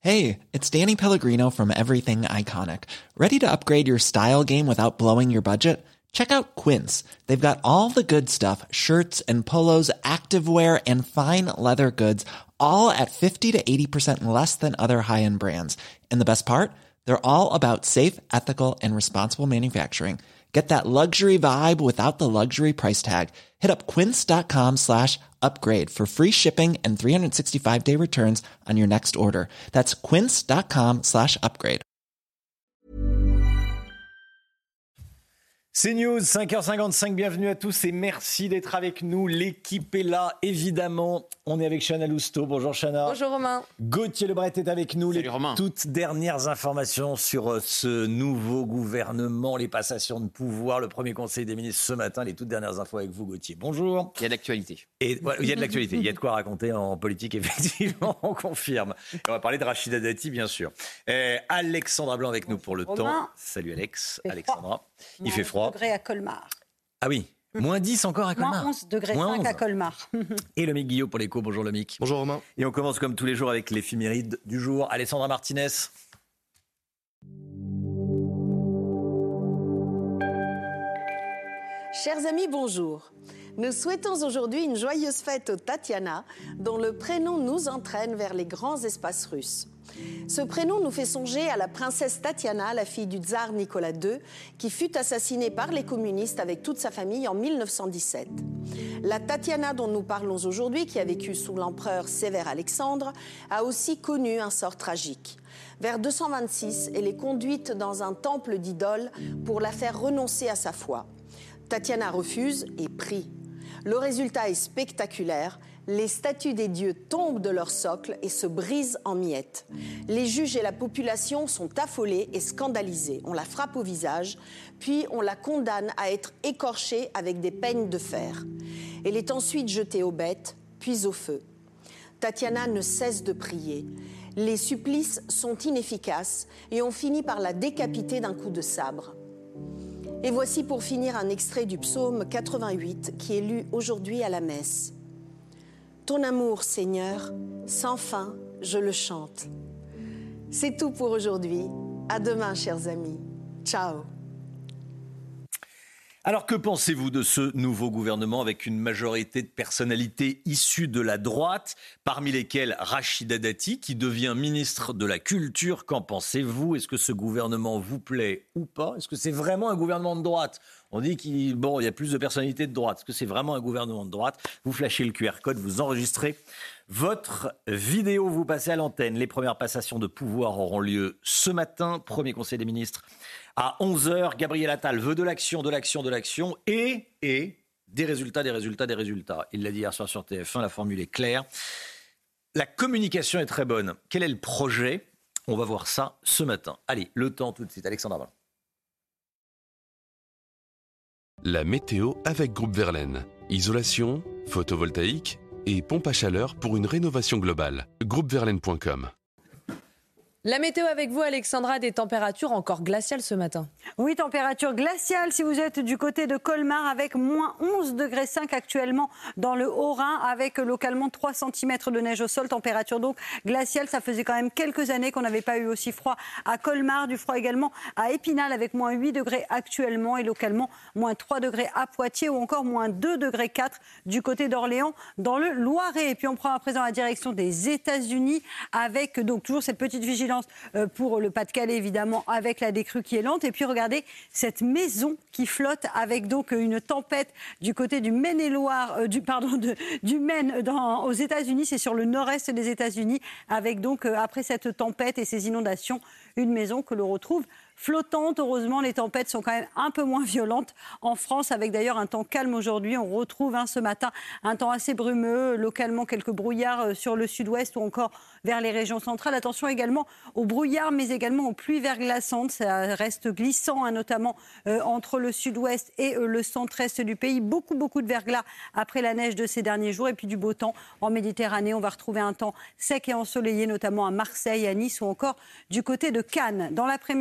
Hey, it's Danny Pellegrino from Everything Iconic. Ready to upgrade your style game without blowing your budget? Check out Quince. They've got all the good stuff, shirts and polos, activewear, and fine leather goods, all at 50 to 80% less than other high-end brands. And the best part? They're all about safe, ethical, and responsible manufacturing. Get that luxury vibe without the luxury price tag. Hit up quince.com/upgrade for free shipping and 365-day returns on your next order. That's quince.com/upgrade. C'est News, 5h55, bienvenue à tous et merci d'être avec nous. L'équipe est là, évidemment. On est avec Chana Lousteau. Bonjour Chana. Bonjour Romain. Gauthier Lebret est avec nous. Salut Romain. Toutes dernières informations sur ce nouveau gouvernement, les passations de pouvoir, le premier conseil des ministres ce matin. Les toutes dernières infos avec vous, Gauthier. Bonjour. Il y a de l'actualité. Et ouais, il y a de l'actualité, il y a de quoi raconter en politique, effectivement, on confirme. Et on va parler de Rachida Dati, bien sûr. Alexandra Blanc avec nous pour le temps. Salut Alex, Alexandra. Il fait froid. Degrés à Colmar. Ah oui, moins 10 encore à Colmar. Moins 11 degrés 5 à Colmar. Et Lomique Guillot pour l'écho. Bonjour Lomique. Bonjour Romain. Et on commence comme tous les jours avec l'éphéméride du jour. Alessandra Martinez. Chers amis, bonjour. Nous souhaitons aujourd'hui une joyeuse fête aux Tatiana, dont le prénom nous entraîne vers les grands espaces russes. Ce prénom nous fait songer à la princesse Tatiana, la fille du tsar Nicolas II, qui fut assassinée par les communistes avec toute sa famille en 1917. La Tatiana dont nous parlons aujourd'hui, qui a vécu sous l'empereur Sévère Alexandre, a aussi connu un sort tragique. Vers 226, elle est conduite dans un temple d'idoles pour la faire renoncer à sa foi. Tatiana refuse et prie. Le résultat est spectaculaire. Les statues des dieux tombent de leur socle et se brisent en miettes. Les juges et la population sont affolés et scandalisés. On la frappe au visage, puis on la condamne à être écorchée avec des peignes de fer. Elle est ensuite jetée aux bêtes, puis au feu. Tatiana ne cesse de prier. Les supplices sont inefficaces et on finit par la décapiter d'un coup de sabre. Et voici pour finir un extrait du psaume 88 qui est lu aujourd'hui à la messe. Ton amour, Seigneur, sans fin, je le chante. C'est tout pour aujourd'hui. À demain, chers amis. Ciao. Alors que pensez-vous de ce nouveau gouvernement avec une majorité de personnalités issues de la droite, parmi lesquelles Rachida Dati, qui devient ministre de la Culture? Qu'en pensez-vous? Est-ce que ce gouvernement vous plaît ou pas? Est-ce que c'est vraiment un gouvernement de droite? On dit qu'il y a plus de personnalités de droite. Est-ce que c'est vraiment un gouvernement de droite? Vous flashez le QR code, vous enregistrez votre vidéo, vous passez à l'antenne. Les premières passations de pouvoir auront lieu ce matin. Premier conseil des ministres à 11h. Gabriel Attal veut de l'action et des résultats. Il l'a dit hier soir sur TF1, la formule est claire. La communication est très bonne. Quel est le projet? On va voir ça ce matin. Allez, le temps tout de suite. Alexandra Blanc. La météo avec Groupe Verlaine. Isolation, photovoltaïque et pompe à chaleur pour une rénovation globale. Groupeverlaine.com. La météo avec vous, Alexandra, des températures encore glaciales ce matin. Oui, température glaciale si vous êtes du côté de Colmar avec moins 11 degrés 5 actuellement dans le Haut-Rhin avec localement 3 cm de neige au sol. Température donc glaciale, ça faisait quand même quelques années qu'on n'avait pas eu aussi froid à Colmar. Du froid également à Épinal avec moins 8 degrés actuellement et localement moins 3 degrés à Poitiers ou encore moins 2 degrés 4 du côté d'Orléans dans le Loiret. Et puis on prend à présent la direction des États-Unis avec donc toujours cette petite vigilance pour le Pas-de-Calais évidemment avec la décrue qui est lente. Et puis regardez cette maison qui flotte avec donc une tempête du côté du Maine-et-Loire, du Maine aux États-Unis. C'est sur le nord-est des États-Unis avec donc après cette tempête et ces inondations, une maison que l'on retrouve flottante. Heureusement, les tempêtes sont quand même un peu moins violentes en France, avec d'ailleurs un temps calme aujourd'hui. On retrouve ce matin un temps assez brumeux, localement quelques brouillards sur le sud-ouest ou encore vers les régions centrales. Attention également aux brouillards, mais également aux pluies verglaçantes. Ça reste glissant, notamment entre le sud-ouest et le centre-est du pays. Beaucoup de verglas après la neige de ces derniers jours. Et puis du beau temps en Méditerranée. On va retrouver un temps sec et ensoleillé, notamment à Marseille, à Nice ou encore du côté de Cannes. Dans l'après-midi, petit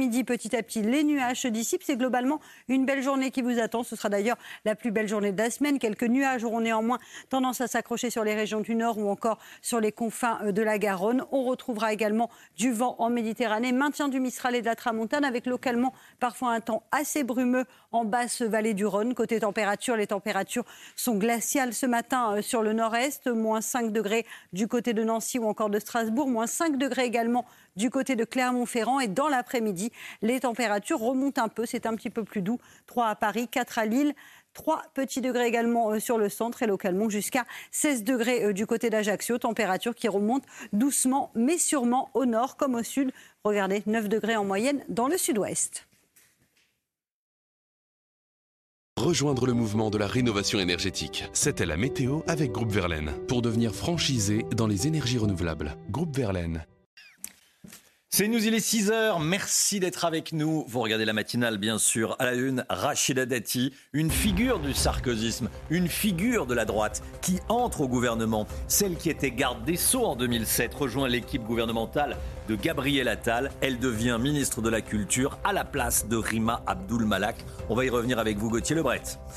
petit à petit les nuages se dissipent. C'est globalement une belle journée qui vous attend. Ce sera d'ailleurs la plus belle journée de la semaine. Quelques nuages auront néanmoins tendance à s'accrocher sur les régions du nord ou encore sur les confins de la Garonne. On retrouvera également du vent en Méditerranée, maintien du Mistral et de la Tramontane avec localement parfois un temps assez brumeux en basse vallée du Rhône. Côté température, les températures sont glaciales ce matin sur le nord-est, moins 5 degrés du côté de Nancy ou encore de Strasbourg, moins 5 degrés également du côté de Clermont-Ferrand. Et dans l'après-midi, les températures remontent un peu, c'est un petit peu plus doux. 3 à Paris, 4 à Lille, 3 petits degrés également sur le centre et localement jusqu'à 16 degrés du côté d'Ajaccio. Température qui remonte doucement mais sûrement au nord comme au sud. Regardez, 9 degrés en moyenne dans le sud-ouest. Rejoindre le mouvement de la rénovation énergétique. C'était la météo avec Groupe Verlaine. Pour devenir franchisé dans les énergies renouvelables. Groupe Verlaine. C'est nous, il est 6h, merci d'être avec nous. Vous regardez la matinale, bien sûr, à la une, Rachida Dati, une figure du sarkozysme, une figure de la droite qui entre au gouvernement. Celle qui était garde des Sceaux en 2007 rejoint l'équipe gouvernementale de Gabriel Attal. Elle devient ministre de la Culture à la place de Rima Abdul Malak. On va y revenir avec vous, Gauthier Lebret.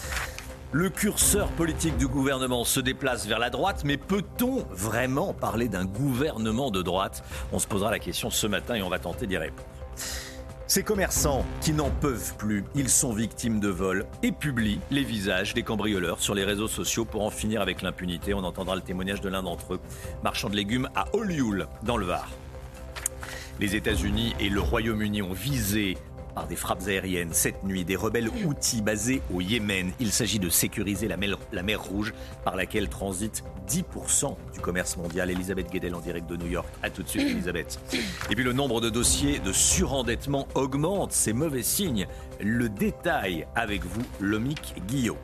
Le curseur politique du gouvernement se déplace vers la droite, mais peut-on vraiment parler d'un gouvernement de droite ? On se posera la question ce matin et on va tenter d'y répondre. Ces commerçants qui n'en peuvent plus, ils sont victimes de vols et publient les visages des cambrioleurs sur les réseaux sociaux pour en finir avec l'impunité. On entendra le témoignage de l'un d'entre eux, marchand de légumes à Olioul, dans le Var. Les États-Unis et le Royaume-Uni ont visé par des frappes aériennes cette nuit des rebelles houthis basés au Yémen. Il s'agit de sécuriser la mer Rouge par laquelle transite 10% du commerce mondial. Elisabeth Guedel en direct de New York. A tout de suite, Elisabeth. Et puis le nombre de dossiers de surendettement augmente. C'est mauvais signe. Le détail avec vous, Lomique Guillot.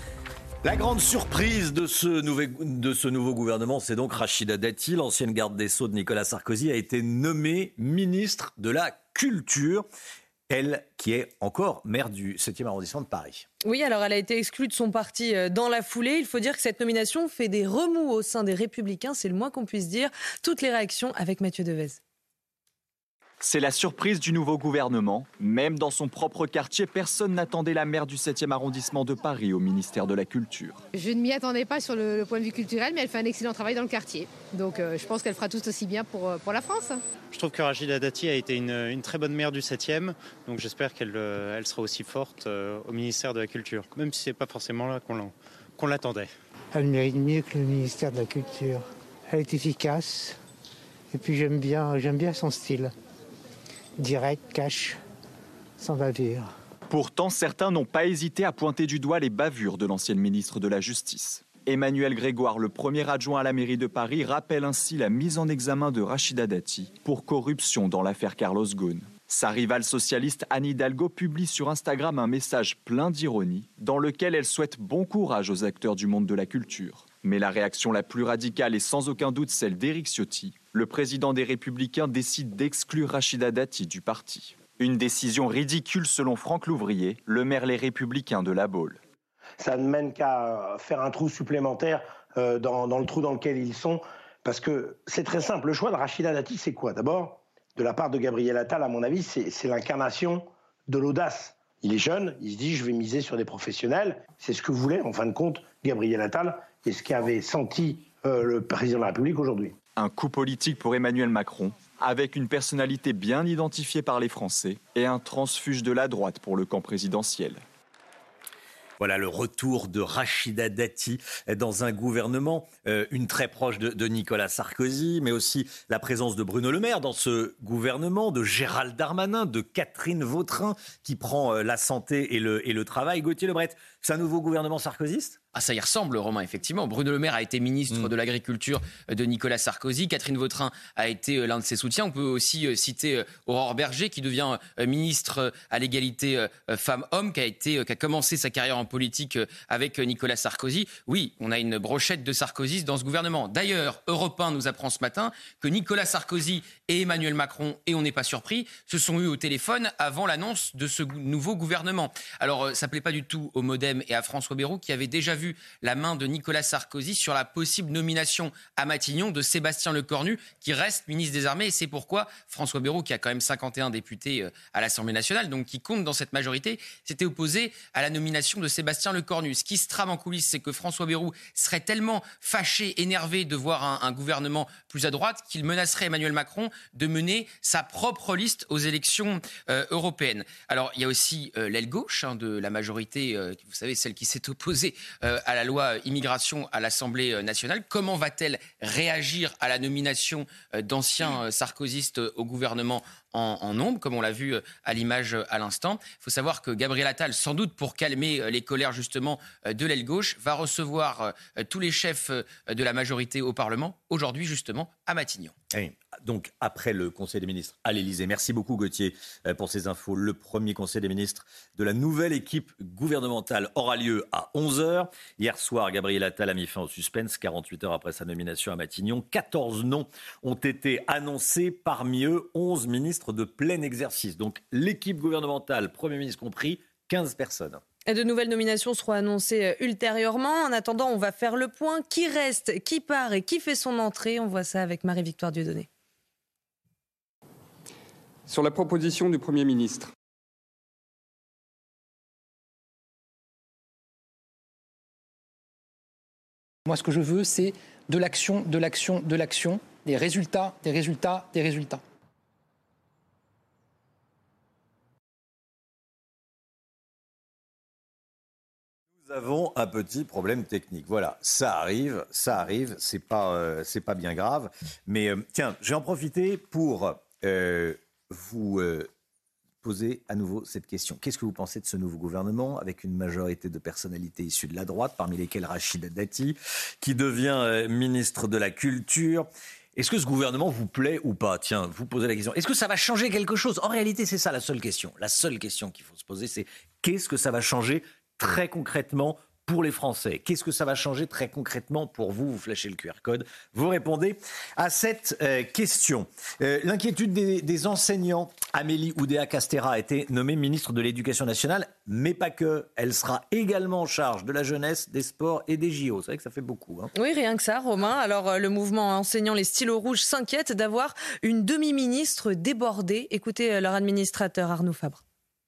La grande surprise de ce nouveau gouvernement, c'est donc Rachida Dati, l'ancienne garde des Sceaux de Nicolas Sarkozy, a été nommée ministre de la Culture. Elle qui est encore maire du 7e arrondissement de Paris. Oui, alors elle a été exclue de son parti dans la foulée. Il faut dire que cette nomination fait des remous au sein des Républicains, c'est le moins qu'on puisse dire. Toutes les réactions avec Mathieu Devez. C'est la surprise du nouveau gouvernement. Même dans son propre quartier, personne n'attendait la maire du 7e arrondissement de Paris au ministère de la Culture. Je ne m'y attendais pas sur le point de vue culturel, mais elle fait un excellent travail dans le quartier. Donc je pense qu'elle fera tout aussi bien pour la France. Je trouve que Rachida Dati a été une très bonne maire du 7e, donc j'espère qu'elle sera aussi forte au ministère de la Culture, même si ce n'est pas forcément là qu'on l'attendait. Elle mérite mieux que le ministère de la Culture. Elle est efficace, et puis j'aime bien son style. Direct, cash, sans bavure. Pourtant, certains n'ont pas hésité à pointer du doigt les bavures de l'ancienne ministre de la Justice. Emmanuel Grégoire, le premier adjoint à la mairie de Paris, rappelle ainsi la mise en examen de Rachida Dati pour corruption dans l'affaire Carlos Ghosn. Sa rivale socialiste Anne Hidalgo publie sur Instagram un message plein d'ironie dans lequel elle souhaite bon courage aux acteurs du monde de la culture. Mais la réaction la plus radicale est sans aucun doute celle d'Éric Ciotti. Le président des Républicains décide d'exclure Rachida Dati du parti. Une décision ridicule selon Franck Louvrier, le maire Les Républicains de La Baule. Ça ne mène qu'à faire un trou supplémentaire dans le trou dans lequel ils sont. Parce que c'est très simple. Le choix de Rachida Dati, c'est quoi ? D'abord, de la part de Gabriel Attal, à mon avis, c'est l'incarnation de l'audace. Il est jeune, il se dit je vais miser sur des professionnels. C'est ce que voulait, en fin de compte, Gabriel Attal et ce qu'avait senti le président de la République aujourd'hui. Un coup politique pour Emmanuel Macron, avec une personnalité bien identifiée par les Français et un transfuge de la droite pour le camp présidentiel. Voilà le retour de Rachida Dati dans un gouvernement, une très proche de Nicolas Sarkozy, mais aussi la présence de Bruno Le Maire dans ce gouvernement, de Gérald Darmanin, de Catherine Vautrin qui prend la santé et le travail. Gauthier Lebret, c'est un nouveau gouvernement sarkozyste ? Ah, ça y ressemble, Romain, effectivement. Bruno Le Maire a été ministre de l'Agriculture de Nicolas Sarkozy. Catherine Vautrin a été l'un de ses soutiens. On peut aussi citer Aurore Berger, qui devient ministre à l'égalité femmes-hommes, qui a commencé sa carrière en politique avec Nicolas Sarkozy. Oui, on a une brochette de Sarkozystes dans ce gouvernement. D'ailleurs, Europe 1 nous apprend ce matin que Nicolas Sarkozy et Emmanuel Macron, et on n'est pas surpris, se sont eus au téléphone avant l'annonce de ce nouveau gouvernement. Alors, ça ne plaît pas du tout au modèle LREM et à François Bayrou, qui avaient déjà vu la main de Nicolas Sarkozy sur la possible nomination à Matignon de Sébastien Lecornu, qui reste ministre des Armées. Et c'est pourquoi François Bayrou, qui a quand même 51 députés à l'Assemblée nationale, donc qui compte dans cette majorité, s'était opposé à la nomination de Sébastien Lecornu. Ce qui se trame en coulisses, c'est que François Bayrou serait tellement fâché, énervé de voir un gouvernement plus à droite qu'il menacerait Emmanuel Macron de mener sa propre liste aux élections européennes. Alors, il y a aussi l'aile gauche de la majorité, vous savez, celle qui s'est opposée à la loi immigration à l'Assemblée nationale. Comment va-t-elle réagir à la nomination d'anciens sarkozystes au gouvernement en nombre, comme on l'a vu à l'image à l'instant? Il faut savoir que Gabriel Attal, sans doute pour calmer les colères justement de l'aile gauche, va recevoir tous les chefs de la majorité au Parlement, aujourd'hui justement à Matignon. Oui. Donc, après le Conseil des ministres à l'Élysée. Merci beaucoup, Gauthier, pour ces infos. Le premier Conseil des ministres de la nouvelle équipe gouvernementale aura lieu à 11h. Hier soir, Gabriel Attal a mis fin au suspense 48 heures après sa nomination à Matignon. 14 noms ont été annoncés, parmi eux 11 ministres de plein exercice. Donc, l'équipe gouvernementale, Premier ministre compris, 15 personnes. Et de nouvelles nominations seront annoncées ultérieurement. En attendant, on va faire le point. Qui reste, qui part et qui fait son entrée? On voit ça avec Marie-Victoire Dieudonné. Sur la proposition du Premier ministre. Moi, ce que je veux, c'est de l'action, de l'action, de l'action, des résultats, des résultats, des résultats. Nous avons un petit problème technique. Voilà, ça arrive, c'est pas bien grave. Mais tiens, je vais en profiter pour vous poser à nouveau cette question. Qu'est-ce que vous pensez de ce nouveau gouvernement avec une majorité de personnalités issues de la droite, parmi lesquelles Rachida Dati, qui devient ministre de la Culture? Est-ce que ce gouvernement vous plaît ou pas? Tiens, vous posez la question. Est-ce que ça va changer quelque chose? En réalité, c'est ça la seule question. La seule question qu'il faut se poser, c'est qu'est-ce que ça va changer très concrètement pour les Français? Qu'est-ce que ça va changer très concrètement pour vous? Vous flashez le QR code, vous répondez à cette question. L'inquiétude des enseignants. Amélie Oudéa-Castéra a été nommée ministre de l'Éducation nationale, mais pas que. Elle sera également en charge de la jeunesse, des sports et des JO. C'est vrai que ça fait beaucoup. Hein. Oui, rien que ça, Romain. Alors, le mouvement enseignant les stylos rouges s'inquiète d'avoir une demi-ministre débordée. Écoutez leur administrateur Arnaud Fabre.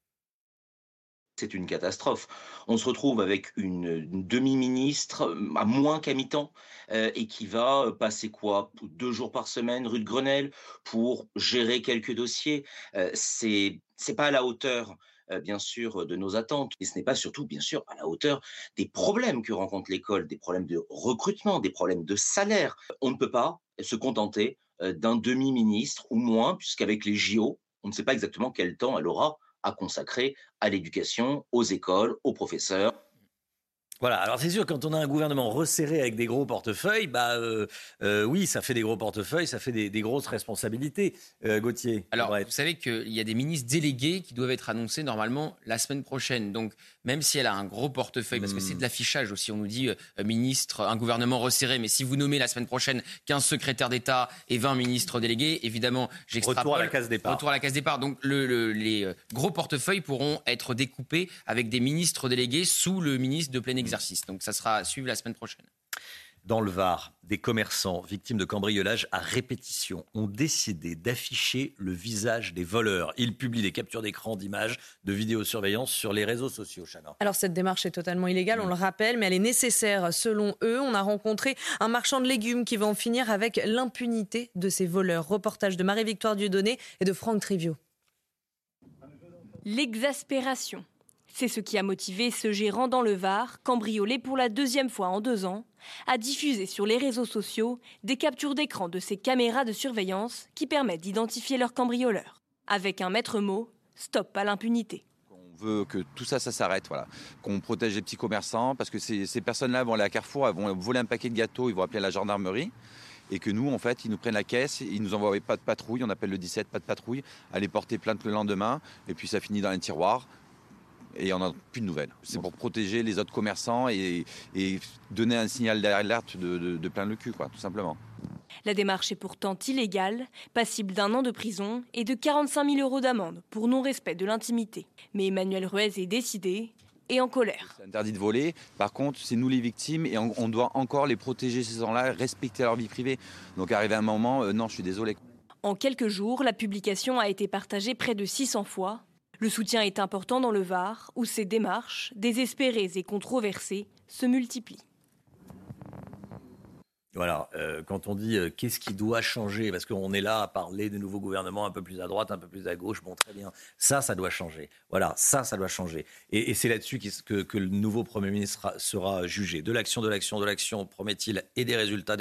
C'est une catastrophe. On se retrouve avec une demi-ministre à moins qu'à mi-temps et qui va passer 2 jours par semaine rue de Grenelle pour gérer quelques dossiers. C'est pas à la hauteur, bien sûr, de nos attentes. Et ce n'est pas surtout, bien sûr, à la hauteur des problèmes que rencontre l'école, des problèmes de recrutement, des problèmes de salaire. On ne peut pas se contenter d'un demi-ministre ou moins, puisqu'avec les JO, on ne sait pas exactement quel temps elle aura à consacrer à l'éducation, aux écoles, aux professeurs. Voilà, alors c'est sûr, quand on a un gouvernement resserré avec des gros portefeuilles, oui, ça fait des gros portefeuilles, ça fait des grosses responsabilités. Gauthier. Alors, vous savez qu'il y a des ministres délégués qui doivent être annoncés normalement la semaine prochaine. Donc, même si elle a un gros portefeuille, parce que c'est de l'affichage aussi, on nous dit ministre, un gouvernement resserré, mais si vous nommez la semaine prochaine 15 secrétaires d'État et 20 ministres délégués, évidemment, j'extrapole. Retour à la case départ. Retour à la case départ. Donc, les gros portefeuilles pourront être découpés avec des ministres délégués sous le ministre de plein exercice. Donc ça sera à suivre la semaine prochaine. Dans le Var, des commerçants victimes de cambriolage à répétition ont décidé d'afficher le visage des voleurs. Ils publient des captures d'écran, d'images, de vidéosurveillance sur les réseaux sociaux. Chana. Alors cette démarche est totalement illégale, on le rappelle, mais elle est nécessaire selon eux. On a rencontré un marchand de légumes qui va en finir avec l'impunité de ces voleurs. Reportage de Marie-Victoire Dieudonné et de Franck Trivio. L'exaspération. C'est ce qui a motivé ce gérant dans le Var, cambriolé pour la 2e fois en 2 ans, à diffuser sur les réseaux sociaux des captures d'écran de ces caméras de surveillance qui permettent d'identifier leurs cambrioleurs. Avec un maître mot, stop à l'impunité. On veut que tout ça s'arrête, voilà. Qu'on protège les petits commerçants, parce que ces personnes-là vont aller à Carrefour, elles vont voler un paquet de gâteaux, ils vont appeler la gendarmerie. Et que nous, en fait, ils nous prennent la caisse, ils nous envoient pas de patrouille, on appelle le 17, pas de patrouille, aller porter plainte le lendemain, et puis ça finit dans un tiroir. Et on n'a plus de nouvelles. C'est pour protéger les autres commerçants et donner un signal d'alerte de plein le cul, tout simplement. La démarche est pourtant illégale, passible d'1 an de prison et de 45 000 € d'amende pour non-respect de l'intimité. Mais Emmanuel Ruez est décidé et en colère. C'est interdit de voler. Par contre, c'est nous les victimes et on doit encore les protéger, ces gens-là, respecter leur vie privée. Donc arrivé à un moment, non, je suis désolé. En quelques jours, la publication a été partagée près de 600 fois. Le soutien est important dans le Var, où ces démarches, désespérées et controversées, se multiplient. Voilà, quand on dit qu'est-ce qui doit changer, parce qu'on est là à parler de nouveaux gouvernements un peu plus à droite, un peu plus à gauche, bon très bien, ça doit changer. Voilà, ça doit changer. Et c'est là-dessus que le nouveau Premier ministre sera jugé. De l'action, promet-il, et des résultats.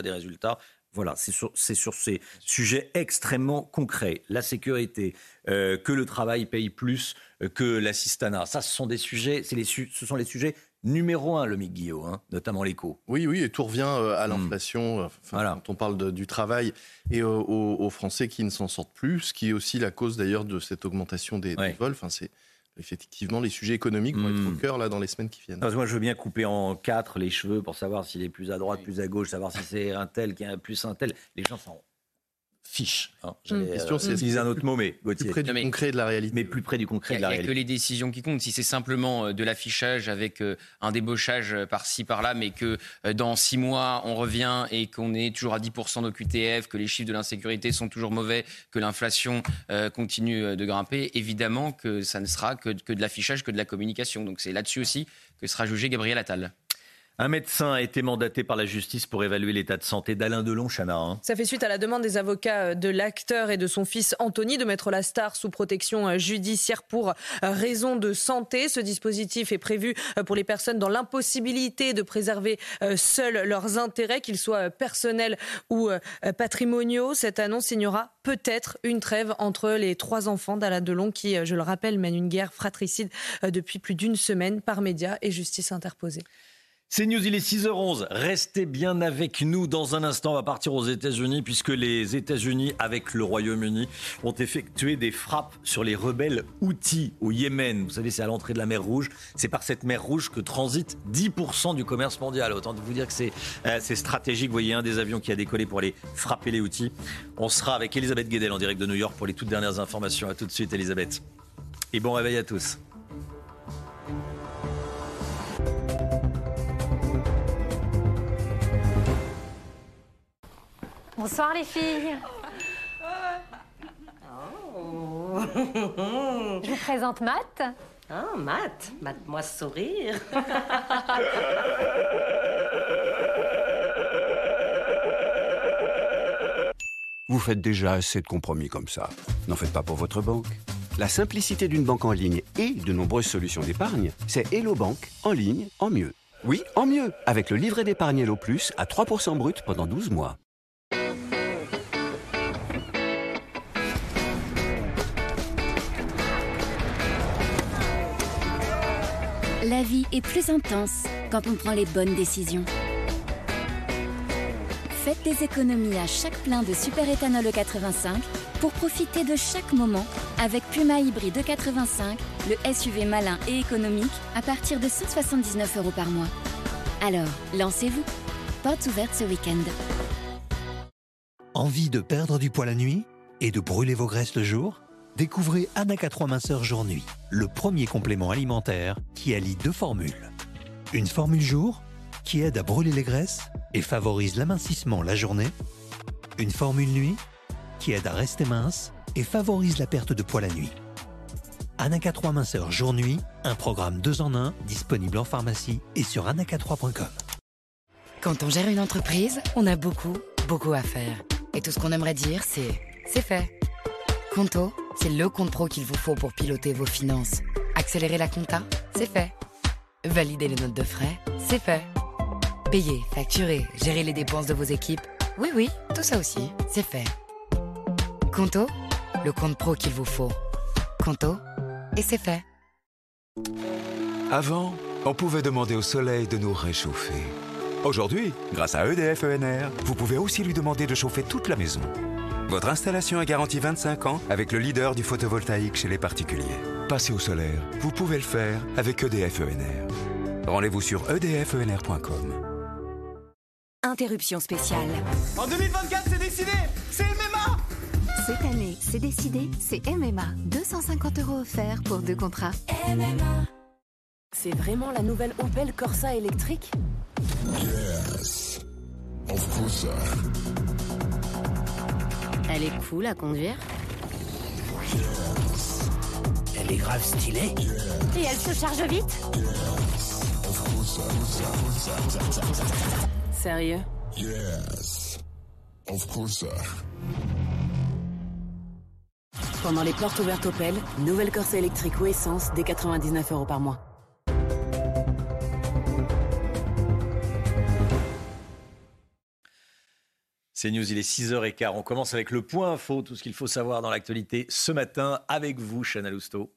Voilà, c'est sur ces sujets extrêmement concrets. La sécurité, que le travail paye plus que l'assistanat. Ça, ce sont des sujets, ce sont les sujets numéro 1, le Mick Guillot, notamment l'éco. Oui, et tout revient à l'inflation, voilà. Quand on parle du travail et aux Français qui ne s'en sortent plus, ce qui est aussi la cause d'ailleurs de cette augmentation des vols. C'est effectivement les sujets économiques vont être au cœur là, dans les semaines qui viennent. Parce que moi, je veux bien couper en 4 les cheveux pour savoir s'il est plus à droite, plus à gauche, savoir si c'est un tel qui est plus un tel. Les gens s'en fichent. J'allais utiliser un autre mot, mais Gauthier. Plus près du concret de la réalité. Mais plus près du concret de la réalité. Il n'y a que les décisions qui comptent. Si c'est simplement de l'affichage avec un débauchage par-ci, par-là, mais que dans 6 mois, on revient et qu'on est toujours à 10% d'OQTF, que les chiffres de l'insécurité sont toujours mauvais, que l'inflation continue de grimper, évidemment que ça ne sera que de l'affichage, que de la communication. Donc c'est là-dessus aussi que sera jugé Gabriel Attal. Un médecin a été mandaté par la justice pour évaluer l'état de santé d'Alain Delon, Chana. Ça fait suite à la demande des avocats de l'acteur et de son fils Anthony de mettre la star sous protection judiciaire pour raison de santé. Ce dispositif est prévu pour les personnes dans l'impossibilité de préserver seuls leurs intérêts, qu'ils soient personnels ou patrimoniaux. Cette annonce signera peut-être une trêve entre les 3 enfants d'Alain Delon qui, je le rappelle, mènent une guerre fratricide depuis plus d'une semaine par médias et justice interposée. C'est News, il est 6h11. Restez bien avec nous. Dans un instant, on va partir aux États-Unis puisque les États-Unis, avec le Royaume-Uni, ont effectué des frappes sur les rebelles Houthis au Yémen. Vous savez, c'est à l'entrée de la mer Rouge. C'est par cette mer Rouge que transite 10% du commerce mondial. Autant vous dire que c'est stratégique. Vous voyez, un des avions qui a décollé pour aller frapper les Houthis. On sera avec Elisabeth Guedel en direct de New York pour les toutes dernières informations. À tout de suite, Elisabeth. Et bon réveil à tous. Bonsoir les filles. Oh. Je vous présente Matt. Ah, Matt, mate-moi sourire. Vous faites déjà assez de compromis comme ça. N'en faites pas pour votre banque. La simplicité d'une banque en ligne et de nombreuses solutions d'épargne, c'est Hello Bank en ligne en mieux. Oui, en mieux, avec le livret d'épargne Hello Plus à 3% brut pendant 12 mois. La vie est plus intense quand on prend les bonnes décisions. Faites des économies à chaque plein de super-éthanol E85 pour profiter de chaque moment avec Puma Hybride E85, le SUV malin et économique à partir de 179 € par mois. Alors, lancez-vous. Portes ouvertes ce week-end. Envie de perdre du poids la nuit et de brûler vos graisses le jour ? Découvrez Anaca 3 minceur jour-nuit, le premier complément alimentaire qui allie 2 formules. Une formule jour qui aide à brûler les graisses et favorise l'amincissement la journée. Une formule nuit qui aide à rester mince et favorise la perte de poids la nuit. Anaca 3 minceur jour-nuit, un programme 2 en 1 disponible en pharmacie et sur anaca3.com. Quand on gère une entreprise, on a beaucoup à faire. Et tout ce qu'on aimerait dire, c'est fait. Conto, c'est le compte pro qu'il vous faut pour piloter vos finances. Accélérer la compta, c'est fait. Valider les notes de frais, c'est fait. Payer, facturer, gérer les dépenses de vos équipes, oui, tout ça aussi, c'est fait. Conto, le compte pro qu'il vous faut. Conto, et c'est fait. Avant, on pouvait demander au soleil de nous réchauffer. Aujourd'hui, grâce à EDF ENR, vous pouvez aussi lui demander de chauffer toute la maison. Votre installation est garantie 25 ans avec le leader du photovoltaïque chez les particuliers. Passez au solaire, vous pouvez le faire avec EDF ENR. Rendez-vous sur edfenr.com. Interruption spéciale. En 2024, c'est décidé, c'est MMA. Cette année, c'est décidé, c'est MMA. 250 € offerts pour 2 contrats. MMA. C'est vraiment la nouvelle Opel Corsa électrique? Yes, of course. Elle est cool à conduire. Yes. Elle est grave stylée. Et elle se charge vite. Yes, of course. Sérieux? Yes, of course. Pendant les portes ouvertes Opel, nouvelle Corsa électrique ou essence dès 99 € par mois. C'est News, il est 6h15. On commence avec le point info, tout ce qu'il faut savoir dans l'actualité ce matin avec vous, Chana Lousteau.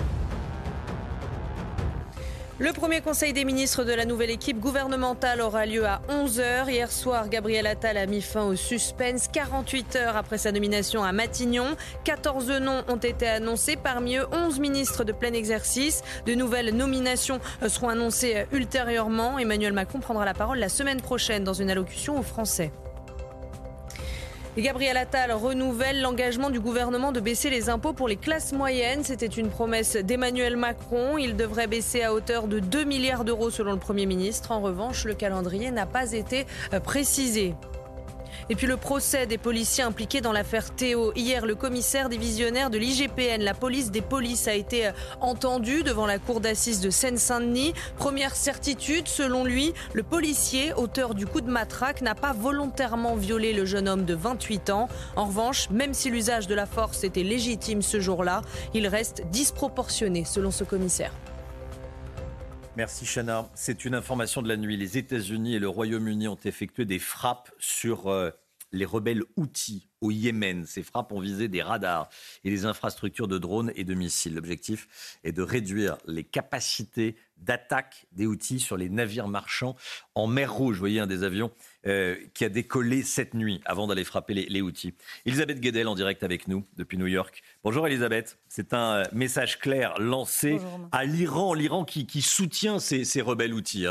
Le premier conseil des ministres de la nouvelle équipe gouvernementale aura lieu à 11h. Hier soir, Gabriel Attal a mis fin au suspense 48 heures après sa nomination à Matignon. 14 noms ont été annoncés, parmi eux 11 ministres de plein exercice. De nouvelles nominations seront annoncées ultérieurement. Emmanuel Macron prendra la parole la semaine prochaine dans une allocution aux Français. Et Gabriel Attal renouvelle l'engagement du gouvernement de baisser les impôts pour les classes moyennes. C'était une promesse d'Emmanuel Macron. Il devrait baisser à hauteur de 2 milliards d'euros selon le Premier ministre. En revanche, le calendrier n'a pas été précisé. Et puis le procès des policiers impliqués dans l'affaire Théo. Hier, le commissaire divisionnaire de l'IGPN, la police des polices, a été entendu devant la cour d'assises de Seine-Saint-Denis. Première certitude, selon lui, le policier, auteur du coup de matraque, n'a pas volontairement violé le jeune homme de 28 ans. En revanche, même si l'usage de la force était légitime ce jour-là, il reste disproportionné, selon ce commissaire. Merci Chana. C'est une information de la nuit. Les États-Unis et le Royaume-Uni ont effectué des frappes sur les rebelles Houthis au Yémen. Ces frappes ont visé des radars et des infrastructures de drones et de missiles. L'objectif est de réduire les capacités d'attaque des Houthis sur les navires marchands en mer Rouge. Vous voyez un des avions qui a décollé cette nuit avant d'aller frapper les Houthis. Elisabeth Guedel en direct avec nous depuis New York. Bonjour Elisabeth. C'est un message clair lancé à l'Iran. L'Iran qui soutient ces rebelles Houthis.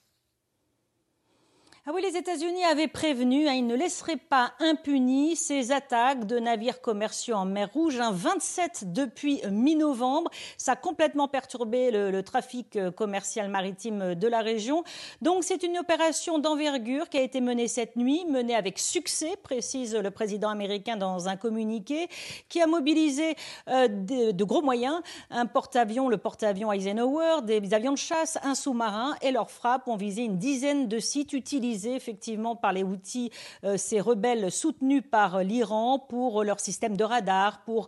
Ah oui, les États-Unis avaient prévenu, ils ne laisseraient pas impunis ces attaques de navires commerciaux en mer Rouge. 27 depuis mi-novembre. Ça a complètement perturbé le trafic commercial maritime de la région. Donc c'est une opération d'envergure qui a été menée cette nuit, menée avec succès, précise le président américain dans un communiqué, qui a mobilisé de gros moyens, un porte-avions, le porte-avions Eisenhower, des avions de chasse, un sous-marin, et leurs frappes ont visé une dizaine de sites utilisés effectivement par les Houthis, ces rebelles soutenus par l'Iran pour leur système de radar, pour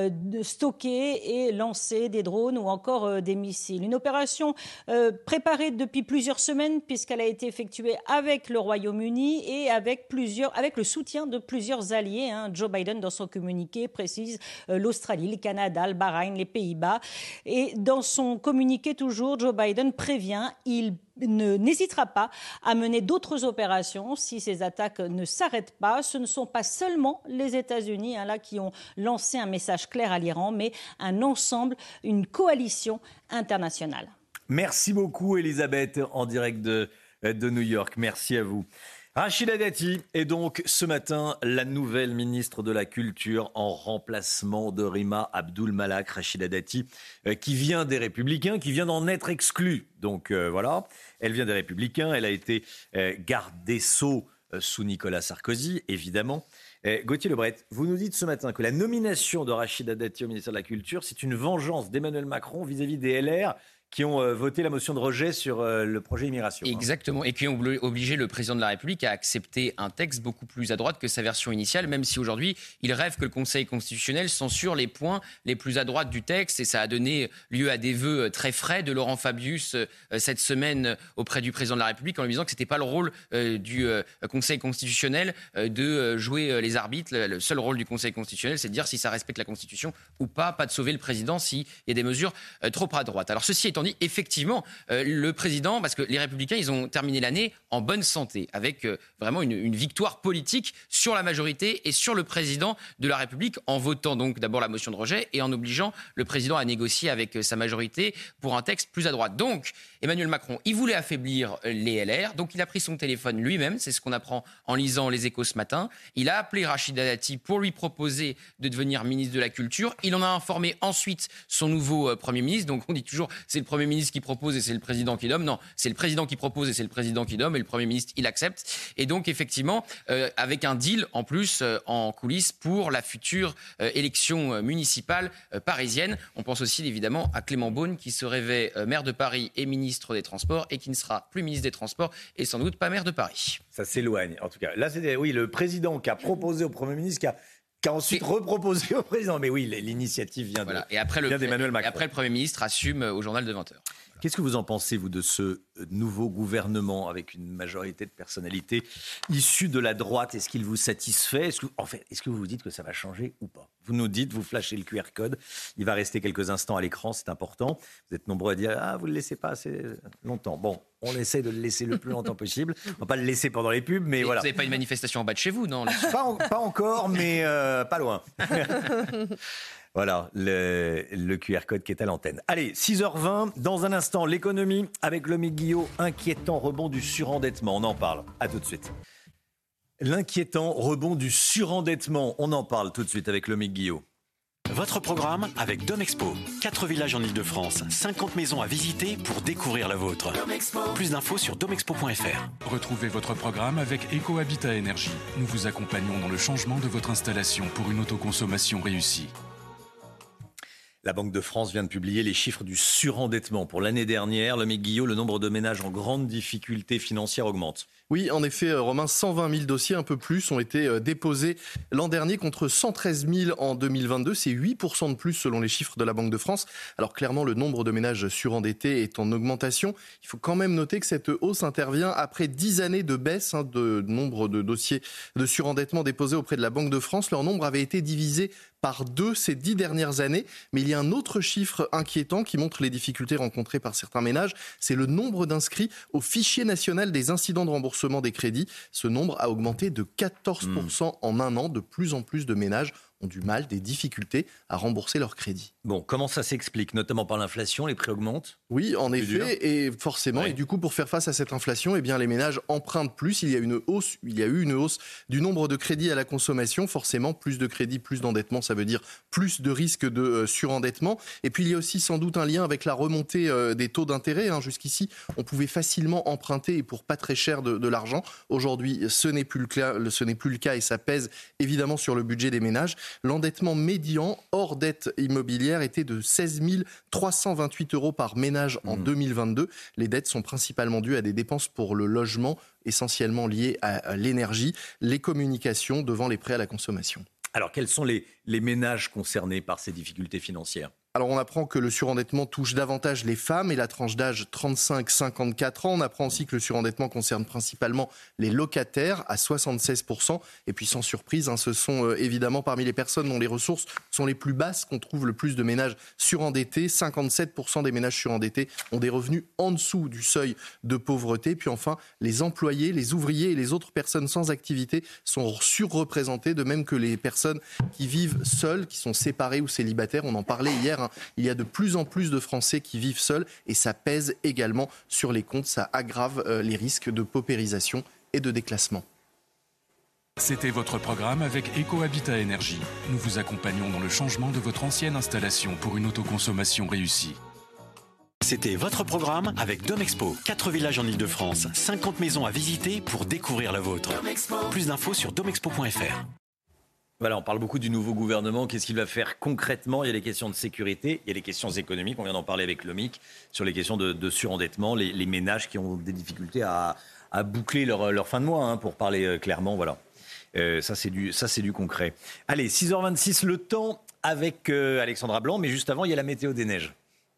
stocker et lancer des drones ou encore des missiles. Une opération préparée depuis plusieurs semaines puisqu'elle a été effectuée avec le Royaume-Uni et avec le soutien de plusieurs alliés. Joe Biden, dans son communiqué, précise l'Australie, le Canada, le Bahreïn, les Pays-Bas. Et dans son communiqué, toujours, Joe Biden prévient, il n'hésitera pas à mener d'autres opérations si ces attaques ne s'arrêtent pas. Ce ne sont pas seulement les États-Unis là qui ont lancé un message clair à l'Iran, mais un ensemble, une coalition internationale. Merci beaucoup Elisabeth en direct de New York. Merci à vous. Rachida Dati est donc ce matin la nouvelle ministre de la Culture en remplacement de Rima Abdul Malak. Rachida Dati qui vient des Républicains, qui vient d'en être exclue. Donc voilà, elle vient des Républicains, elle a été garde des Sceaux sous Nicolas Sarkozy, évidemment. Gauthier Lebret, vous nous dites ce matin que la nomination de Rachida Dati au ministère de la Culture, c'est une vengeance d'Emmanuel Macron vis-à-vis des LR qui ont voté la motion de rejet sur le projet immigration. Exactement, et qui ont obligé le président de la République à accepter un texte beaucoup plus à droite que sa version initiale, même si aujourd'hui, il rêve que le Conseil constitutionnel censure les points les plus à droite du texte, et ça a donné lieu à des vœux très frais de Laurent Fabius cette semaine auprès du président de la République, en lui disant que ce n'était pas le rôle du Conseil constitutionnel de jouer les arbitres. Le seul rôle du Conseil constitutionnel, c'est de dire si ça respecte la Constitution ou pas de sauver le président s'il y a des mesures trop à droite. Alors ceci étant dit, effectivement, le président, parce que les Républicains, ils ont terminé l'année en bonne santé, avec vraiment une victoire politique sur la majorité et sur le président de la République, en votant donc d'abord la motion de rejet et en obligeant le président à négocier avec sa majorité pour un texte plus à droite. Donc, Emmanuel Macron, il voulait affaiblir les LR, donc il a pris son téléphone lui-même, c'est ce qu'on apprend en lisant Les Échos ce matin. Il a appelé Rachida Dati pour lui proposer de devenir ministre de la Culture. Il en a informé ensuite son nouveau Premier ministre, donc on dit toujours c'est le Premier ministre qui propose et c'est le président qui nomme. Non, c'est le président qui propose et c'est le président qui nomme et le Premier ministre, il accepte. Et donc, effectivement, avec un deal en plus en coulisses pour la future élection municipale parisienne. On pense aussi évidemment à Clément Beaune qui se rêvait maire de Paris et ministre des Transports et qui ne sera plus ministre des Transports et sans doute pas maire de Paris. Ça s'éloigne, en tout cas. Là, c'était le président qui a proposé au Premier ministre, qui a ensuite reproposé au président. Mais oui, l'initiative vient d'Emmanuel Macron. Et après, le Premier ministre assume au journal de 20h. Qu'est-ce que vous en pensez, vous, de ce nouveau gouvernement avec une majorité de personnalités issues de la droite? Est-ce qu'il vous satisfait? Est-ce que vous vous dites que ça va changer ou pas? Vous nous dites, vous flashez le QR code. Il va rester quelques instants à l'écran, c'est important. Vous êtes nombreux à dire « Ah, vous ne le laissez pas assez longtemps ». Bon, on essaie de le laisser le plus longtemps possible. On ne va pas le laisser pendant les pubs, mais voilà. Vous n'avez pas une manifestation en bas de chez vous, non? Pas encore, mais pas loin. Voilà, le QR code qui est à l'antenne. Allez, 6h20, dans un instant, l'économie avec Lomique Guillot. Inquiétant rebond du surendettement, on en parle. À tout de suite. L'inquiétant rebond du surendettement, on en parle tout de suite avec Lomique Guillot. Votre programme avec Domexpo. 4 villages en Ile-de-France, 50 maisons à visiter pour découvrir la vôtre. Plus d'infos sur domexpo.fr. Retrouvez votre programme avec EcoHabitat Énergie. Nous vous accompagnons dans le changement de votre installation pour une autoconsommation réussie. La Banque de France vient de publier les chiffres du surendettement. Pour l'année dernière, Lomique Guillot, le nombre de ménages en grande difficulté financière augmente. Oui, en effet, Romain, 120 000 dossiers, un peu plus, ont été déposés l'an dernier contre 113 000 en 2022. C'est 8% de plus selon les chiffres de la Banque de France. Alors clairement, le nombre de ménages surendettés est en augmentation. Il faut quand même noter que cette hausse intervient après 10 années de baisse de nombre de dossiers de surendettement déposés auprès de la Banque de France. Leur nombre avait été divisé par 2 ces 10 dernières années. Mais il y a un autre chiffre inquiétant qui montre les difficultés rencontrées par certains ménages. C'est le nombre d'inscrits au fichier national des incidents de remboursement des crédits. Ce nombre a augmenté de 14% en un an. De plus en plus de ménages ont du mal, des difficultés à rembourser leurs crédits. Bon, comment ça s'explique? Notamment par l'inflation, les prix augmentent? Oui, en effet, et forcément. Ouais. Et du coup, pour faire face à cette inflation, eh bien, les ménages empruntent plus. Il y a eu une hausse du nombre de crédits à la consommation. Forcément, plus de crédits, plus d'endettement, ça veut dire plus de risques de surendettement. Et puis, il y a aussi sans doute un lien avec la remontée des taux d'intérêt. Jusqu'ici, on pouvait facilement emprunter et pour pas très cher de l'argent. Aujourd'hui, ce n'est plus le cas et ça pèse évidemment sur le budget des ménages. L'endettement médian hors dette immobilière était de 16 328 € par ménage en 2022. Les dettes sont principalement dues à des dépenses pour le logement, essentiellement liées à l'énergie, les communications devant les prêts à la consommation. Alors, quels sont les ménages concernés par ces difficultés financières ? Alors on apprend que le surendettement touche davantage les femmes et la tranche d'âge 35-54 ans. On apprend aussi que le surendettement concerne principalement les locataires à 76%. Et puis sans surprise, ce sont évidemment parmi les personnes dont les ressources sont les plus basses qu'on trouve le plus de ménages surendettés. 57% des ménages surendettés ont des revenus en dessous du seuil de pauvreté. Puis enfin, les employés, les ouvriers et les autres personnes sans activité sont surreprésentés, de même que les personnes qui vivent seules, qui sont séparées ou célibataires. On en parlait hier. Il y a de plus en plus de Français qui vivent seuls et ça pèse également sur les comptes. Ça aggrave les risques de paupérisation et de déclassement. C'était votre programme avec EcoHabitat Énergie. Nous vous accompagnons dans le changement de votre ancienne installation pour une autoconsommation réussie. C'était votre programme avec Domexpo. 4 villages en Ile-de-France, 50 maisons à visiter pour découvrir la vôtre. Plus d'infos sur domexpo.fr. Voilà, on parle beaucoup du nouveau gouvernement. Qu'est-ce qu'il va faire concrètement? Il y a les questions de sécurité, il y a les questions économiques. On vient d'en parler avec Lomique sur les questions de surendettement, les ménages qui ont des difficultés à boucler leur fin de mois, pour parler clairement. Voilà, ça c'est du concret. Allez, 6h26, le temps avec Alexandra Blanc, mais juste avant, il y a la météo des neiges.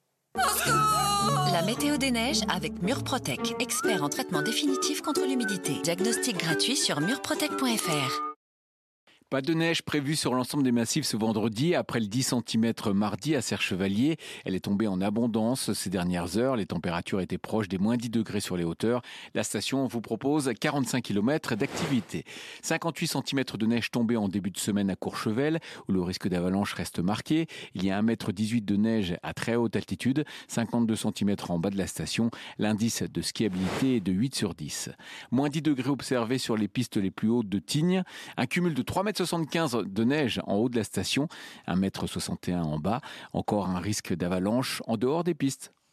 La météo des neiges avec Murprotec, expert en traitement définitif contre l'humidité. Diagnostic gratuit sur murprotec.fr. Pas de neige prévue sur l'ensemble des massifs ce vendredi, après le 10 cm mardi à Serre-Chevalier. Elle est tombée en abondance ces dernières heures. Les températures étaient proches des moins 10 degrés sur les hauteurs. La station vous propose 45 km d'activité. 58 cm de neige tombée en début de semaine à Courchevel, où le risque d'avalanche reste marqué. Il y a 1,18 m de neige à très haute altitude, 52 cm en bas de la station. L'indice de skiabilité est de 8 sur 10. Moins 10 degrés observés sur les pistes les plus hautes de Tignes. Un cumul de 3,75 m de neige en haut de la station, 1,61 m en bas. Encore un risque d'avalanche en dehors des pistes.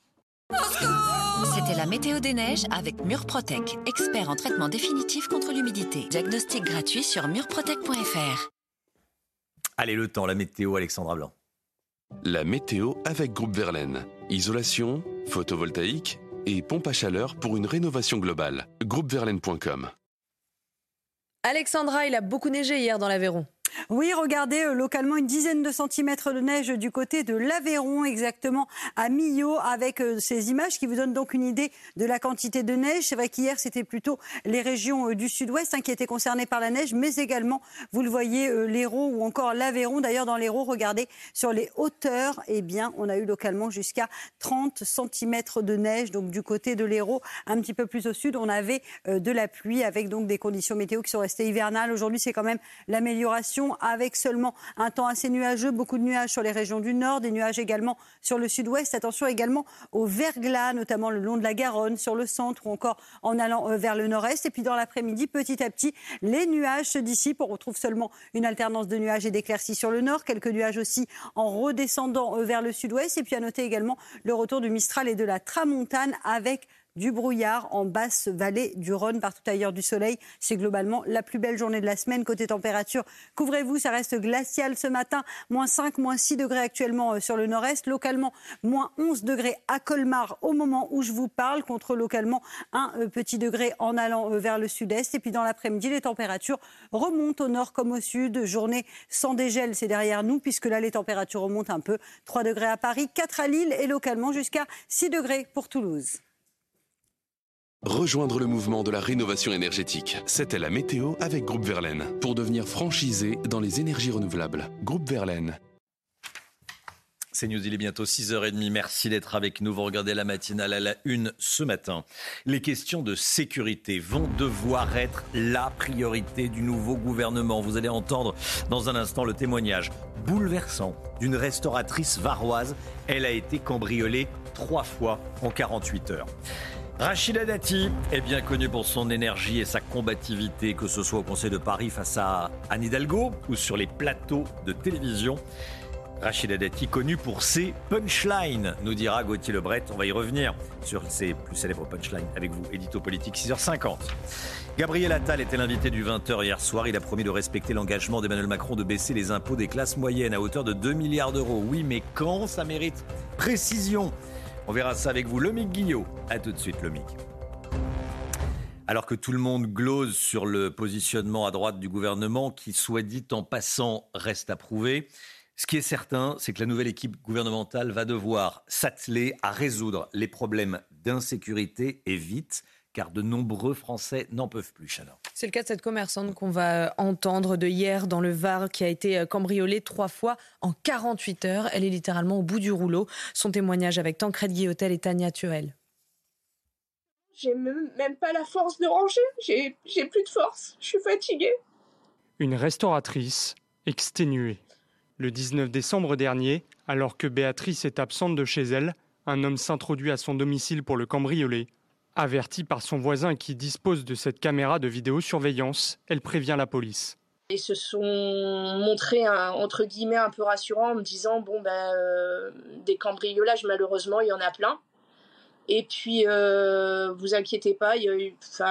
C'était la météo des neiges avec Murprotec, expert en traitement définitif contre l'humidité. Diagnostic gratuit sur murprotec.fr. Allez, le temps, la météo, Alexandra Blanc. La météo avec Groupe Verlaine. Isolation, photovoltaïque et pompe à chaleur pour une rénovation globale. Groupeverlaine.com. Alexandra, il a beaucoup neigé hier dans l'Aveyron. Oui, regardez, localement, une dizaine de centimètres de neige du côté de l'Aveyron, exactement à Millau, avec ces images qui vous donnent donc une idée de la quantité de neige. C'est vrai qu'hier, c'était plutôt les régions du sud-ouest qui étaient concernées par la neige, mais également, vous le voyez, l'Hérault ou encore l'Aveyron. D'ailleurs, dans l'Hérault, regardez, sur les hauteurs, eh bien, on a eu localement jusqu'à 30 centimètres de neige. Donc, du côté de l'Hérault, un petit peu plus au sud, on avait de la pluie avec donc des conditions météo qui sont restées hivernales. Aujourd'hui, c'est quand même l'amélioration, avec seulement un temps assez nuageux, beaucoup de nuages sur les régions du nord, des nuages également sur le sud-ouest. Attention également au verglas, notamment le long de la Garonne, sur le centre ou encore en allant vers le nord-est. Et puis dans l'après-midi, petit à petit, les nuages se dissipent. On retrouve seulement une alternance de nuages et d'éclaircies sur le nord, quelques nuages aussi en redescendant vers le sud-ouest. Et puis à noter également le retour du Mistral et de la Tramontane avec du brouillard en basse vallée du Rhône. Partout ailleurs du soleil. C'est globalement la plus belle journée de la semaine. Côté température, couvrez-vous, ça reste glacial ce matin. -5, -6 degrés actuellement sur le nord-est. Localement, -11 degrés à Colmar au moment où je vous parle, contre localement un petit degré en allant vers le sud-est. Et puis dans l'après-midi, les températures remontent au nord comme au sud. Journée sans dégel, c'est derrière nous, puisque là, les températures remontent un peu. 3 degrés à Paris, 4 à Lille et localement jusqu'à 6 degrés pour Toulouse. Rejoindre le mouvement de la rénovation énergétique. C'était la météo avec Groupe Verlaine. Pour devenir franchisé dans les énergies renouvelables. Groupe Verlaine. C'est News, il est bientôt 6h30. Merci d'être avec nous. Vous regardez la matinale à la une ce matin. Les questions de sécurité vont devoir être la priorité du nouveau gouvernement. Vous allez entendre dans un instant le témoignage bouleversant d'une restauratrice varoise. Elle a été cambriolée 3 fois en 48 heures. Rachida Dati est bien connue pour son énergie et sa combativité, que ce soit au Conseil de Paris face à Anne Hidalgo ou sur les plateaux de télévision. Rachida Dati, connue pour ses punchlines, nous dira Gauthier Lebret. On va y revenir sur ses plus célèbres punchlines avec vous. Édito politique, 6h50. Gabriel Attal était l'invité du 20h hier soir. Il a promis de respecter l'engagement d'Emmanuel Macron de baisser les impôts des classes moyennes à hauteur de 2 milliards d'euros. Oui, mais quand ça mérite précision? On verra ça avec vous. Lomique Guillot. A tout de suite, Lomique. Alors que tout le monde glose sur le positionnement à droite du gouvernement, qui, soit dit en passant, reste à prouver, ce qui est certain, c'est que la nouvelle équipe gouvernementale va devoir s'atteler à résoudre les problèmes d'insécurité et vite, car de nombreux Français n'en peuvent plus, Chana. C'est le cas de cette commerçante qu'on va entendre de hier dans le Var, qui a été cambriolée 3 fois en 48 heures. Elle est littéralement au bout du rouleau. Son témoignage avec Tancred Guillotel et Tania Tuel. J'ai même pas la force de ranger. J'ai plus de force. Je suis fatiguée. Une restauratrice exténuée. Le 19 décembre dernier, alors que Béatrice est absente de chez elle, un homme s'introduit à son domicile pour le cambrioler. Avertie par son voisin qui dispose de cette caméra de vidéosurveillance, elle prévient la police. Ils se sont montrés, entre guillemets, un peu rassurants en me disant des cambriolages, malheureusement, il y en a plein. Et puis, vous inquiétez pas, ils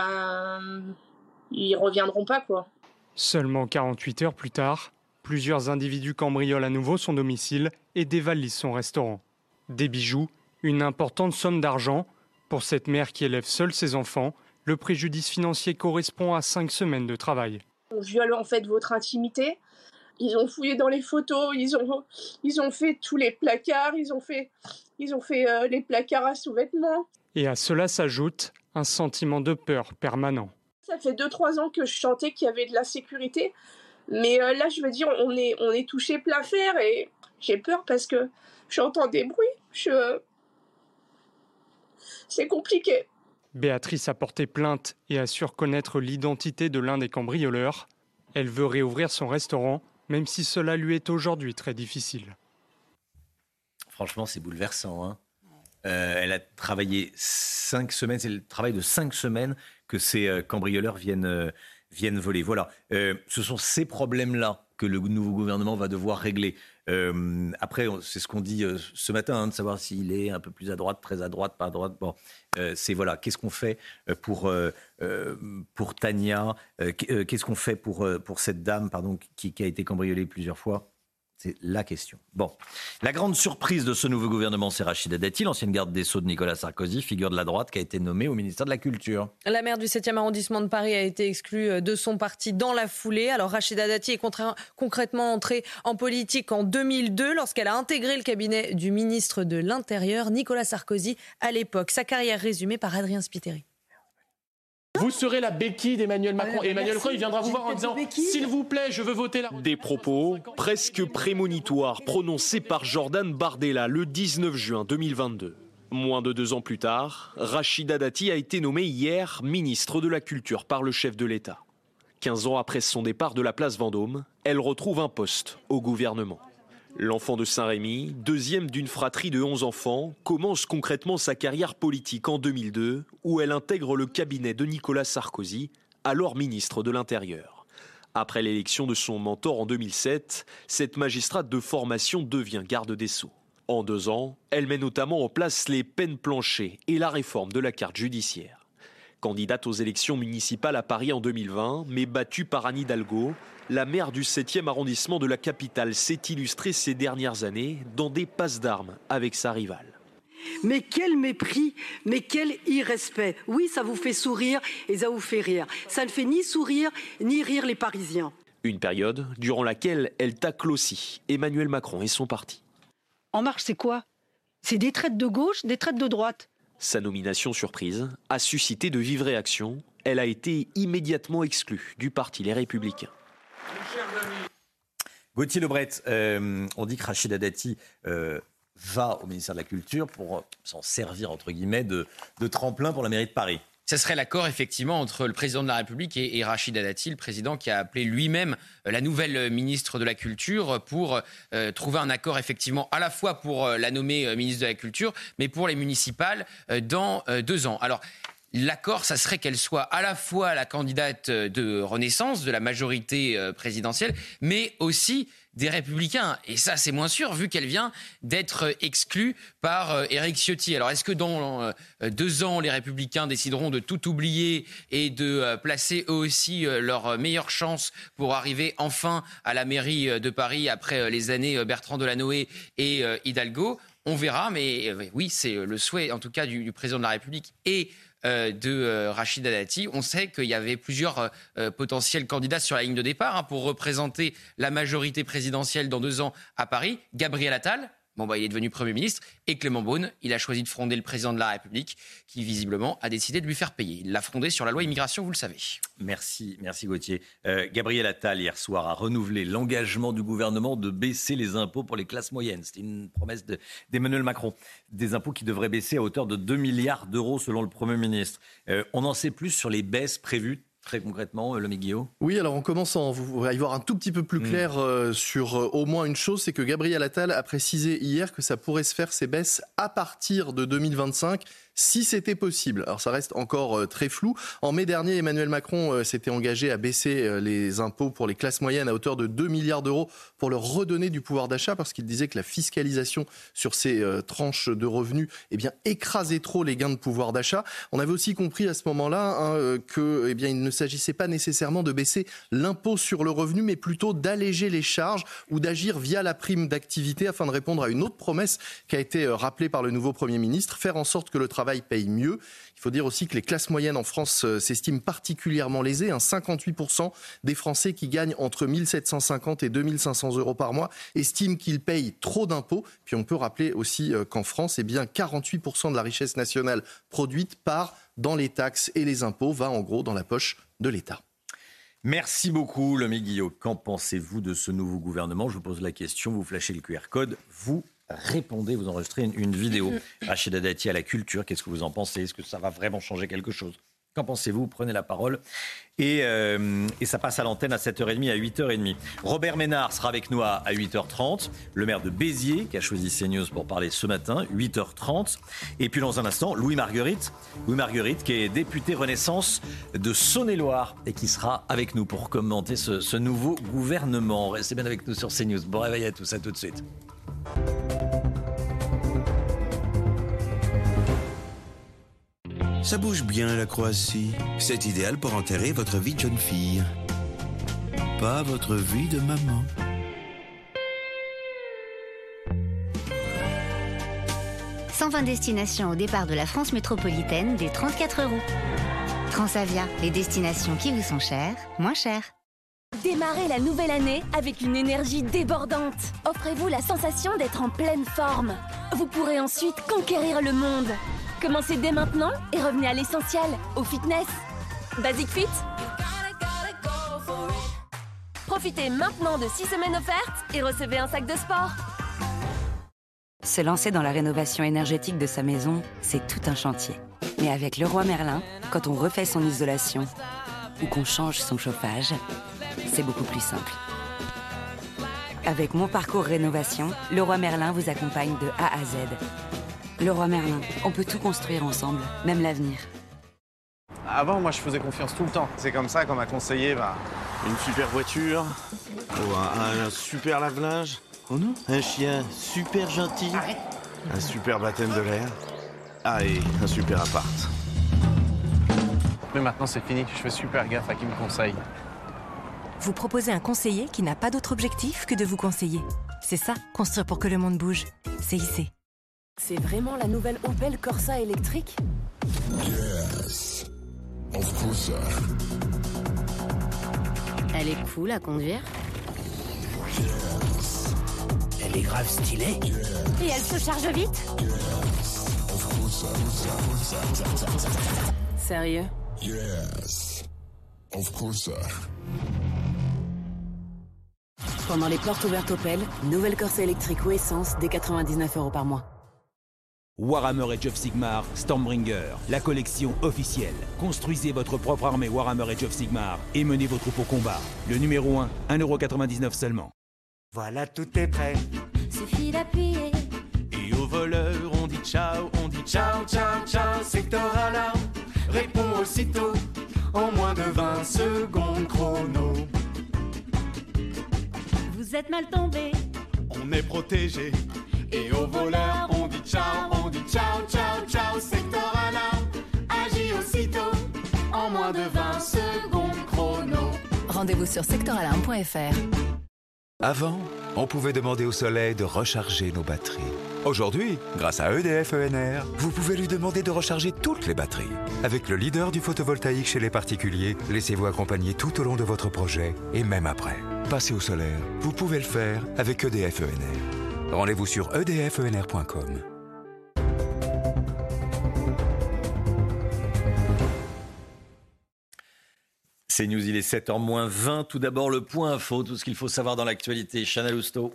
reviendront pas, quoi. Seulement 48 heures plus tard, plusieurs individus cambriolent à nouveau son domicile et dévalisent son restaurant. Des bijoux, une importante somme d'argent. Pour cette mère qui élève seule ses enfants, le préjudice financier correspond à 5 semaines de travail. On viole en fait votre intimité. Ils ont fouillé dans les photos, ils ont fait tous les placards, ils ont fait les placards à sous-vêtements. Et à cela s'ajoute un sentiment de peur permanent. Ça fait 2-3 ans que je chantais qu'il y avait de la sécurité, mais là je veux dire on est touché plein fer et j'ai peur parce que j'entends des bruits. C'est compliqué. Béatrice a porté plainte et assure connaître l'identité de l'un des cambrioleurs. Elle veut réouvrir son restaurant, même si cela lui est aujourd'hui très difficile. Franchement, c'est bouleversant. Hein. Elle a travaillé 5 semaines. C'est le travail de 5 semaines que ces cambrioleurs viennent voler. Voilà. Ce sont ces problèmes-là que le nouveau gouvernement va devoir régler. Après, c'est ce qu'on dit ce matin, de savoir s'il est un peu plus à droite, très à droite, pas à droite. Bon, c'est voilà, qu'est-ce qu'on fait pour Tania, qu'est-ce qu'on fait pour cette dame, pardon, qui a été cambriolée plusieurs fois? C'est la question. Bon, la grande surprise de ce nouveau gouvernement, c'est Rachida Dati, l'ancienne garde des Sceaux de Nicolas Sarkozy, figure de la droite, qui a été nommée au ministère de la Culture. La maire du 7e arrondissement de Paris a été exclue de son parti dans la foulée. Alors Rachida Dati est concrètement entrée en politique en 2002 lorsqu'elle a intégré le cabinet du ministre de l'Intérieur, Nicolas Sarkozy, à l'époque. Sa carrière résumée par Adrien Spiteri. Vous serez la béquille d'Emmanuel Macron. Et Emmanuel Macron, il viendra vous voir en disant « S'il vous plaît, je veux voter la... » Des propos presque prémonitoires prononcés par Jordan Bardella le 19 juin 2022. Moins de 2 ans plus tard, Rachida Dati a été nommée hier ministre de la Culture par le chef de l'État. 15 ans après son départ de la place Vendôme, elle retrouve un poste au gouvernement. L'enfant de Saint-Rémy, deuxième d'une fratrie de 11 enfants, commence concrètement sa carrière politique en 2002, où elle intègre le cabinet de Nicolas Sarkozy, alors ministre de l'Intérieur. Après l'élection de son mentor en 2007, cette magistrate de formation devient garde des Sceaux. En 2 ans, elle met notamment en place les peines planchers et la réforme de la carte judiciaire. Candidate aux élections municipales à Paris en 2020, mais battue par Anne Hidalgo, la maire du 7e arrondissement de la capitale s'est illustrée ces dernières années dans des passes d'armes avec sa rivale. Mais quel mépris, mais quel irrespect. Oui, ça vous fait sourire et ça vous fait rire. Ça ne fait ni sourire ni rire les Parisiens. Une période durant laquelle elle tacle aussi Emmanuel Macron et son parti. En Marche, c'est quoi? C'est des traites de gauche, des traites de droite. Sa nomination surprise a suscité de vives réactions. Elle a été immédiatement exclue du parti Les Républicains. Gauthier Lebret, on dit que Rachida Dati va au ministère de la Culture pour s'en servir, entre guillemets, de tremplin pour la mairie de Paris. Ce serait l'accord, effectivement, entre le président de la République et Rachida Dati, le président qui a appelé lui-même la nouvelle ministre de la Culture pour trouver un accord, effectivement, à la fois pour la nommer ministre de la Culture, mais pour les municipales dans 2 ans. Alors, l'accord, ça serait qu'elle soit à la fois la candidate de Renaissance, de la majorité présidentielle, mais aussi des Républicains. Et ça, c'est moins sûr, vu qu'elle vient d'être exclue par Éric Ciotti. Alors, est-ce que dans 2 ans, les Républicains décideront de tout oublier et de placer eux aussi leur meilleure chance pour arriver enfin à la mairie de Paris après les années Bertrand Delanoë et Hidalgo? On verra, mais oui, c'est le souhait, en tout cas, du président de la République et de Rachida Dati. On sait qu'il y avait plusieurs potentiels candidats sur la ligne de départ pour représenter la majorité présidentielle dans 2 ans à Paris. Gabriel Attal, il est devenu Premier ministre, et Clément Beaune, il a choisi de fronder le président de la République, qui visiblement a décidé de lui faire payer. Il l'a frondé sur la loi immigration, vous le savez. Merci Gauthier. Gabriel Attal, hier soir, a renouvelé l'engagement du gouvernement de baisser les impôts pour les classes moyennes. C'était une promesse d'Emmanuel Macron. Des impôts qui devraient baisser à hauteur de 2 milliards d'euros selon le Premier ministre. On en sait plus sur les baisses prévues. Très concrètement, Lomi Guillaume. Oui, alors on commence à y voir un tout petit peu plus clair sur au moins une chose, c'est que Gabriel Attal a précisé hier que ça pourrait se faire, ces baisses, à partir de 2025, si c'était possible. Alors ça reste encore très flou. En mai dernier, Emmanuel Macron s'était engagé à baisser les impôts pour les classes moyennes à hauteur de 2 milliards d'euros pour leur redonner du pouvoir d'achat, parce qu'il disait que la fiscalisation sur ces tranches de revenus écrasait trop les gains de pouvoir d'achat. On avait aussi compris à ce moment-là qu'il ne s'agissait pas nécessairement de baisser l'impôt sur le revenu, mais plutôt d'alléger les charges ou d'agir via la prime d'activité afin de répondre à une autre promesse qui a été rappelée par le nouveau Premier ministre, faire en sorte que le travail paye mieux. Il faut dire aussi que les classes moyennes en France s'estiment particulièrement lésées. 58% des Français qui gagnent entre 1 750 et 2 500 euros par mois estiment qu'ils payent trop d'impôts. Puis on peut rappeler aussi qu'en France, 48% de la richesse nationale produite part dans les taxes et les impôts, va en gros dans la poche de l'État. Merci beaucoup, Lomi Guillaume. Qu'en pensez-vous de ce nouveau gouvernement? Je vous pose la question, vous flashez le QR code, vous répondez, vous enregistrez une vidéo. Rachida Dati à la culture, qu'est-ce que vous en pensez? Est-ce que ça va vraiment changer quelque chose? Qu'en pensez-vous? Prenez la parole. Et ça passe à l'antenne à 7h30, à 8h30. Robert Ménard sera avec nous à 8h30. Le maire de Béziers, qui a choisi CNews pour parler ce matin, 8h30. Et puis dans un instant, Louis Marguerite, qui est député Renaissance de Saône-et-Loire et qui sera avec nous pour commenter ce nouveau gouvernement. Restez bien avec nous sur CNews. Bon réveil à tous, à tout de suite. Ça bouge bien la Croatie. C'est idéal pour enterrer votre vie de jeune fille. Pas votre vie de maman. « 120 destinations au départ de la France métropolitaine dès 34 €. Transavia, les destinations qui vous sont chères, moins chères. Démarrez la nouvelle année avec une énergie débordante. Offrez-vous la sensation d'être en pleine forme. Vous pourrez ensuite conquérir le monde. Commencez dès maintenant et revenez à l'essentiel, au fitness. Basic Fit. Profitez maintenant de 6 semaines offertes et recevez un sac de sport. Se lancer dans la rénovation énergétique de sa maison, c'est tout un chantier. Mais avec Leroy Merlin, quand on refait son isolation ou qu'on change son chauffage, c'est beaucoup plus simple. Avec Mon Parcours Rénovation, Leroy Merlin vous accompagne de A à Z. Leroy Merlin, on peut tout construire ensemble, même l'avenir. Avant, moi, je faisais confiance tout le temps. C'est comme ça qu'on m'a conseillé une super voiture, un super lave-linge, un chien super gentil, un super baptême de l'air, et un super appart. Mais maintenant, c'est fini. Je fais super gaffe à qui me conseille. Vous proposez un conseiller qui n'a pas d'autre objectif que de vous conseiller. C'est ça, construire pour que le monde bouge. CIC. C'est vraiment la nouvelle Opel Corsa électrique? Yes, of course. Elle est cool à conduire. Yes. Elle est grave stylée. Et elle se charge vite? Yes, of course. Sérieux? Yes, of course. Pendant les portes ouvertes Opel, nouvelle Corsa électrique ou essence dès 99 € par mois. Warhammer Age of Sigmar Stormbringer, la collection officielle. Construisez votre propre armée Warhammer Age of Sigmar et menez vos troupes au combat. Le numéro 1, 1,99 € seulement. Voilà, tout est prêt. Suffit d'appuyer. Et aux voleurs, on dit ciao, ciao. Secteur alarme, réponds aussitôt. En moins de 20 secondes chrono. Vous êtes mal tombé. On est protégé. Et aux voleurs, on dit ciao, ciao. Secteur alarme, agis aussitôt. En moins de 20 secondes chrono. Rendez-vous sur secteuralarme.fr. Avant, on pouvait demander au soleil de recharger nos batteries. Aujourd'hui, grâce à EDF ENR, vous pouvez lui demander de recharger toutes les batteries. Avec le leader du photovoltaïque chez les particuliers, laissez-vous accompagner tout au long de votre projet et même après. Passez au solaire, vous pouvez le faire avec EDF ENR. Rendez-vous sur edfenr.com. C'est News, il est 7h-20. Tout d'abord, le point info, tout ce qu'il faut savoir dans l'actualité. Chana Lousteau.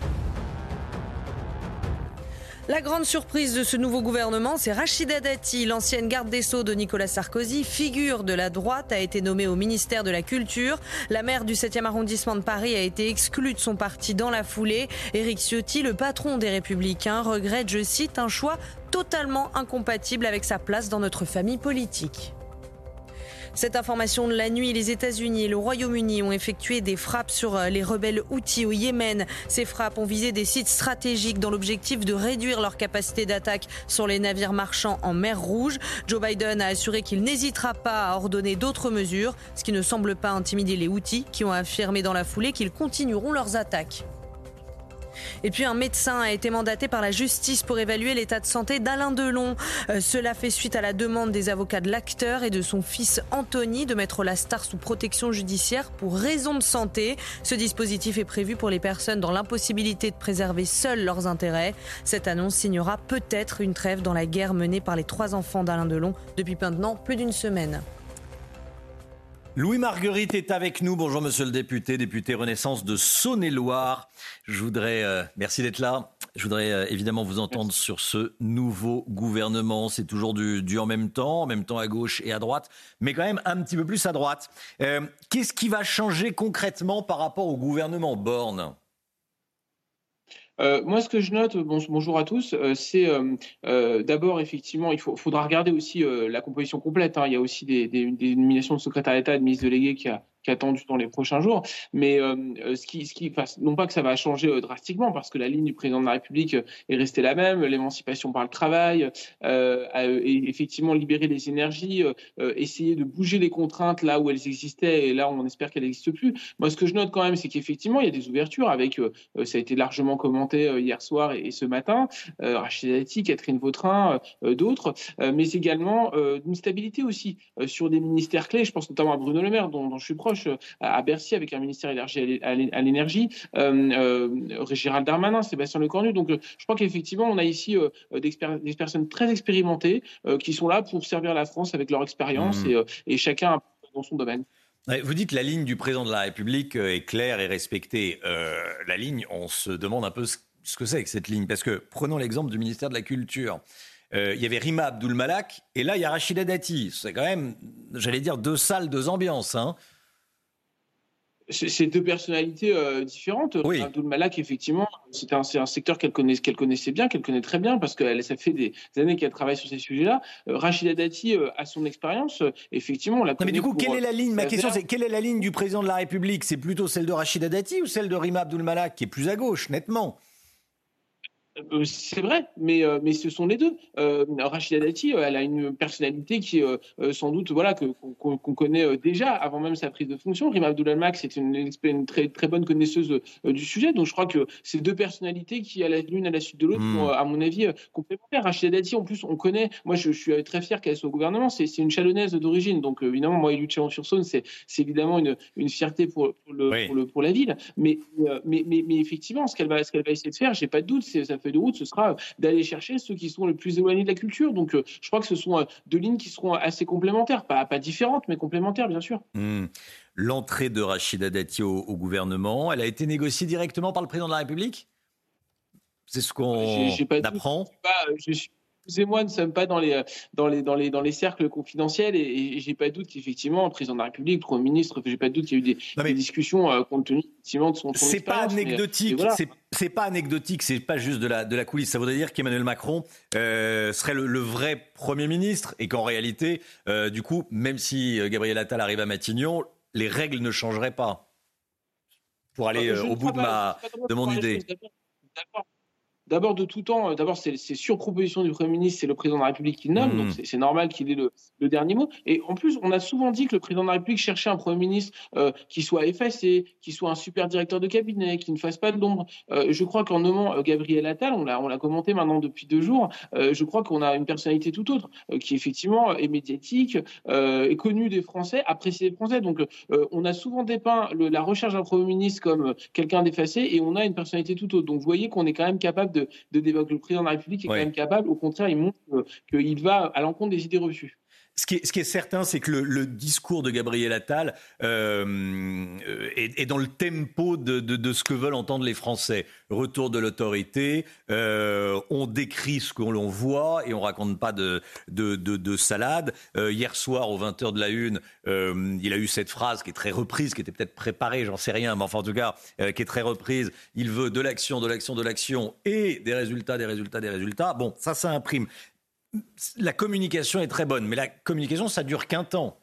La grande surprise de ce nouveau gouvernement, c'est Rachida Dati, l'ancienne garde des Sceaux de Nicolas Sarkozy, figure de la droite, a été nommée au ministère de la Culture. La maire du 7e arrondissement de Paris a été exclue de son parti dans la foulée. Éric Ciotti, le patron des Républicains, regrette, je cite, un choix totalement incompatible avec sa place dans notre famille politique. Cette information de la nuit, les États-Unis et le Royaume-Uni ont effectué des frappes sur les rebelles Houthis au Yémen. Ces frappes ont visé des sites stratégiques dans l'objectif de réduire leur capacité d'attaque sur les navires marchands en mer Rouge. Joe Biden a assuré qu'il n'hésitera pas à ordonner d'autres mesures, ce qui ne semble pas intimider les Houthis qui ont affirmé dans la foulée qu'ils continueront leurs attaques. Et puis un médecin a été mandaté par la justice pour évaluer l'état de santé d'Alain Delon. Cela fait suite à la demande des avocats de l'acteur et de son fils Anthony de mettre la star sous protection judiciaire pour raison de santé. Ce dispositif est prévu pour les personnes dans l'impossibilité de préserver seuls leurs intérêts. Cette annonce signera peut-être une trêve dans la guerre menée par les 3 enfants d'Alain Delon depuis maintenant plus d'une semaine. Louis Marguerite est avec nous. Bonjour monsieur le député Renaissance de Saône-et-Loire. Je voudrais, merci d'être là. Je voudrais évidemment vous entendre sur ce nouveau gouvernement. C'est toujours du en même temps à gauche et à droite, mais quand même un petit peu plus à droite. Qu'est-ce qui va changer concrètement par rapport au gouvernement Borne ? Moi, ce que je note, bonjour à tous, c'est d'abord, effectivement, faudra regarder aussi la composition complète. Il y a aussi des nominations de secrétaire d'État et de ministre délégué qui attendu dans les prochains jours, mais non pas que ça va changer drastiquement, parce que la ligne du président de la République est restée la même, l'émancipation par le travail, et effectivement libérer les énergies, essayer de bouger les contraintes là où elles existaient, et là on espère qu'elles n'existent plus. Moi, ce que je note quand même, c'est qu'effectivement il y a des ouvertures avec, ça a été largement commenté hier soir et ce matin, Rachida Dati, Catherine Vautrin, d'autres, mais également une stabilité aussi sur des ministères clés. Je pense notamment à Bruno Le Maire, dont je suis proche, à Bercy, avec un ministère élargi à l'énergie, Gérald Darmanin, Sébastien Lecornu. Donc je crois qu'effectivement on a ici des personnes très expérimentées qui sont là pour servir la France avec leur expérience et chacun dans son domaine. Vous dites que la ligne du président de la République est claire et respectée. La ligne, on se demande un peu ce que c'est que cette ligne, parce que prenons l'exemple du ministère de la Culture. Il y avait Rima Abdul Malak et là il y a Rachida Dati. C'est quand même, j'allais dire, deux salles, deux ambiances, hein. C'est deux personnalités différentes. Oui. Abdul Malak, effectivement, c'est un secteur qu'elle connaissait bien, qu'elle connaît très bien, parce que ça fait des années qu'elle travaille sur ces sujets-là. Rachida Dati a son expérience. Effectivement, on la connaît. Mais du coup, quelle est la ligne ? Ma question, c'est quelle est la ligne du président de la République ? C'est plutôt celle de Rachida Dati ou celle de Rima Abdul Malak, qui est plus à gauche, nettement ? C'est vrai, mais ce sont les deux. Rachida Dati, elle a une personnalité qui est sans doute qu'on connaît déjà avant même sa prise de fonction. Rima Abdul Malak, c'est une très très bonne connaisseuse du sujet. Donc je crois que ces deux personnalités qui, l'une à la suite de l'autre, sont à mon avis complémentaires. Rachida Dati, en plus, on connaît. Moi, je suis très fier qu'elle soit au gouvernement. C'est une Chalonnaise d'origine, donc évidemment, moi, élu de Chalon-sur-Saône, c'est évidemment une fierté pour la ville. Mais effectivement, ce qu'elle va essayer de faire, j'ai pas de doute, ça de route, ce sera d'aller chercher ceux qui sont les plus éloignés de la culture. Donc, je crois que ce sont deux lignes qui seront assez complémentaires, pas différentes, mais complémentaires, bien sûr. L'entrée de Rachida Dati au gouvernement, elle a été négociée directement par le président de la République ? C'est ce qu'on apprend ? Excusez-moi, nous ne sommes pas dans les cercles confidentiels et j'ai pas de doute qu'effectivement, le président de la République, le Premier ministre, j'ai pas de doute qu'il y a eu des discussions compte tenu effectivement de son expérience. C'est pas anecdotique, c'est pas anecdotique, c'est pas juste de la coulisse. Ça voudrait dire qu'Emmanuel Macron serait le vrai Premier ministre et qu'en réalité, du coup, même si Gabriel Attal arrive à Matignon, les règles ne changeraient pas. Pour aller au bout de mon idée. D'abord, de tout temps, c'est sur proposition du Premier ministre, c'est le président de la République qui le nomme, donc c'est normal qu'il ait le dernier mot. Et en plus, on a souvent dit que le président de la République cherchait un Premier ministre qui soit effacé, qui soit un super directeur de cabinet, qui ne fasse pas de l'ombre. Je crois qu'en nommant Gabriel Attal, on l'a commenté maintenant depuis 2 jours, je crois qu'on a une personnalité tout autre, qui effectivement est médiatique, est connue des Français, appréciée des Français. Donc on a souvent dépeint la recherche d'un Premier ministre comme quelqu'un d'effacé, et on a une personnalité tout autre. Donc vous voyez qu'on est quand même capable de débattre. Le président de la République est quand même capable, au contraire, il montre qu'il va à l'encontre des idées reçues. Ce qui est certain, c'est que le discours de Gabriel Attal est dans le tempo de ce que veulent entendre les Français. Retour de l'autorité, on décrit ce que l'on voit et on raconte pas de salade. Hier soir, aux 20h de la Une, il a eu cette phrase qui est très reprise, qui était peut-être préparée, j'en sais rien, mais enfin en tout cas, qui est très reprise. Il veut de l'action, de l'action, de l'action et des résultats, des résultats, des résultats. Bon, ça imprime. La communication est très bonne, mais la communication, ça dure qu'un temps.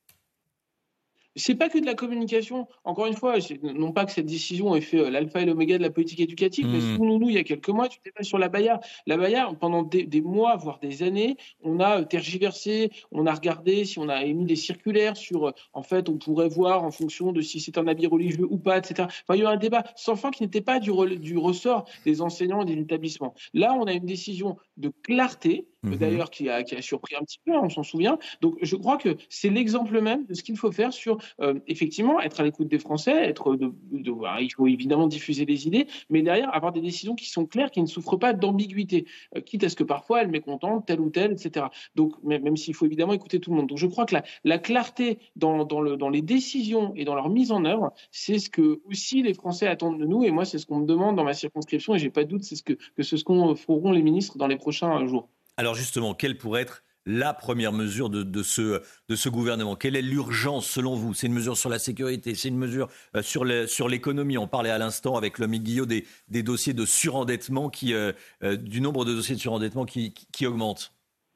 C'est pas que de la communication. Encore une fois, non pas que cette décision ait fait l'alpha et l'oméga de la politique éducative, mais souvenons-nous, il y a quelques mois, tu étais sur l'abaya. L'abaya, pendant des mois, voire des années, on a tergiversé, on a regardé si on a émis des circulaires sur, en fait, on pourrait voir en fonction de si c'est un habit religieux ou pas, etc. Enfin, il y a eu un débat sans fin qui n'était pas du ressort des enseignants et des établissements. Là, on a une décision de clarté, d'ailleurs qui a surpris un petit peu, on s'en souvient. Donc je crois que c'est l'exemple même de ce qu'il faut faire sur, effectivement, être à l'écoute des Français, il faut évidemment diffuser les idées, mais derrière avoir des décisions qui sont claires, qui ne souffrent pas d'ambiguïté, quitte à ce que parfois elles mécontentent tel ou tel, etc. Donc même s'il faut évidemment écouter tout le monde. Donc je crois que la clarté dans les décisions et dans leur mise en œuvre, c'est ce que aussi les Français attendent de nous, et moi c'est ce qu'on me demande dans ma circonscription, et j'ai pas de doute, c'est ce qu'on feront les ministres dans les prochains jours. Alors justement, quelle pourrait être la première mesure de ce gouvernement? Quelle est l'urgence selon vous? C'est une mesure sur la sécurité, c'est une mesure sur l'économie. On parlait à l'instant avec Lomique Guillot des dossiers de surendettement du nombre de dossiers de surendettement qui augmente.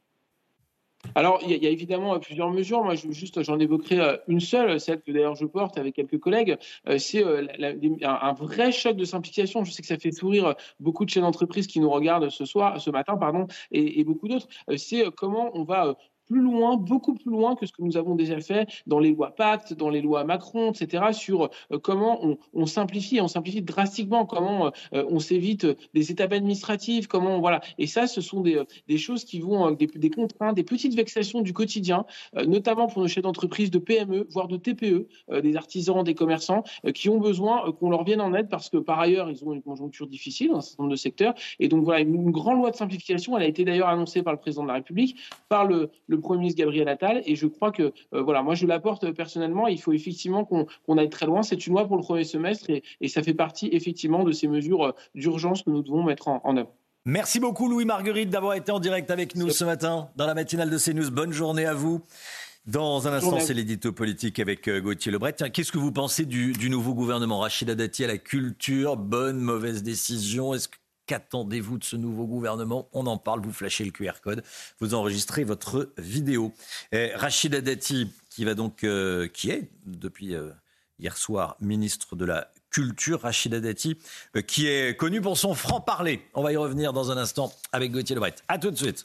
Alors, il y a évidemment plusieurs mesures. Moi, j'en évoquerai une seule, celle que d'ailleurs je porte avec quelques collègues. C'est un vrai choc de simplification. Je sais que ça fait sourire beaucoup de chefs d'entreprise qui nous regardent ce matin, et beaucoup d'autres. C'est comment on va beaucoup plus loin que ce que nous avons déjà fait dans les lois Pacte, dans les lois Macron, etc., sur comment on simplifie drastiquement, comment on s'évite des étapes administratives, voilà. Et ça, ce sont des choses qui vont, des contraintes, des petites vexations du quotidien, notamment pour nos chefs d'entreprise, de PME, voire de TPE, des artisans, des commerçants, qui ont besoin qu'on leur vienne en aide parce que par ailleurs, ils ont une conjoncture difficile dans un certain nombre de secteurs. Et donc voilà, une grande loi de simplification, elle a été d'ailleurs annoncée par le président de la République, par le Premier ministre Gabriel Attal, et je crois que moi je l'apporte personnellement. Il faut effectivement qu'on aille très loin. C'est une loi pour le premier semestre et ça fait partie effectivement de ces mesures d'urgence que nous devons mettre en œuvre. Merci beaucoup Louis Marguerite d'avoir été en direct avec nous ce matin dans la matinale de CNews. Bonne journée à vous. Dans un instant, c'est l'édito politique avec Gauthier Lebret. Tiens, qu'est-ce que vous pensez du nouveau gouvernement? Rachida Dati à la culture, bonne, mauvaise décision? Qu'attendez-vous de ce nouveau gouvernement? On en parle, vous flashez le QR code, vous enregistrez votre vidéo. Rachida Dati, qui est depuis hier soir ministre de la Culture, Rachida Dati, qui est connue pour son franc-parler. On va y revenir dans un instant avec Gauthier Lebret. À tout de suite.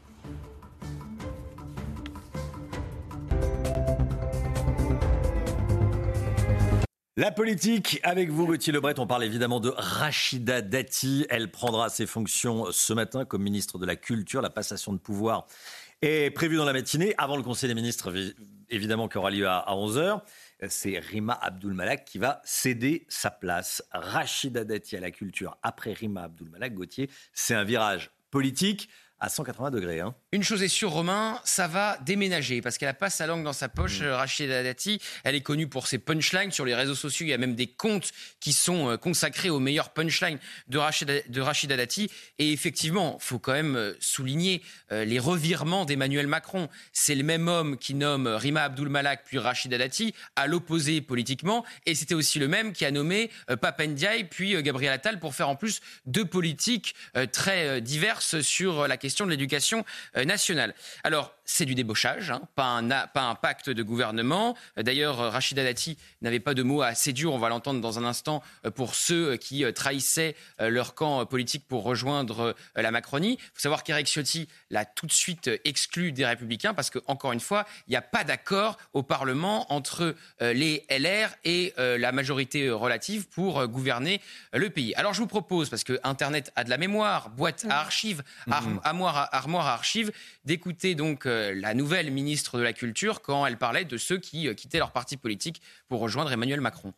La politique, avec vous, Gauthier Lebret. On parle évidemment de Rachida Dati. Elle prendra ses fonctions ce matin comme ministre de la Culture. La passation de pouvoir est prévue dans la matinée, avant le Conseil des ministres, évidemment, qui aura lieu à 11h. C'est Rima Abdul Malak qui va céder sa place. Rachida Dati à la Culture après Rima Abdul Malak. Gauthier, c'est un virage politique à 180 degrés. Une chose est sûre, Romain, ça va déménager parce qu'elle n'a pas sa langue dans sa poche. Rachida Dati, elle est connue pour ses punchlines sur les réseaux sociaux. Il y a même des comptes qui sont consacrés aux meilleures punchlines de Rachida Dati. Et effectivement, il faut quand même souligner les revirements d'Emmanuel Macron. C'est le même homme qui nomme Rima Abdul Malak puis Rachida Dati, à l'opposé politiquement. Et c'était aussi le même qui a nommé Pap Ndiaye puis Gabriel Attal pour faire en plus deux politiques très diverses sur la question de l'éducation nationale. Alors, c'est du débauchage, pas un pacte de gouvernement. D'ailleurs, Rachida Dati n'avait pas de mots assez durs, on va l'entendre dans un instant, pour ceux qui trahissaient leur camp politique pour rejoindre la Macronie. Il faut savoir qu'Éric Ciotti l'a tout de suite exclu des Républicains parce qu'encore une fois, il n'y a pas d'accord au Parlement entre les LR et la majorité relative pour gouverner le pays. Alors, je vous propose, parce que Internet a de la mémoire, boîte à archives, armoire à archives, d'écouter donc la nouvelle ministre de la Culture quand elle parlait de ceux qui quittaient leur parti politique pour rejoindre Emmanuel Macron.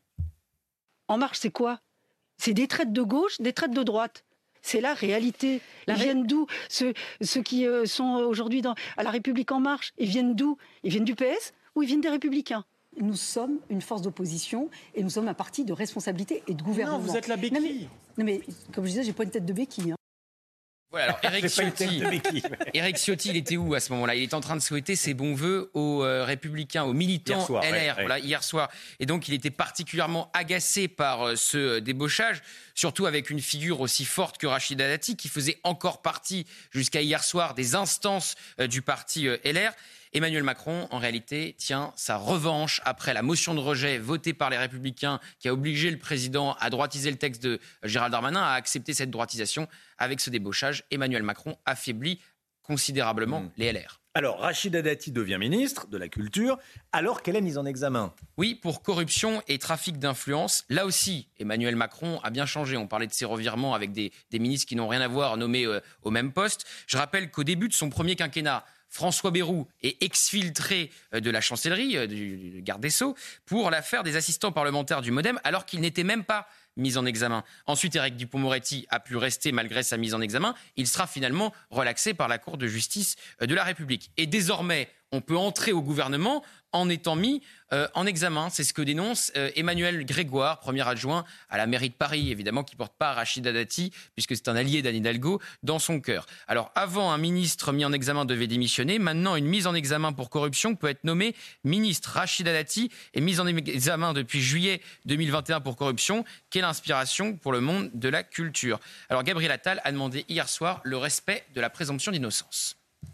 En Marche, c'est quoi? C'est des traites de gauche, des traites de droite. C'est la réalité. Ils viennent d'où? Ceux qui sont aujourd'hui à la République En Marche, ils viennent d'où? Ils viennent du PS ou ils viennent des Républicains? Nous sommes une force d'opposition et nous sommes un parti de responsabilité et de gouvernement. Non, vous êtes la béquille. Non mais comme je disais, j'ai pas une tête de béquille. Voilà, alors Éric Ciotti, il était où à ce moment-là? Il était en train de souhaiter ses bons voeux aux Républicains, aux militants LR, hier soir. Et donc, il était particulièrement agacé par ce débauchage, surtout avec une figure aussi forte que Rachida Dati, qui faisait encore partie, jusqu'à hier soir, des instances du parti LR. Emmanuel Macron, en réalité, tient sa revanche après la motion de rejet votée par les Républicains qui a obligé le président à droitiser le texte de Gérald Darmanin, à accepter cette droitisation. Avec ce débauchage, Emmanuel Macron affaiblit considérablement les LR. Alors, Rachida Dati devient ministre de la Culture alors qu'elle est mise en examen. Oui, pour corruption et trafic d'influence. Là aussi, Emmanuel Macron a bien changé. On parlait de ses revirements avec des ministres qui n'ont rien à voir nommés au même poste. Je rappelle qu'au début de son premier quinquennat, François Bayrou est exfiltré de la chancellerie, du garde des Sceaux, pour l'affaire des assistants parlementaires du MoDem, alors qu'il n'était même pas mis en examen. Ensuite, Éric Dupond-Moretti a pu rester malgré sa mise en examen. Il sera finalement relaxé par la Cour de justice de la République. Et désormais, on peut entrer au gouvernement en étant mis en examen. C'est ce que dénonce Emmanuel Grégoire, premier adjoint à la mairie de Paris, évidemment, qui ne porte pas Rachida Dati, puisque c'est un allié d'Anne Hidalgo, dans son cœur. Alors, avant, un ministre mis en examen devait démissionner. Maintenant, une mise en examen pour corruption peut être nommée ministre. Rachida Dati est mise en examen depuis juillet 2021 pour corruption. Quelle inspiration pour le monde de la culture. Alors, Gabriel Attal a demandé hier soir le respect de la présomption d'innocence.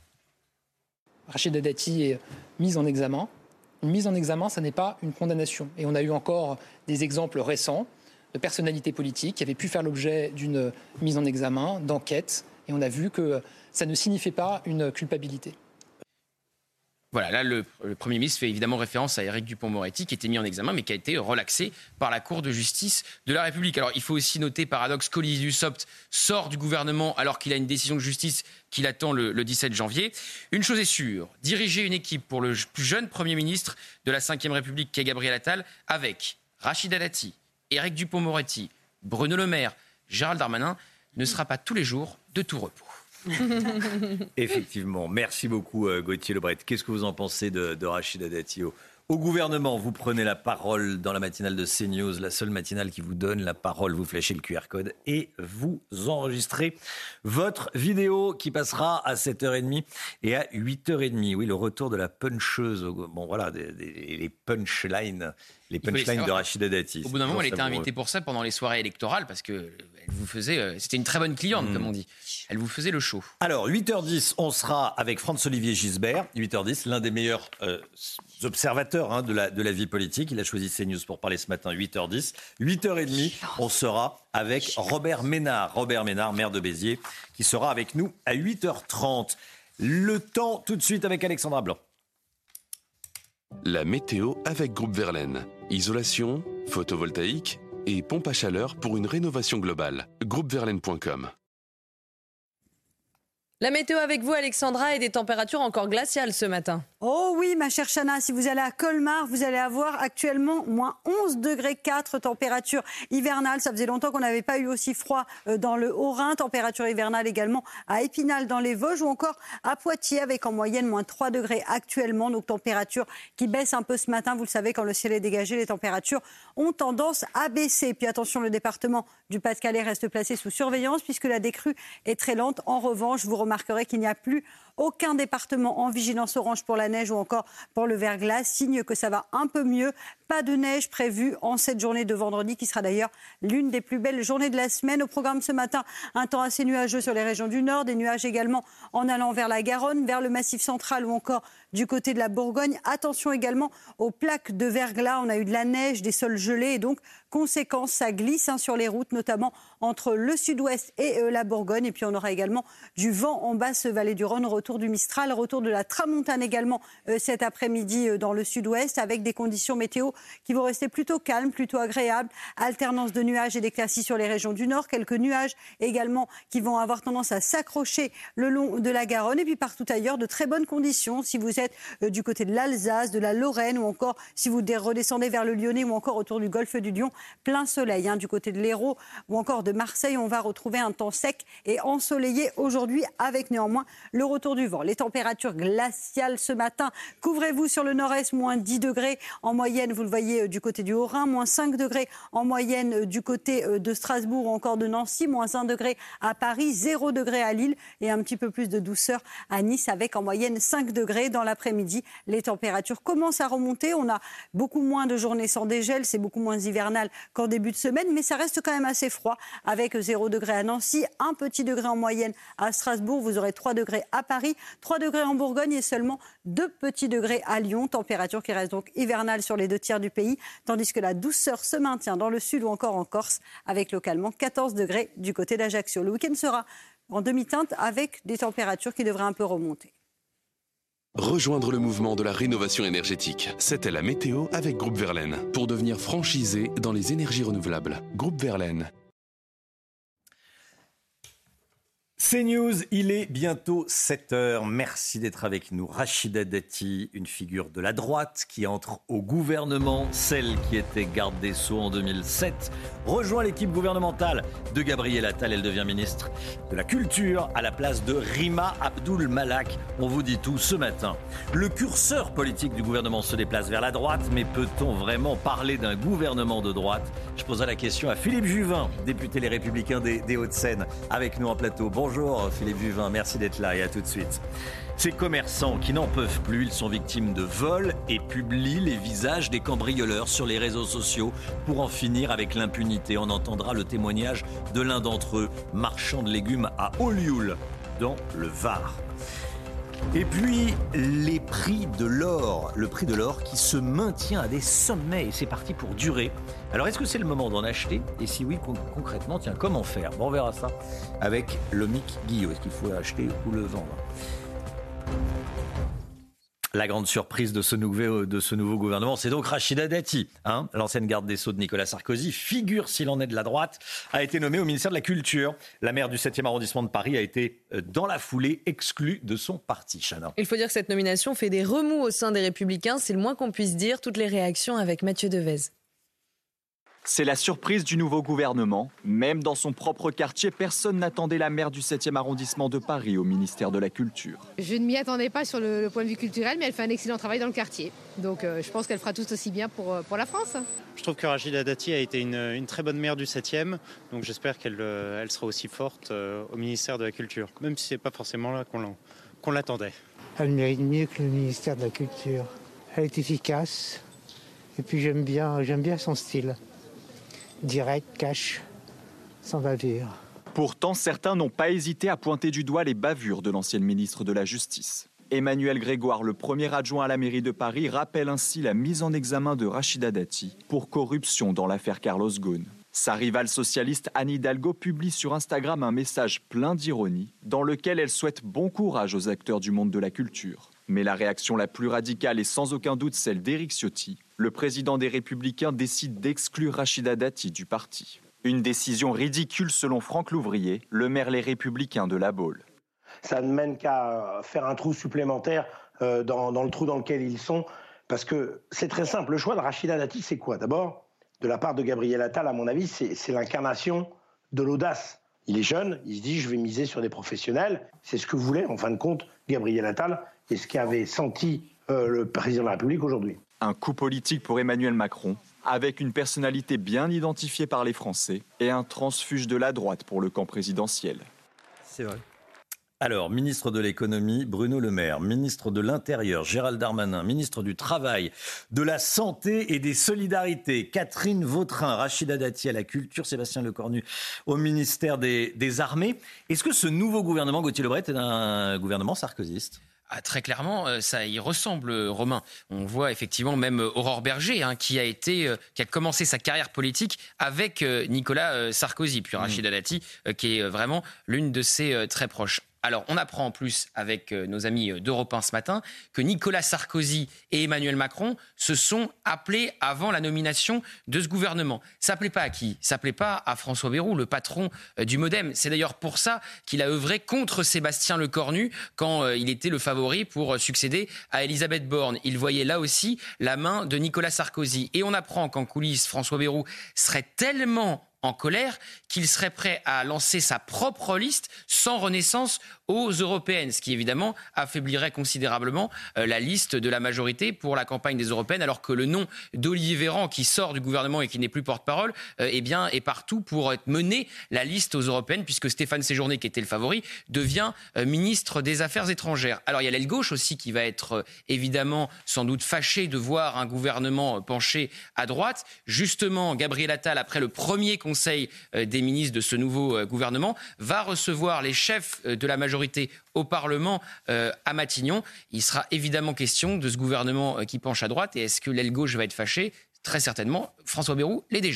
Rachida Dati est mise en examen. Une mise en examen, ça n'est pas une condamnation. Et on a eu encore des exemples récents de personnalités politiques qui avaient pu faire l'objet d'une mise en examen, d'enquête. Et on a vu que ça ne signifiait pas une culpabilité. Voilà, là, le Premier ministre fait évidemment référence à Éric Dupond-Moretti, qui était mis en examen, mais qui a été relaxé par la Cour de justice de la République. Alors, il faut aussi noter, paradoxe, qu'Olivier Dussopt sort du gouvernement alors qu'il a une décision de justice qu'il attend le 17 janvier. Une chose est sûre, diriger une équipe pour le plus jeune Premier ministre de la Ve République, qu'est Gabriel Attal, avec Rachida Dati, Éric Dupond-Moretti, Bruno Le Maire, Gérald Darmanin, ne sera pas tous les jours de tout repos. Effectivement. Merci beaucoup, Gauthier Lebret. Qu'est-ce que vous en pensez de Rachida Dati au gouvernement? Vous prenez la parole dans la matinale de CNews, la seule matinale qui vous donne la parole. Vous flashez le QR code et vous enregistrez votre vidéo qui passera à 7h30 et à 8h30. Oui, le retour de la puncheuse. Bon, voilà, les punchlines. Les punchlines de Rachida Dati. Au bout d'un moment, elle était invitée pour ça pendant les soirées électorales parce que elle vous faisait, c'était une très bonne cliente, comme on dit. Elle vous faisait le show. Alors, 8h10, on sera avec Franz-Olivier Gisbert. 8h10, l'un des meilleurs observateurs de la vie politique. Il a choisi CNews pour parler ce matin, 8h10. 8h30, on sera avec Robert Ménard. Robert Ménard, maire de Béziers, qui sera avec nous à 8h30. Le temps, tout de suite, avec Alexandra Blanc. La météo avec Groupe Verlaine. Isolation, photovoltaïque et pompe à chaleur pour une rénovation globale. Groupeverlaine.com. La météo avec vous, Alexandra, et des températures encore glaciales ce matin. Oh oui, ma chère Chana, si vous allez à Colmar, vous allez avoir actuellement moins 11 degrés 4, température hivernale. Ça faisait longtemps qu'on n'avait pas eu aussi froid dans le Haut-Rhin. Température hivernale également à Épinal dans les Vosges ou encore à Poitiers avec en moyenne moins 3 degrés actuellement. Donc température qui baisse un peu ce matin. Vous le savez, quand le ciel est dégagé, les températures ont tendance à baisser. Puis attention, le département du Pas-de-Calais reste placé sous surveillance puisque la décrue est très lente. En revanche, vous remarquerez qu'il n'y a plus aucun département en vigilance orange pour la neige ou encore pour le verglas. Signe que ça va un peu mieux. Pas de neige prévue en cette journée de vendredi qui sera d'ailleurs l'une des plus belles journées de la semaine. Au programme ce matin, un temps assez nuageux sur les régions du Nord. Des nuages également en allant vers la Garonne, vers le Massif central ou encore du côté de la Bourgogne. Attention également aux plaques de verglas. On a eu de la neige, des sols gelés et donc, conséquence, ça glisse sur les routes, notamment entre le sud-ouest et la Bourgogne. Et puis on aura également du vent en basse vallée du Rhône, retour du Mistral, retour de la tramontane également cet après-midi dans le sud-ouest avec des conditions météo qui vont rester plutôt calmes, plutôt agréables. Alternance de nuages et d'éclaircies sur les régions du Nord. Quelques nuages également qui vont avoir tendance à s'accrocher le long de la Garonne. Et puis partout ailleurs, de très bonnes conditions si vous êtes du côté de l'Alsace, de la Lorraine ou encore si vous redescendez vers le Lyonnais ou encore autour du golfe du Lion. Plein soleil du côté de l'Hérault ou encore de Marseille. On va retrouver un temps sec et ensoleillé aujourd'hui avec néanmoins le retour du vent. Les températures glaciales ce matin. Couvrez-vous sur le nord-est, moins 10 degrés en moyenne, vous le voyez du côté du Haut-Rhin, moins 5 degrés en moyenne du côté de Strasbourg ou encore de Nancy, moins 1 degré à Paris, 0 degré à Lille et un petit peu plus de douceur à Nice avec en moyenne 5 degrés. Dans l'après-midi, les températures commencent à remonter. On a beaucoup moins de journées sans dégel, c'est beaucoup moins hivernal qu'en début de semaine, mais ça reste quand même assez froid avec 0 degré à Nancy, 1 petit degré en moyenne à Strasbourg, vous aurez 3 degrés à Paris, 3 degrés en Bourgogne et seulement 2 petits degrés à Lyon. Température qui reste donc hivernale sur les 2 tiers du pays, tandis que la douceur se maintient dans le sud ou encore en Corse, avec localement 14 degrés du côté d'Ajaccio. Le week-end sera en demi-teinte avec des températures qui devraient un peu remonter. Rejoindre le mouvement de la rénovation énergétique. C'était la météo avec Groupe Verlaine. Pour devenir franchisé dans les énergies renouvelables. Groupe Verlaine. CNews, il est bientôt 7h. Merci d'être avec nous. Rachida Dati, une figure de la droite qui entre au gouvernement, celle qui était garde des Sceaux en 2007, rejoint l'équipe gouvernementale de Gabriel Attal. Elle devient ministre de la Culture à la place de Rima Abdul Malak. On vous dit tout ce matin. Le curseur politique du gouvernement se déplace vers la droite, mais peut-on vraiment parler d'un gouvernement de droite ? Je poserai la question à Philippe Juvin, député Les Républicains des Hauts-de-Seine, avec nous en plateau. Bonjour Philippe Juvin, merci d'être là et à tout de suite. Ces commerçants qui n'en peuvent plus, ils sont victimes de vols et publient les visages des cambrioleurs sur les réseaux sociaux pour en finir avec l'impunité. On entendra le témoignage de l'un d'entre eux, marchand de légumes à Olioul, dans le Var. Et puis, les prix de l'or, le prix de l'or qui se maintient à des sommets et c'est parti pour durer. Alors, est-ce que c'est le moment d'en acheter ? Et si oui, concrètement, tiens, comment faire ? Bon, on verra ça avec Lomic Guillot. Est-ce qu'il faut l'acheter ou le vendre ? La grande surprise de ce nouveau gouvernement, c'est donc Rachida Dati, l'ancienne garde des Sceaux de Nicolas Sarkozy, figure s'il en est de la droite, a été nommée au ministère de la Culture. La maire du 7e arrondissement de Paris a été, dans la foulée, exclue de son parti. Chana. Il faut dire que cette nomination fait des remous au sein des Républicains, c'est le moins qu'on puisse dire. Toutes les réactions avec Mathieu Devez. C'est la surprise du nouveau gouvernement. Même dans son propre quartier, personne n'attendait la maire du 7e arrondissement de Paris au ministère de la Culture. Je ne m'y attendais pas sur le point de vue culturel, mais elle fait un excellent travail dans le quartier. Donc je pense qu'elle fera tout aussi bien pour la France. Je trouve que Rachida Dati a été une très bonne maire du 7e, donc j'espère qu'elle sera aussi forte au ministère de la Culture, même si ce n'est pas forcément là qu'on l'attendait. Elle mérite mieux que le ministère de la Culture. Elle est efficace, et puis j'aime bien son style. Direct, cash, sans bavure. Pourtant, certains n'ont pas hésité à pointer du doigt les bavures de l'ancienne ministre de la Justice. Emmanuel Grégoire, le premier adjoint à la mairie de Paris, rappelle ainsi la mise en examen de Rachida Dati pour corruption dans l'affaire Carlos Ghosn. Sa rivale socialiste Anne Hidalgo publie sur Instagram un message plein d'ironie dans lequel elle souhaite bon courage aux acteurs du monde de la culture. Mais la réaction la plus radicale est sans aucun doute celle d'Éric Ciotti. Le président des Républicains décide d'exclure Rachida Dati du parti. Une décision ridicule selon Franck Louvrier, le maire Les Républicains de La Baule. Ça ne mène qu'à faire un trou supplémentaire dans le trou dans lequel ils sont. Parce que c'est très simple, le choix de Rachida Dati, c'est quoi ? D'abord, de la part de Gabriel Attal, à mon avis, c'est l'incarnation de l'audace. Il est jeune, il se dit je vais miser sur des professionnels. C'est ce que voulait, en fin de compte, Gabriel Attal et ce qu'avait senti le président de la République aujourd'hui. Un coup politique pour Emmanuel Macron, avec une personnalité bien identifiée par les Français et un transfuge de la droite pour le camp présidentiel. C'est vrai. Alors, ministre de l'économie, Bruno Le Maire, ministre de l'Intérieur, Gérald Darmanin, ministre du Travail, de la Santé et des Solidarités, Catherine Vautrin, Rachida Dati à la Culture, Sébastien Lecornu au ministère des Armées. Est-ce que ce nouveau gouvernement, Gauthier Lebret, est un gouvernement sarkozyste ? Très clairement, ça y ressemble, Romain. On voit effectivement même Aurore Berger, qui a commencé sa carrière politique avec Nicolas Sarkozy, puis Rachida Dati, qui est vraiment l'une de ses très proches. Alors, on apprend en plus avec nos amis d'Europe 1 ce matin que Nicolas Sarkozy et Emmanuel Macron se sont appelés avant la nomination de ce gouvernement. Ça plaît pas à qui ? Ça plaît pas à François Bayrou, le patron du MoDem. C'est d'ailleurs pour ça qu'il a œuvré contre Sébastien Lecornu quand il était le favori pour succéder à Elisabeth Borne. Il voyait là aussi la main de Nicolas Sarkozy. Et on apprend qu'en coulisses, François Bayrou serait tellement en colère qu'il serait prêt à lancer sa propre liste sans renaissance aux européennes, ce qui évidemment affaiblirait considérablement la liste de la majorité pour la campagne des européennes, alors que le nom d'Olivier Véran, qui sort du gouvernement et qui n'est plus porte-parole, est partout pour mener la liste aux européennes, puisque Stéphane Séjourné, qui était le favori, devient ministre des Affaires étrangères. Alors il y a l'aile gauche aussi qui va être évidemment sans doute fâchée de voir un gouvernement penché à droite. Justement, Gabriel Attal, après le premier conseil des ministres de ce nouveau gouvernement, va recevoir les chefs de la majorité au Parlement à Matignon. Il sera évidemment question de ce gouvernement qui penche à droite. Et est-ce que l'aile gauche va être fâchée ? Très certainement. François Bayrou l'est déjà.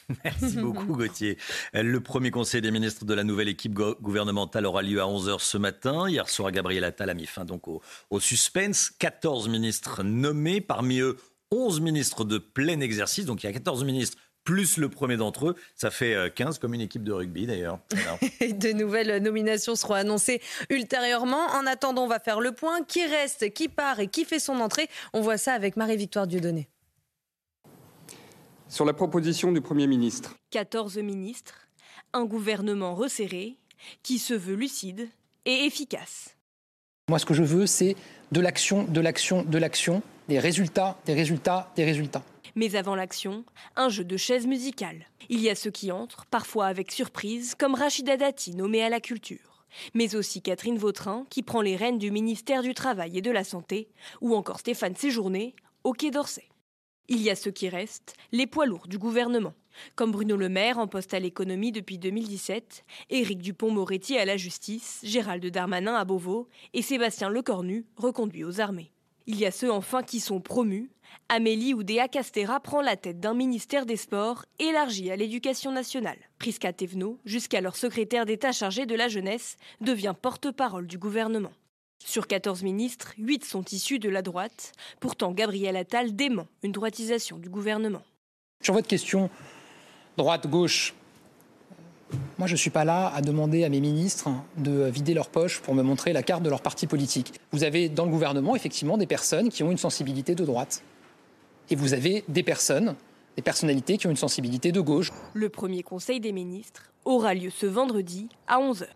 Merci beaucoup Gauthier. Le premier conseil des ministres de la nouvelle équipe gouvernementale aura lieu à 11h ce matin. Hier soir, Gabriel Attal a mis fin donc au suspense. 14 ministres nommés, parmi eux 11 ministres de plein exercice. Donc il y a 14 ministres plus le premier d'entre eux. Ça fait 15 comme une équipe de rugby d'ailleurs. Voilà. De nouvelles nominations seront annoncées ultérieurement. En attendant, on va faire le point. Qui reste, qui part et qui fait son entrée? On voit ça avec Marie-Victoire Dieudonné. Sur la proposition du Premier ministre. 14 ministres, un gouvernement resserré qui se veut lucide et efficace. Moi, ce que je veux, c'est de l'action, de l'action, de l'action, des résultats, des résultats, des résultats. Mais avant l'action, un jeu de chaises musicales. Il y a ceux qui entrent, parfois avec surprise, comme Rachida Dati, nommée à la culture. Mais aussi Catherine Vautrin, qui prend les rênes du ministère du Travail et de la Santé, ou encore Stéphane Séjourné, au Quai d'Orsay. Il y a ceux qui restent, les poids lourds du gouvernement, comme Bruno Le Maire en poste à l'économie depuis 2017, Éric Dupond-Moretti à la justice, Gérald Darmanin à Beauvau et Sébastien Lecornu reconduit aux armées. Il y a ceux enfin qui sont promus. Amélie Oudéa-Castéra prend la tête d'un ministère des Sports élargi à l'éducation nationale. Prisca Thévenot, jusqu'alors secrétaire d'État chargée de la jeunesse, devient porte-parole du gouvernement. Sur 14 ministres, 8 sont issus de la droite. Pourtant, Gabriel Attal dément une droitisation du gouvernement. Sur votre question, droite-gauche, moi je ne suis pas là à demander à mes ministres de vider leur poche pour me montrer la carte de leur parti politique. Vous avez dans le gouvernement effectivement des personnes qui ont une sensibilité de droite. Et vous avez des personnalités qui ont une sensibilité de gauche. Le premier conseil des ministres aura lieu ce vendredi à 11h.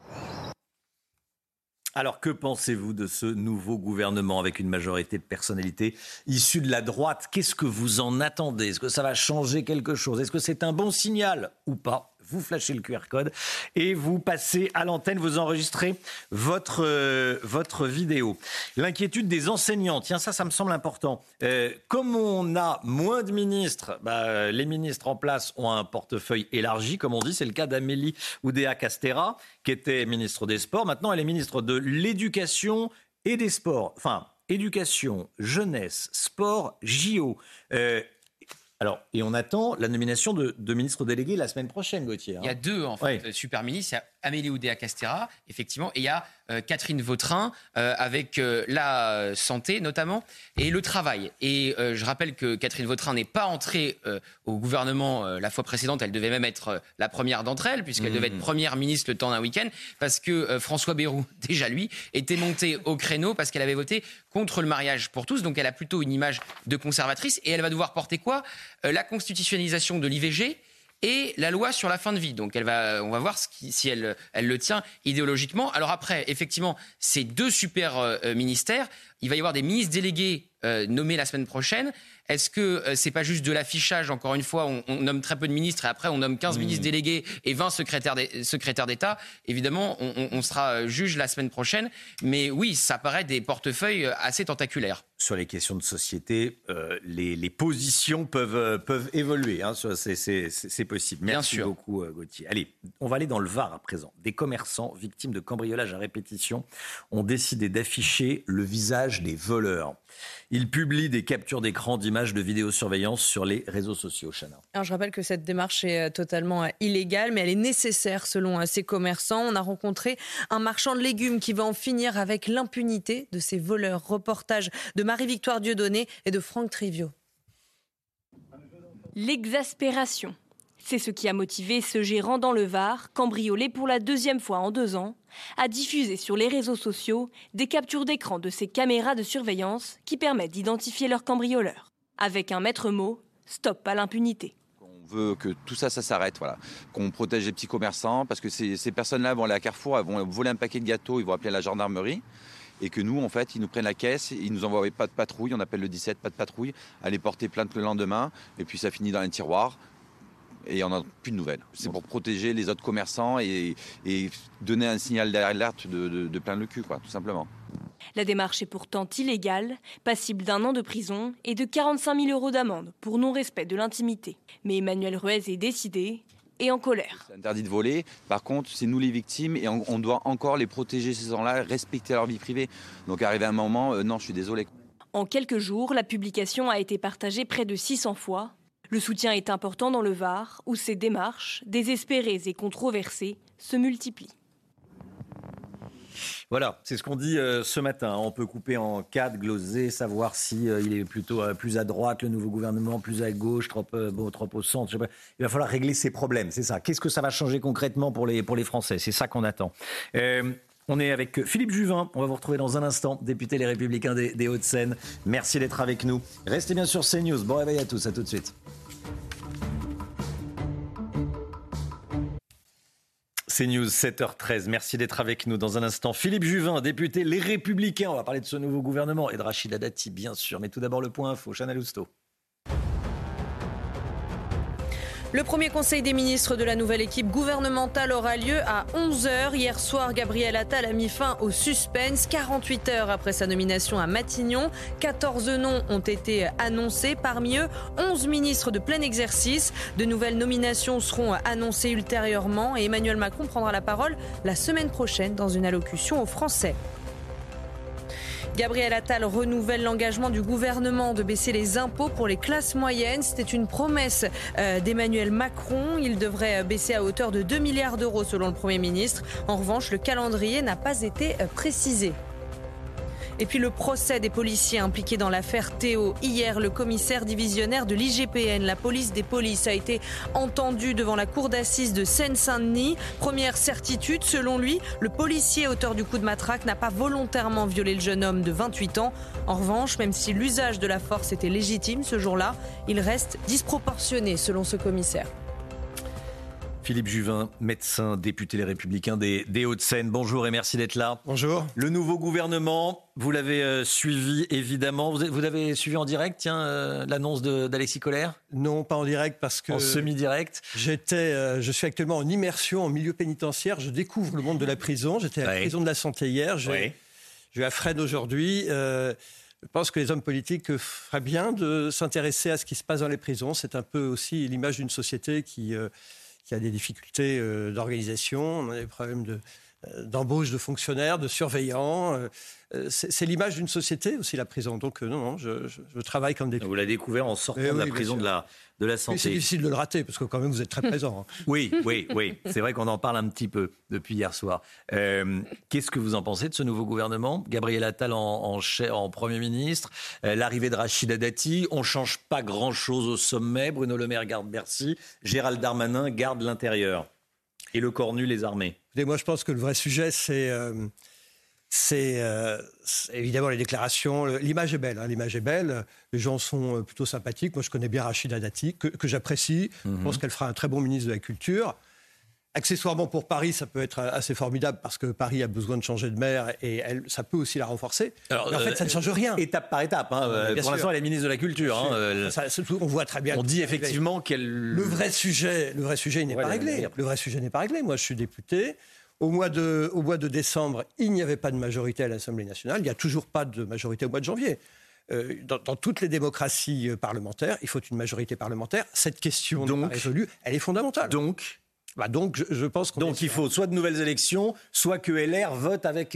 Alors, que pensez-vous de ce nouveau gouvernement avec une majorité de personnalités issues de la droite? Qu'est-ce que vous en attendez? Est-ce que ça va changer quelque chose? Est-ce que c'est un bon signal ou pas? Vous flashez le QR code et vous passez à l'antenne, vous enregistrez votre vidéo. L'inquiétude des enseignants, tiens, ça me semble important. Comme on a moins de ministres, les ministres en place ont un portefeuille élargi, comme on dit. C'est le cas d'Amélie Oudéa-Castéra, qui était ministre des Sports. Maintenant, elle est ministre de l'Éducation et des Sports. Enfin, éducation, jeunesse, sport, JO. Et on attend la nomination de ministre délégué la semaine prochaine, Gauthier. Il y a deux, en fait, super ministres. Il y a Amélie Oudéa-Castéra, effectivement, et il y a Catherine Vautrin, avec la santé, notamment, et le travail. Et je rappelle que Catherine Vautrin n'est pas entrée au gouvernement la fois précédente. Elle devait même être la première d'entre elles, puisqu'elle devait être première ministre le temps d'un week-end, parce que François Bayrou, déjà lui, était monté au créneau parce qu'elle avait voté contre le mariage pour tous. Donc elle a plutôt une image de conservatrice. Et elle va devoir porter quoi? La constitutionnalisation de l'IVG et la loi sur la fin de vie. Donc on va voir si elle le tient idéologiquement. Alors après, effectivement, ces deux super ministères, il va y avoir des ministres délégués nommés la semaine prochaine. Est-ce que c'est pas juste de l'affichage? Encore une fois, on nomme très peu de ministres et après on nomme 15 ministres délégués et 20 secrétaires d'État. Évidemment, on sera juge la semaine prochaine. Mais oui, ça paraît des portefeuilles assez tentaculaires. Sur les questions de société, les positions peuvent évoluer. Hein, c'est possible. Merci beaucoup, Gauthier. Allez, on va aller dans le Var à présent. Des commerçants victimes de cambriolage à répétition ont décidé d'afficher le visage des voleurs. Ils publient des captures d'écran d'images de vidéosurveillance sur les réseaux sociaux. Chana. Alors je rappelle que cette démarche est totalement illégale, mais elle est nécessaire selon ces commerçants. On a rencontré un marchand de légumes qui va en finir avec l'impunité de ces voleurs. Reportage de Marie-Victoire Dieudonné et de Franck Trivio. L'exaspération. C'est ce qui a motivé ce gérant dans le Var, cambriolé pour la deuxième fois en 2 ans, à diffuser sur les réseaux sociaux des captures d'écran de ces caméras de surveillance qui permettent d'identifier leurs cambrioleurs. Avec un maître mot, stop à l'impunité. On veut que tout ça s'arrête, voilà. Qu'on protège les petits commerçants, parce que ces personnes-là vont aller à Carrefour, elles vont voler un paquet de gâteaux, ils vont appeler la gendarmerie. Et que nous, en fait, ils nous prennent la caisse, ils nous envoient pas de patrouille, on appelle le 17, pas de patrouille, aller porter plainte le lendemain, et puis ça finit dans un tiroir. Et on n'a plus de nouvelles. C'est pour protéger les autres commerçants et donner un signal d'alerte de plein le cul, quoi, tout simplement. La démarche est pourtant illégale, passible d'1 an de prison et de 45 000 € d'amende pour non-respect de l'intimité. Mais Emmanuel Ruez est décidé et en colère. C'est interdit de voler. Par contre, c'est nous les victimes et on doit encore les protéger, ces gens-là, respecter leur vie privée. Donc arrivé à un moment, non, je suis désolé. En quelques jours, la publication a été partagée près de 600 fois. Le soutien est important dans le Var, où ces démarches, désespérées et controversées, se multiplient. Voilà, c'est ce qu'on dit ce matin. On peut couper en 4, gloser, savoir si il est plutôt plus à droite, le nouveau gouvernement, plus à gauche, trop au centre. Je sais pas. Il va falloir régler ces problèmes, c'est ça. Qu'est-ce que ça va changer concrètement pour les Français ? C'est ça qu'on attend. On est avec Philippe Juvin. On va vous retrouver dans un instant, député Les Républicains des Hauts-de-Seine. Merci d'être avec nous. Restez bien sur CNews. Bon réveil à tous. À tout de suite. CNews, 7h13. Merci d'être avec nous dans un instant. Philippe Juvin, député Les Républicains. On va parler de ce nouveau gouvernement et de Rachida Dati, bien sûr. Mais tout d'abord, le point info. Chana Lousteau. Le premier conseil des ministres de la nouvelle équipe gouvernementale aura lieu à 11h. Hier soir, Gabriel Attal a mis fin au suspense. 48 heures après sa nomination à Matignon, 14 noms ont été annoncés. Parmi eux, 11 ministres de plein exercice. De nouvelles nominations seront annoncées ultérieurement et Emmanuel Macron prendra la parole la semaine prochaine dans une allocution aux Français. Gabriel Attal renouvelle l'engagement du gouvernement de baisser les impôts pour les classes moyennes. C'était une promesse d'Emmanuel Macron. Il devrait baisser à hauteur de 2 milliards d'euros selon le Premier ministre. En revanche, le calendrier n'a pas été précisé. Et puis le procès des policiers impliqués dans l'affaire Théo. Hier, le commissaire divisionnaire de l'IGPN, la police des polices, a été entendu devant la cour d'assises de Seine-Saint-Denis. Première certitude, selon lui, le policier auteur du coup de matraque n'a pas volontairement violé le jeune homme de 28 ans. En revanche, même si l'usage de la force était légitime ce jour-là, il reste disproportionné selon ce commissaire. Philippe Juvin, médecin, député Les Républicains des Hauts-de-Seine. Bonjour et merci d'être là. Bonjour. Le nouveau gouvernement, vous l'avez suivi évidemment. Vous avez suivi en direct, l'annonce d'Alexis Collère ? Non, pas en direct parce que... En semi-direct ? Je suis actuellement en immersion en milieu pénitentiaire. Je découvre le monde de la prison. J'étais à la prison de la Santé hier. Je vais à Fresnes aujourd'hui. Je pense que les hommes politiques feraient bien de s'intéresser à ce qui se passe dans les prisons. C'est un peu aussi l'image d'une société qui a des difficultés d'organisation, on a des problèmes d'embauche de fonctionnaires, de surveillants. C'est l'image d'une société aussi, la prison. Donc non, je travaille comme député. Vous l'avez découvert en sortant de la prison de la Santé. Mais c'est difficile de le rater, parce que quand même vous êtes très présent. Oui. C'est vrai qu'on en parle un petit peu depuis hier soir. Qu'est-ce que vous en pensez de ce nouveau gouvernement ? Gabriel Attal en Premier ministre, l'arrivée de Rachida Dati, on ne change pas grand-chose au sommet. Bruno Le Maire garde Bercy, Gérald Darmanin garde l'intérieur. Et le corps nu, les armées. Et moi, je pense que le vrai sujet, c'est évidemment les déclarations. L'image est belle. L'image est belle. Les gens sont plutôt sympathiques. Moi, je connais bien Rachida Dati, que j'apprécie. Je pense qu'elle fera un très bon ministre de la Culture. Accessoirement, pour Paris, ça peut être assez formidable parce que Paris a besoin de changer de maire et ça peut aussi la renforcer. Alors, mais en fait, ça ne change rien. Étape par étape. Pour l'instant, elle est ministre de la Culture. On voit très bien. On dit effectivement qu'elle... Le vrai sujet n'est pas réglé. Le vrai sujet n'est pas réglé. Moi, je suis député. Au mois de décembre, il n'y avait pas de majorité à l'Assemblée nationale. Il n'y a toujours pas de majorité au mois de janvier. Dans toutes les démocraties parlementaires, il faut une majorité parlementaire. Cette question n'est pas résolue. Elle est fondamentale. Donc, je pense qu'on... Donc il faut soit de nouvelles élections, soit que LR vote avec,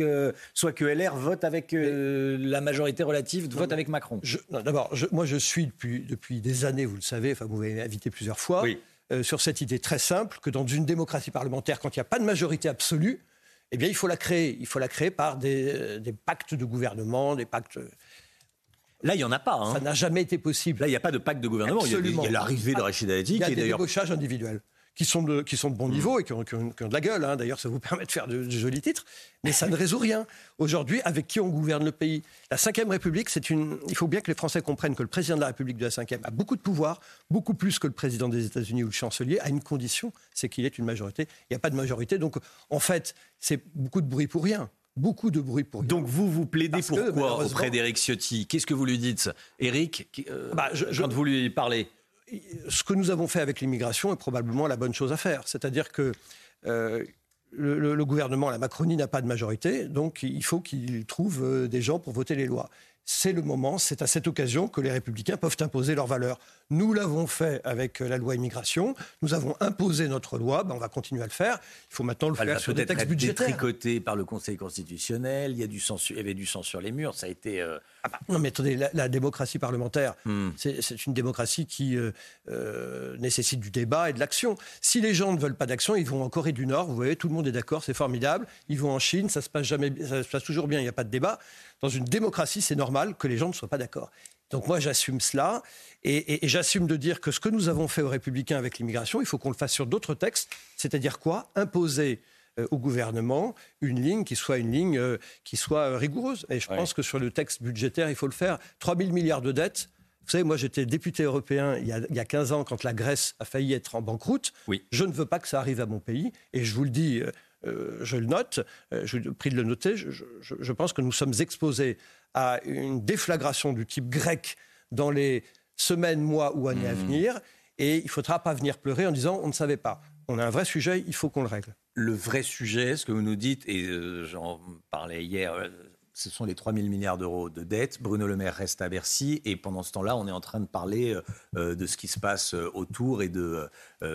la majorité relative, vote avec Macron. D'abord, moi je suis depuis des années, vous le savez, vous m'avez invité plusieurs fois, sur cette idée très simple que dans une démocratie parlementaire, quand il n'y a pas de majorité absolue, eh bien il faut la créer. Il faut la créer par des pactes de gouvernement, des pactes... Là, il n'y en a pas. Ça n'a jamais été possible. Là, il n'y a pas de pacte de gouvernement. Absolument. Il y a l'arrivée de Rachida Dati. Il y a des débauchages individuels qui sont de bon niveau et qui ont de la gueule. D'ailleurs, ça vous permet de faire de jolis titres. Mais ça ne résout rien. Aujourd'hui, avec qui on gouverne le pays ? La Ve République, il faut bien que les Français comprennent que le président de la République de la Ve a beaucoup de pouvoir, beaucoup plus que le président des États-Unis ou le chancelier, à une condition, c'est qu'il ait une majorité. Il n'y a pas de majorité. Donc, en fait, c'est beaucoup de bruit pour rien. Beaucoup de bruit pour rien. Donc vous plaidez pour quoi auprès d'Éric Ciotti ? Qu'est-ce que vous lui dites ? Éric, quand vous lui parlez ? Ce que nous avons fait avec l'immigration est probablement la bonne chose à faire. C'est-à-dire que le gouvernement, la Macronie n'a pas de majorité, donc il faut qu'il trouve des gens pour voter les lois. c'est le moment, c'est à cette occasion que les Républicains peuvent imposer leurs valeurs. Nous l'avons fait avec la loi immigration, nous avons imposé notre loi, on va continuer à le faire. Il faut maintenant le faire sur des textes budgétaires. Détricoté par le Conseil constitutionnel, il y avait du sang sur les murs, ça a été... Non mais attendez, la démocratie parlementaire, c'est une démocratie qui nécessite du débat et de l'action. Si les gens ne veulent pas d'action, ils vont en Corée du Nord, vous voyez, tout le monde est d'accord, c'est formidable. Ils vont en Chine, ça se passe toujours bien, il n'y a pas de débat. Dans une démocratie, c'est normal que les gens ne soient pas d'accord. Donc moi, j'assume cela et j'assume de dire que ce que nous avons fait aux Républicains avec l'immigration, il faut qu'on le fasse sur d'autres textes. C'est-à-dire quoi ? Imposer au gouvernement une ligne qui soit rigoureuse. Et je pense que sur le texte budgétaire, il faut le faire. 3 000 milliards de dettes. Vous savez, moi, j'étais député européen il y a 15 ans quand la Grèce a failli être en banqueroute. Oui. Je ne veux pas que ça arrive à mon pays. Et je vous le dis... je le note, je vous prie de le noter, je pense que nous sommes exposés à une déflagration du type grec dans les semaines, mois ou années à venir, et il ne faudra pas venir pleurer en disant on ne savait pas. On a un vrai sujet, il faut qu'on le règle. Le vrai sujet, ce que vous nous dites, et j'en parlais hier, ce sont les 3 000 milliards d'euros de dette. Bruno Le Maire reste à Bercy, et pendant ce temps-là, on est en train de parler de ce qui se passe autour et de...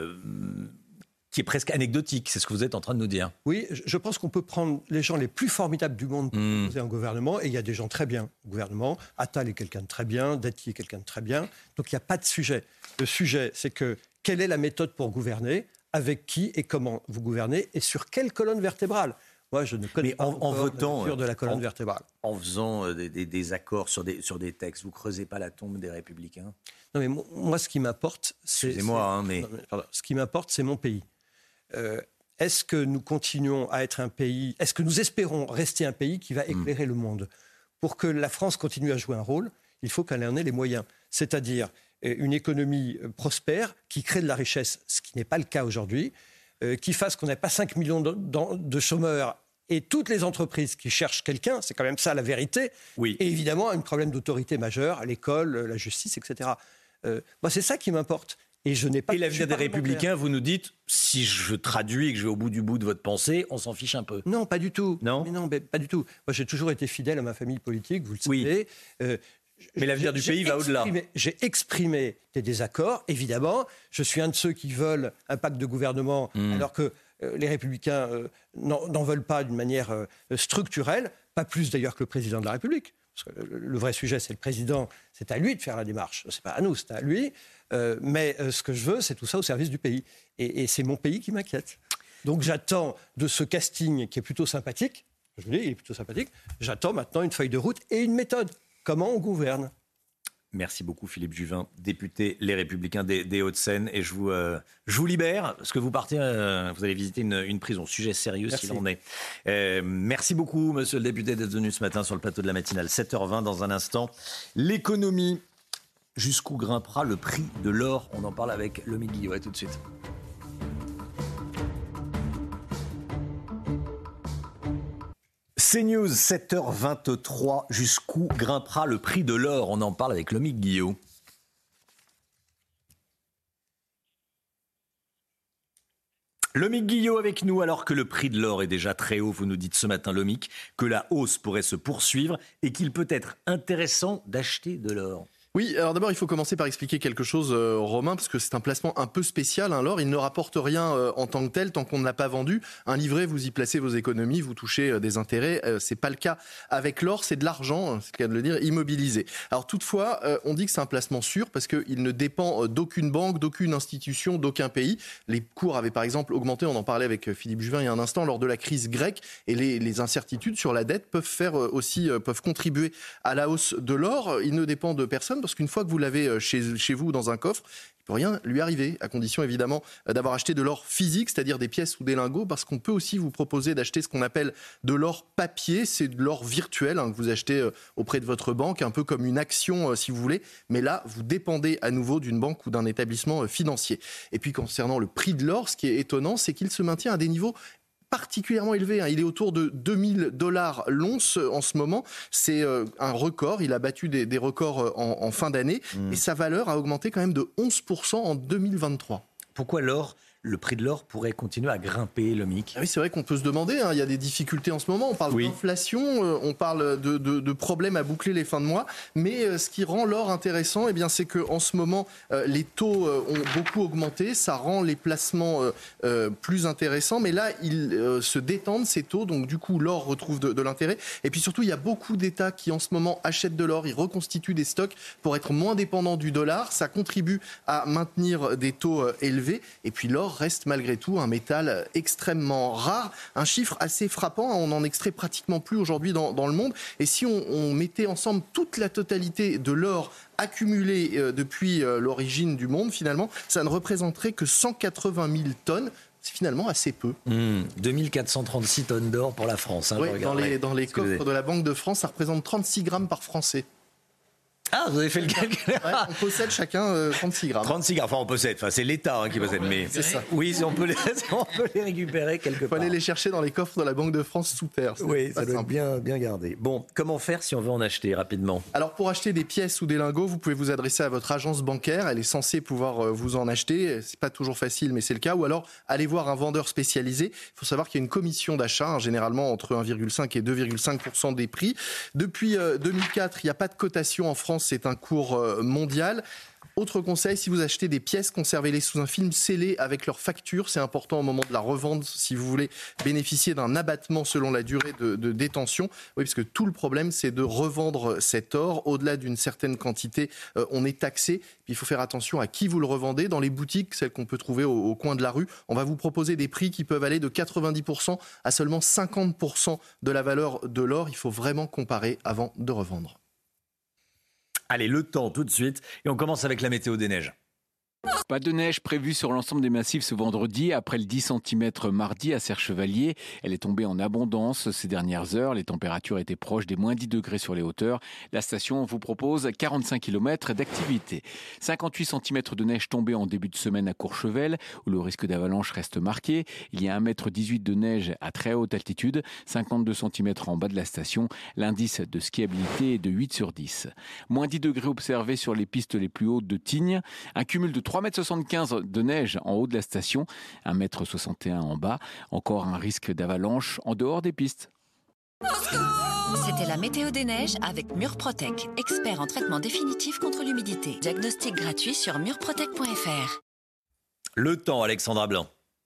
qui est presque anecdotique, c'est ce que vous êtes en train de nous dire. Oui, je pense qu'on peut prendre les gens les plus formidables du monde pour composer un gouvernement, et il y a des gens très bien au gouvernement. Attal est quelqu'un de très bien, Dati est quelqu'un de très bien, donc il n'y a pas de sujet. Le sujet, c'est que quelle est la méthode pour gouverner, avec qui et comment vous gouvernez, et sur quelle colonne vertébrale. Moi, je ne connais pas en votant de la colonne vertébrale. En faisant des accords sur des textes, vous ne creusez pas la tombe des Républicains ? Non, mais moi, ce qui m'importe, c'est... Excusez-moi, mais... Ce qui m'importe, c'est mon pays. Est-ce que nous continuons à être un pays, est-ce que nous espérons rester un pays qui va éclairer le monde ? Pour que la France continue à jouer un rôle, il faut qu'elle en ait les moyens. C'est-à-dire une économie prospère, qui crée de la richesse, ce qui n'est pas le cas aujourd'hui, qui fasse qu'on n'ait pas 5 millions de chômeurs et toutes les entreprises qui cherchent quelqu'un, c'est quand même ça la vérité, oui. Et évidemment un problème d'autorité majeure, l'école, la justice, etc. Moi, c'est ça qui m'importe. Et l'avenir des Républicains, vous nous dites, si je traduis et que je vais au bout de votre pensée, on s'en fiche un peu. Non, pas du tout. Non, mais pas du tout. Moi, j'ai toujours été fidèle à ma famille politique, vous le savez. Oui. Mais l'avenir du pays va au-delà. J'ai exprimé des désaccords, évidemment. Je suis un de ceux qui veulent un pacte de gouvernement, alors que les Républicains n'en veulent pas d'une manière structurelle, pas plus d'ailleurs que le président de la République. Parce que le vrai sujet, c'est le président, c'est à lui de faire la démarche. C'est pas à nous, c'est à lui. Mais ce que je veux, c'est tout ça au service du pays. Et c'est mon pays qui m'inquiète. Donc j'attends de ce casting qui est plutôt sympathique, je vous dis, il est plutôt sympathique, j'attends maintenant une feuille de route et une méthode. Comment on gouverne ? Merci beaucoup Philippe Juvin, député Les Républicains des Hauts-de-Seine. Et je vous libère, parce que vous partez, vous allez visiter une prison. Sujet sérieux s'il en est. Merci beaucoup monsieur le député d'être venu ce matin sur le plateau de la matinale. 7h20 dans un instant. L'économie, jusqu'où grimpera le prix de l'or ? On en parle avec Lomique Guillot. À tout de suite. CNews, 7h23, jusqu'où grimpera le prix de l'or ? On en parle avec Lomique Guillot. Lomique Guillot avec nous, alors que le prix de l'or est déjà très haut. Vous nous dites ce matin, Lomique, que la hausse pourrait se poursuivre et qu'il peut être intéressant d'acheter de l'or. Oui, alors d'abord, il faut commencer par expliquer quelque chose, Romain, parce que c'est un placement un peu spécial. L'or, il ne rapporte rien en tant que tel, tant qu'on ne l'a pas vendu. Un livret, vous y placez vos économies, vous touchez des intérêts. C'est pas le cas avec l'or, c'est de l'argent, c'est le cas de le dire, immobilisé. Alors toutefois, on dit que c'est un placement sûr, parce qu'il ne dépend d'aucune banque, d'aucune institution, d'aucun pays. Les cours avaient par exemple augmenté, on en parlait avec Philippe Juvin il y a un instant, lors de la crise grecque, et les incertitudes sur la dette peuvent contribuer à la hausse de l'or. Il ne dépend de personne, parce qu'une fois que vous l'avez chez vous dans un coffre, il ne peut rien lui arriver, à condition évidemment d'avoir acheté de l'or physique, c'est-à-dire des pièces ou des lingots, parce qu'on peut aussi vous proposer d'acheter ce qu'on appelle de l'or papier, c'est de l'or virtuel que vous achetez auprès de votre banque, un peu comme une action si vous voulez, mais là vous dépendez à nouveau d'une banque ou d'un établissement financier. Et puis concernant le prix de l'or, ce qui est étonnant, c'est qu'il se maintient à des niveaux particulièrement élevé. Il est autour de $2000 l'once en ce moment. C'est un record. Il a battu des records en fin d'année. Et sa valeur a augmenté quand même de 11% en 2023. Pourquoi l'or le prix de l'or pourrait continuer à grimper, Lomic. Oui, c'est vrai qu'on peut se demander, il y a des difficultés en ce moment, on parle d'inflation, on parle de problèmes à boucler les fins de mois, mais ce qui rend l'or intéressant, c'est qu'en ce moment, les taux ont beaucoup augmenté, ça rend les placements plus intéressants, mais là, ils se détendent, ces taux, donc du coup, l'or retrouve de l'intérêt. Et puis surtout, il y a beaucoup d'États qui, en ce moment, achètent de l'or, ils reconstituent des stocks pour être moins dépendants du dollar, ça contribue à maintenir des taux élevés, et puis l'or reste malgré tout un métal extrêmement rare, un chiffre assez frappant, on n'en extrait pratiquement plus aujourd'hui dans le monde, et si on mettait ensemble toute la totalité de l'or accumulé depuis l'origine du monde, finalement, ça ne représenterait que 180 000 tonnes. C'est finalement assez peu. 2436 tonnes d'or pour la France. Oui, dans les coffres de la Banque de France, ça représente 36 grammes par Français. Ah, vous avez fait le calcul. On possède chacun 36 grammes. 36 grammes, on possède. C'est l'État qui possède. Mais c'est ça. Oui, on peut les récupérer quelque part. Il faut aller les chercher dans les coffres de la Banque de France sous terre. Oui, ça doit être bien gardé. Bon, comment faire si on veut en acheter rapidement ? Alors, pour acheter des pièces ou des lingots, vous pouvez vous adresser à votre agence bancaire. Elle est censée pouvoir vous en acheter. C'est pas toujours facile, mais c'est le cas. Ou alors, allez voir un vendeur spécialisé. Il faut savoir qu'il y a une commission d'achat, généralement entre 1,5 et 2,5% des prix. Depuis 2004, il n'y a pas de cotation en France. C'est un cours mondial. Autre conseil, si vous achetez des pièces, conservez-les sous un film scellé avec leur facture. C'est important au moment de la revente si vous voulez bénéficier d'un abattement selon la durée de détention. Oui, parce que tout le problème, c'est de revendre cet or. Au-delà d'une certaine quantité, on est taxé. Puis il faut faire attention à qui vous le revendez. Dans les boutiques, celles qu'on peut trouver au coin de la rue, on va vous proposer des prix qui peuvent aller de 90% à seulement 50% de la valeur de l'or. Il faut vraiment comparer avant de revendre. Allez, le temps tout de suite. Et on commence avec la météo des neiges. Pas de neige prévue sur l'ensemble des massifs ce vendredi. Après le 10 cm mardi à Serre-Chevalier, elle est tombée en abondance ces dernières heures. Les températures étaient proches des moins 10 degrés sur les hauteurs. La station vous propose 45 km d'activité. 58 cm de neige tombée en début de semaine à Courchevel, où le risque d'avalanche reste marqué. Il y a 1,18 m de neige à très haute altitude, 52 cm en bas de la station. L'indice de skiabilité est de 8 sur 10. Moins 10 degrés observés sur les pistes les plus hautes de Tignes. Un cumul de 3,75 m de neige en haut de la station, 1,61 m en bas. Encore un risque d'avalanche en dehors des pistes. C'était la météo des neiges avec Murprotec, expert en traitement définitif contre l'humidité. Diagnostic gratuit sur murprotec.fr. Le temps, Alexandra Blanc.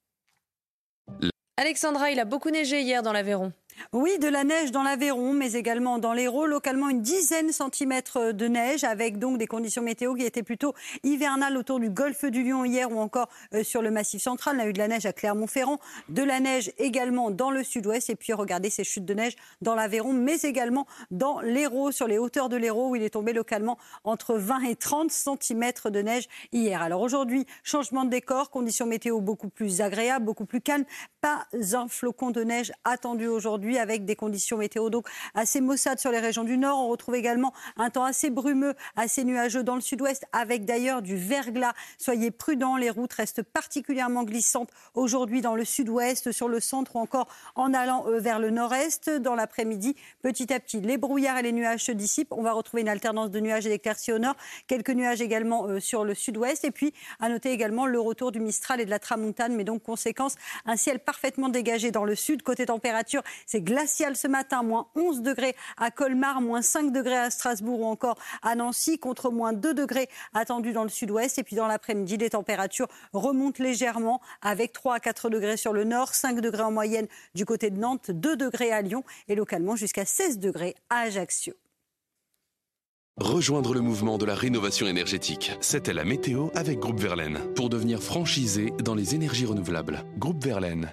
Alexandra, il a beaucoup neigé hier dans l'Aveyron. Oui, de la neige dans l'Aveyron, mais également dans l'Hérault. Localement, une dizaine de centimètres de neige, avec donc des conditions météo qui étaient plutôt hivernales autour du golfe du Lion hier ou encore sur le Massif central. On a eu de la neige à Clermont-Ferrand, de la neige également dans le sud-ouest. Et puis, regardez ces chutes de neige dans l'Aveyron, mais également dans l'Hérault, sur les hauteurs de l'Hérault, où il est tombé localement entre 20 et 30 centimètres de neige hier. Alors aujourd'hui, changement de décor, conditions météo beaucoup plus agréables, beaucoup plus calmes. Pas un flocon de neige attendu aujourd'hui, avec des conditions météo donc assez maussades sur les régions du nord. On retrouve également un temps assez brumeux, assez nuageux dans le sud-ouest, avec d'ailleurs du verglas. Soyez prudents, les routes restent particulièrement glissantes aujourd'hui dans le sud-ouest, sur le centre ou encore en allant vers le nord-est. Dans l'après-midi, petit à petit, les brouillards et les nuages se dissipent. On va retrouver une alternance de nuages et d'éclaircies au nord, quelques nuages également sur le sud-ouest. Et puis, à noter également le retour du Mistral et de la Tramontane, mais donc conséquence, un ciel parfaitement dégagé dans le sud. Côté température, c'est glacial ce matin, moins 11 degrés à Colmar, moins 5 degrés à Strasbourg ou encore à Nancy, contre moins 2 degrés attendus dans le sud-ouest. Et puis dans l'après-midi, les températures remontent légèrement avec 3 à 4 degrés sur le nord, 5 degrés en moyenne du côté de Nantes, 2 degrés à Lyon et localement jusqu'à 16 degrés à Ajaccio. Rejoindre le mouvement de la rénovation énergétique. C'était la météo avec Groupe Verlaine. Pour devenir franchisé dans les énergies renouvelables. Groupe Verlaine.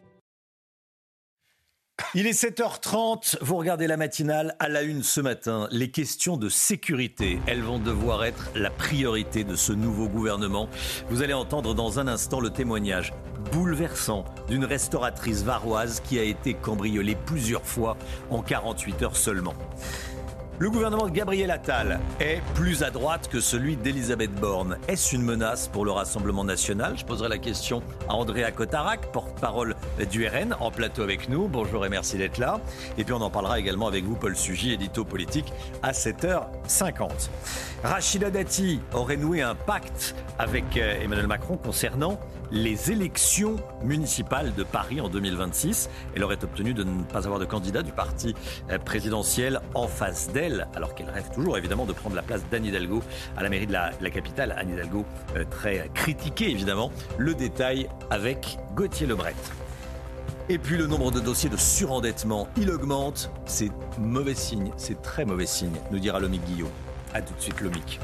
Il est 7h30, vous regardez la matinale. À la une ce matin, les questions de sécurité, elles vont devoir être la priorité de ce nouveau gouvernement. Vous allez entendre dans un instant le témoignage bouleversant d'une restauratrice varoise qui a été cambriolée plusieurs fois en 48 heures seulement. Le gouvernement de Gabriel Attal est plus à droite que celui d'Elisabeth Borne. Est-ce une menace pour le Rassemblement national ? Je poserai la question à Andréa Cotarac, porte-parole du RN, en plateau avec nous. Bonjour et merci d'être là. Et puis on en parlera également avec vous, Paul Sugy, édito politique, à 7h50. Rachida Dati aurait noué un pacte avec Emmanuel Macron concernant les élections municipales de Paris en 2026. Elle aurait obtenu de ne pas avoir de candidat du parti présidentiel en face d'elle, alors qu'elle rêve toujours évidemment de prendre la place d'Anne Hidalgo à la mairie de la capitale. Anne Hidalgo très critiquée évidemment. Le détail avec Gauthier Lebret. Et puis le nombre de dossiers de surendettement, il augmente. C'est mauvais signe, c'est très mauvais signe, nous dira Lomique Guillot. A tout de suite Lomique.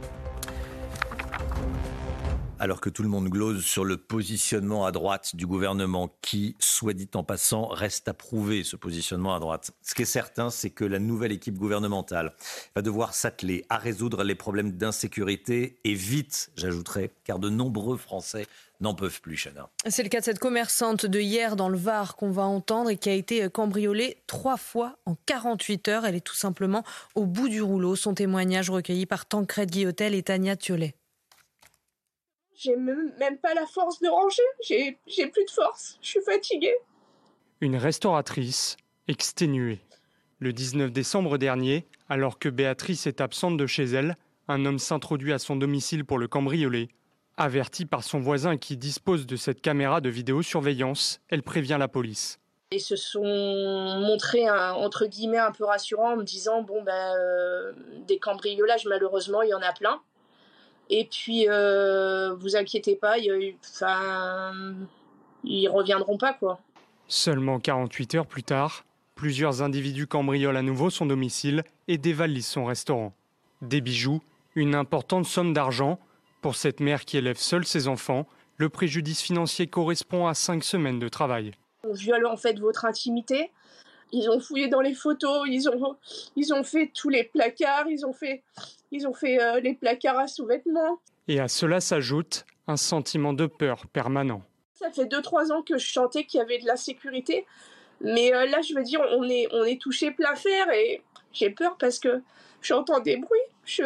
Alors que tout le monde glose sur le positionnement à droite du gouvernement qui, soit dit en passant, reste à prouver ce positionnement à droite. Ce qui est certain, c'est que la nouvelle équipe gouvernementale va devoir s'atteler à résoudre les problèmes d'insécurité et vite, j'ajouterais, car de nombreux Français n'en peuvent plus, Chana. C'est le cas de cette commerçante de hier dans le Var qu'on va entendre et qui a été cambriolée 3 fois en 48 heures. Elle est tout simplement au bout du rouleau. Son témoignage recueilli par Tancrède Guillotel et Tania Thiollet. J'ai même pas la force de ranger, j'ai plus de force, je suis fatiguée. Une restauratrice exténuée. Le 19 décembre dernier, alors que Béatrice est absente de chez elle, un homme s'introduit à son domicile pour le cambrioler. Avertie par son voisin qui dispose de cette caméra de vidéosurveillance, elle prévient la police. Ils se sont montrés entre guillemets un peu rassurants en me disant des cambriolages malheureusement il y en a plein. Et puis, vous inquiétez pas, ils reviendront pas, quoi. Seulement 48 heures plus tard, plusieurs individus cambriolent à nouveau son domicile et dévalisent son restaurant. Des bijoux, une importante somme d'argent. Pour cette mère qui élève seule ses enfants, le préjudice financier correspond à 5 semaines de travail. On viole en fait votre intimité. Ils ont fouillé dans les photos, ils ont fait tous les placards, ils ont fait les placards à sous-vêtements. Et à cela s'ajoute un sentiment de peur permanent. Ça fait 2-3 ans que je chantais qu'il y avait de l'insécurité. Mais là, je veux dire, on est touché plein fer et j'ai peur parce que j'entends des bruits.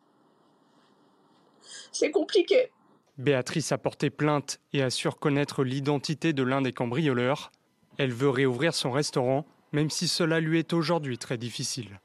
C'est compliqué. Béatrice a porté plainte et assure connaître l'identité de l'un des cambrioleurs. Elle veut réouvrir son restaurant, même si cela lui est aujourd'hui très difficile.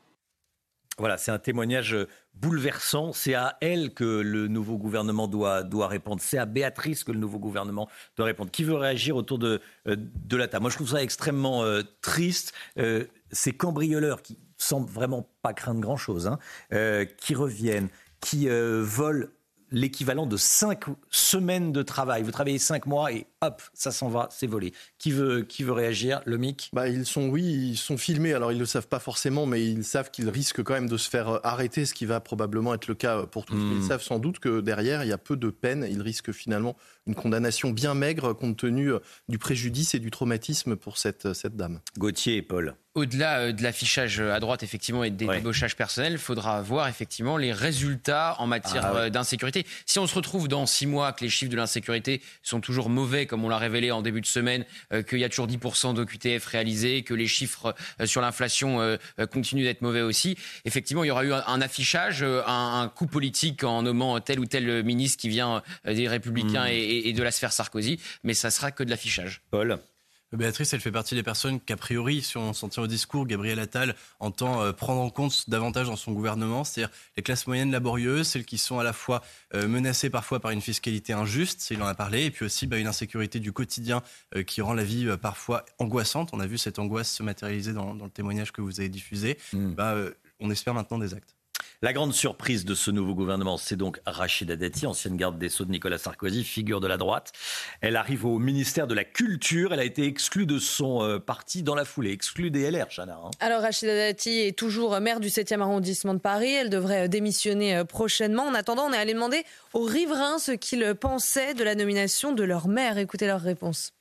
Voilà, c'est un témoignage bouleversant. C'est à elle que le nouveau gouvernement doit répondre. C'est à Béatrice que le nouveau gouvernement doit répondre. Qui veut réagir autour de la table ? Moi, je trouve ça extrêmement triste. Ces cambrioleurs qui semblent vraiment pas craindre grand-chose, qui reviennent, qui volent l'équivalent de 5 semaines de travail. Vous travaillez 5 mois et hop, ça s'en va, c'est volé. Qui veut réagir ? Lomique ? Ils sont filmés, alors ils ne le savent pas forcément, mais ils savent qu'ils risquent quand même de se faire arrêter, ce qui va probablement être le cas pour tous. Ils savent sans doute que derrière, il y a peu de peine. Ils risquent finalement une condamnation bien maigre compte tenu du préjudice et du traumatisme pour cette dame. Gauthier et Paul. Au-delà de l'affichage à droite, effectivement, et des débauchages personnels, il faudra voir, effectivement, les résultats en matière d'insécurité. Si on se retrouve dans 6 mois que les chiffres de l'insécurité sont toujours mauvais, comme on l'a révélé en début de semaine, qu'il y a toujours 10% d'OQTF réalisés, que les chiffres sur l'inflation continuent d'être mauvais aussi, effectivement, il y aura eu un affichage, un coup politique en nommant tel ou tel ministre qui vient des Républicains et de la sphère Sarkozy, mais ça sera que de l'affichage. Paul ? Béatrice, elle fait partie des personnes qu'a priori, si on s'en tient au discours, Gabriel Attal entend prendre en compte davantage dans son gouvernement, c'est-à-dire les classes moyennes laborieuses, celles qui sont à la fois menacées parfois par une fiscalité injuste, il en a parlé, et puis aussi une insécurité du quotidien qui rend la vie parfois angoissante. On a vu cette angoisse se matérialiser dans le témoignage que vous avez diffusé. On espère maintenant des actes. La grande surprise de ce nouveau gouvernement, c'est donc Rachida Dati, ancienne garde des Sceaux de Nicolas Sarkozy, figure de la droite. Elle arrive au ministère de la Culture. Elle a été exclue de son parti dans la foulée, exclue des LR, Chana. Alors Rachida Dati est toujours maire du 7e arrondissement de Paris. Elle devrait démissionner prochainement. En attendant, on est allé demander aux riverains ce qu'ils pensaient de la nomination de leur maire. Écoutez leur réponse.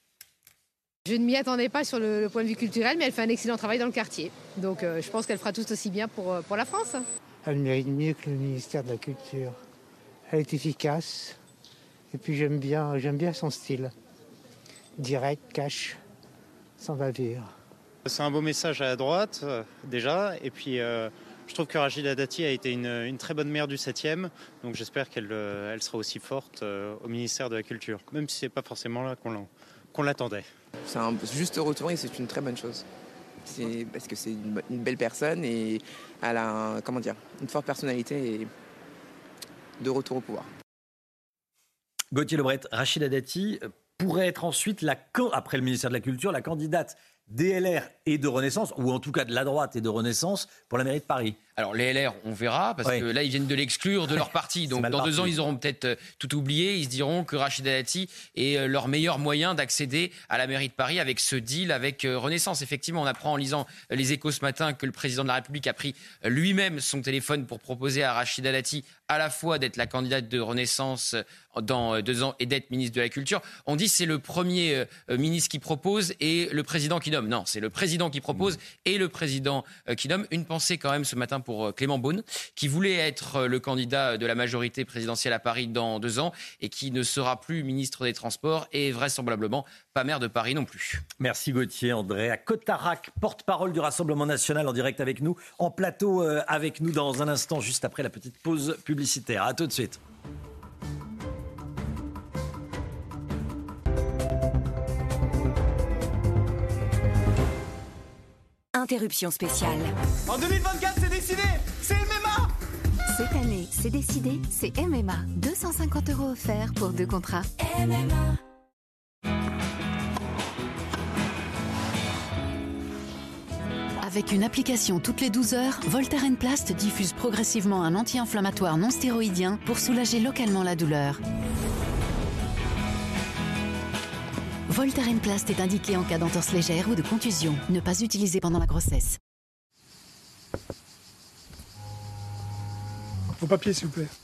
Je ne m'y attendais pas sur le point de vue culturel, mais elle fait un excellent travail dans le quartier. Donc je pense qu'elle fera tout aussi bien pour la France. Elle mérite mieux que le ministère de la Culture. Elle est efficace. Et puis j'aime bien son style. Direct, cash, sans bavure. C'est un beau message à la droite, déjà. Et puis je trouve que Rachida Dati a été une très bonne maire du 7e. Donc j'espère qu'elle sera aussi forte au ministère de la Culture. Même si ce n'est pas forcément là qu'on l'attendait. C'est un juste retour et c'est une très bonne chose. Parce que c'est une belle personne et elle a une forte personnalité et de retour au pouvoir. Gauthier Lebret, Rachida Dati pourrait être ensuite, après le ministère de la Culture, la candidate DLR et de Renaissance, ou en tout cas de la droite et de Renaissance, pour la mairie de Paris. Alors les LR, on verra, parce que là, ils viennent de l'exclure de leur parti. Donc dans 2 ans, ils auront peut-être tout oublié. Ils se diront que Rachida Dati est leur meilleur moyen d'accéder à la mairie de Paris avec ce deal avec Renaissance. Effectivement, on apprend en lisant Les Échos ce matin que le président de la République a pris lui-même son téléphone pour proposer à Rachida Dati à la fois d'être la candidate de Renaissance dans 2 ans et d'être ministre de la Culture. On dit que c'est le premier ministre qui propose et le président qui nomme. Non, c'est le président qui propose et le président qui nomme. Une pensée quand même ce matin pour Clément Beaune, qui voulait être le candidat de la majorité présidentielle à Paris dans 2 ans et qui ne sera plus ministre des Transports et vraisemblablement pas maire de Paris non plus. Merci Gauthier. Andréa Cotarac, porte-parole du Rassemblement national, en direct avec nous, en plateau avec nous dans un instant, juste après la petite pause publicitaire. À tout de suite. Interruption spéciale. En 2024, c'est décidé, c'est MMA. Cette année, c'est décidé, c'est MMA. 250 € offerts pour 2 contrats. MMA. Avec une application toutes les 12 heures, Voltaren Plast diffuse progressivement un anti-inflammatoire non stéroïdien pour soulager localement la douleur. Voltaren Plast est indiqué en cas d'entorse légère ou de contusion. Ne pas utiliser pendant la grossesse. Vos papiers, s'il vous plaît.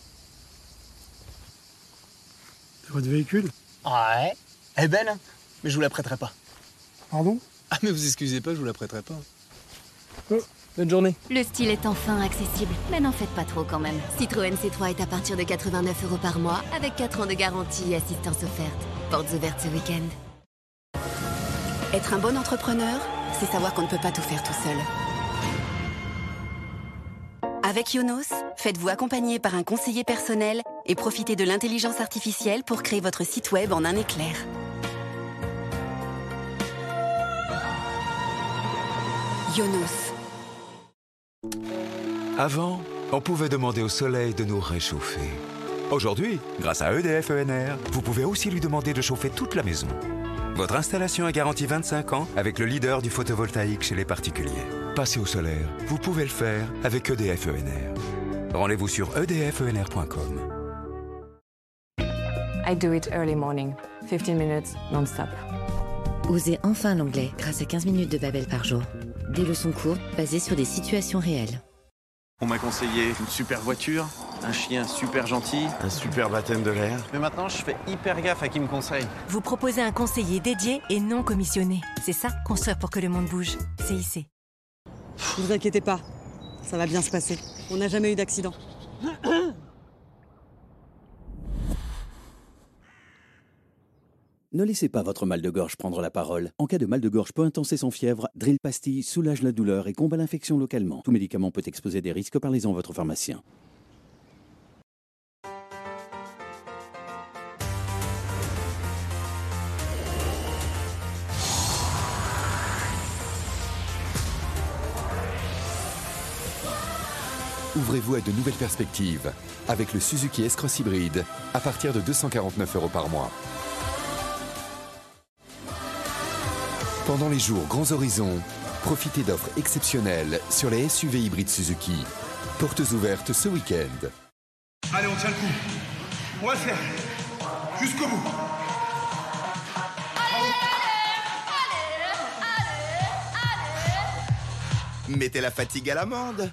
C'est votre véhicule? Ouais. Elle est belle, hein, mais je vous la prêterai pas. Pardon? Ah, mais vous excusez pas, je vous la prêterai pas. Oh, bonne journée. Le style est enfin accessible, mais n'en faites pas trop quand même. Citroën C3 est à partir de 89 € par mois, avec 4 ans de garantie et assistance offerte. Portes ouvertes ce week-end. Être un bon entrepreneur, c'est savoir qu'on ne peut pas tout faire tout seul. Avec Yonos, faites-vous accompagner par un conseiller personnel et profitez de l'intelligence artificielle pour créer votre site web en un éclair. Yonos. Avant, on pouvait demander au soleil de nous réchauffer. Aujourd'hui, grâce à EDF ENR, vous pouvez aussi lui demander de chauffer toute la maison. Votre installation est garantie 25 ans avec le leader du photovoltaïque chez les particuliers. Passez au solaire, vous pouvez le faire avec EDF ENR. Rendez-vous sur edfenr.com. I do it early morning, 15 minutes non-stop. Osez enfin l'anglais grâce à 15 minutes de Babel par jour. Des leçons courtes basées sur des situations réelles. On m'a conseillé une super voiture, un chien super gentil, un super baptême de l'air. Mais maintenant, je fais hyper gaffe à qui me conseille. Vous proposez un conseiller dédié et non commissionné. C'est ça, construire pour que le monde bouge. CIC. Ne vous inquiétez pas, ça va bien se passer. On n'a jamais eu d'accident. Ne laissez pas votre mal de gorge prendre la parole. En cas de mal de gorge peu intense et sans fièvre, Drill Pastille soulage la douleur et combat l'infection localement. Tout médicament peut exposer des risques, parlez-en à votre pharmacien. Ouvrez-vous à de nouvelles perspectives avec le Suzuki S-Cross hybride à partir de 249 € par mois. Pendant les jours Grands Horizons, profitez d'offres exceptionnelles sur les SUV hybrides Suzuki. Portes ouvertes ce week-end. Allez, on tient le coup. On va le faire. Jusqu'au bout. Mettez la fatigue à l'amende.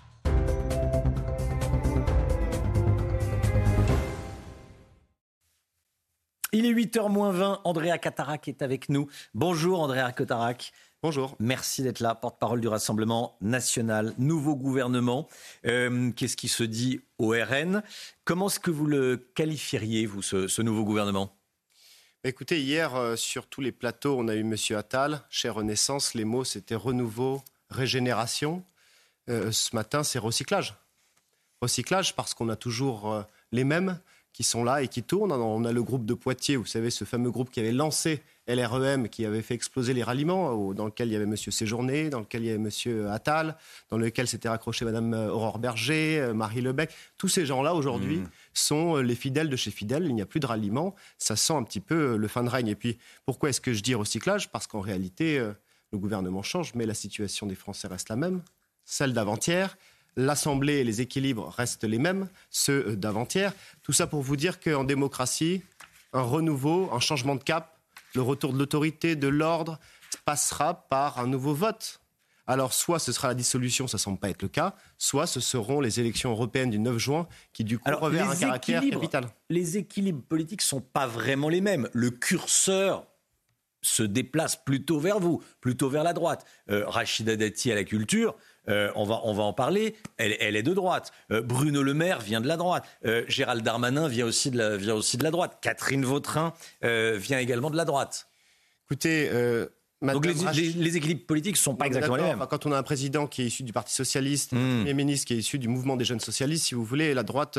Il est 8h moins 20, Andréa Cotarac est avec nous. Bonjour Andréa Cotarac. Bonjour. Merci d'être là, porte-parole du Rassemblement national, nouveau gouvernement. Qu'est-ce qui se dit au RN? Comment est-ce que vous le qualifieriez, vous, ce nouveau gouvernement? Écoutez, hier, sur tous les plateaux, on a eu M. Attal, chez Renaissance. Les mots, c'était renouveau, régénération. Ce matin, c'est recyclage. Recyclage parce qu'on a toujours les mêmes qui sont là et qui tournent. On a le groupe de Poitiers, vous savez, ce fameux groupe qui avait lancé LREM qui avait fait exploser les ralliements, dans lequel il y avait M. Séjourné, dans lequel il y avait M. Attal, dans lequel s'était raccrochée Mme Aurore Berger, Marie Lebec. Tous ces gens-là, aujourd'hui, sont les fidèles de chez fidèles. Il n'y a plus de ralliement. Ça sent un petit peu le fin de règne. Et puis, pourquoi est-ce que je dis recyclage ? Parce qu'en réalité, le gouvernement change, mais la situation des Français reste la même, celle d'avant-hier. L'Assemblée et les équilibres restent les mêmes, ceux d'avant-hier. Tout ça pour vous dire qu'en démocratie, un renouveau, un changement de cap, le retour de l'autorité, de l'ordre, passera par un nouveau vote. Alors, soit ce sera la dissolution, ça ne semble pas être le cas, soit ce seront les élections européennes du 9 juin qui, du coup, revêtent un caractère capital. Les équilibres politiques ne sont pas vraiment les mêmes. Le curseur se déplace plutôt vers vous, plutôt vers la droite. Rachida Dati à la culture, on va en parler, elle est de droite. Bruno Le Maire vient de la droite. Gérald Darmanin vient aussi de la droite. Catherine Vautrin vient également de la droite. Écoutez... Donc les équilibres politiques ne sont pas exactement les mêmes. Enfin, quand on a un président qui est issu du Parti Socialiste, un Premier ministre qui est issu du mouvement des jeunes socialistes, si vous voulez, la droite,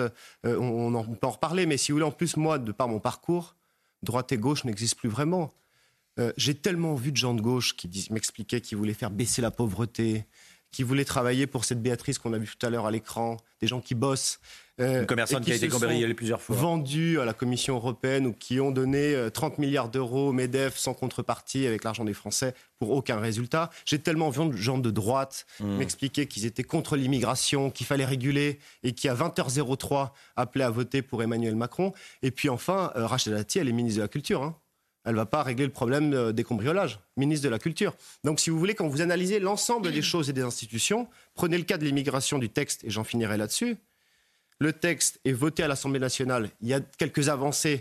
on peut en reparler, mais si vous voulez, en plus, moi, de par mon parcours, droite et gauche n'existent plus vraiment. J'ai tellement vu de gens de gauche qui m'expliquaient qu'ils voulaient faire baisser la pauvreté, qui voulaient travailler pour cette Béatrice qu'on a vue tout à l'heure à l'écran, des gens qui bossent. Une commerçante qui a été cambriolée plusieurs fois. Vendus à la Commission européenne ou qui ont donné 30 milliards d'euros au MEDEF sans contrepartie avec l'argent des Français pour aucun résultat. J'ai tellement vu de gens de droite m'expliquer qu'ils étaient contre l'immigration, qu'il fallait réguler et qui à 20h03 appelaient à voter pour Emmanuel Macron. Et puis enfin, Rachida Dati, elle est ministre de la Culture. Elle ne va pas régler le problème des cambriolages, ministre de la Culture. Donc si vous voulez, quand vous analysez l'ensemble des choses et des institutions, prenez le cas de l'immigration du texte, et j'en finirai là-dessus. Le texte est voté à l'Assemblée nationale. Il y a quelques avancées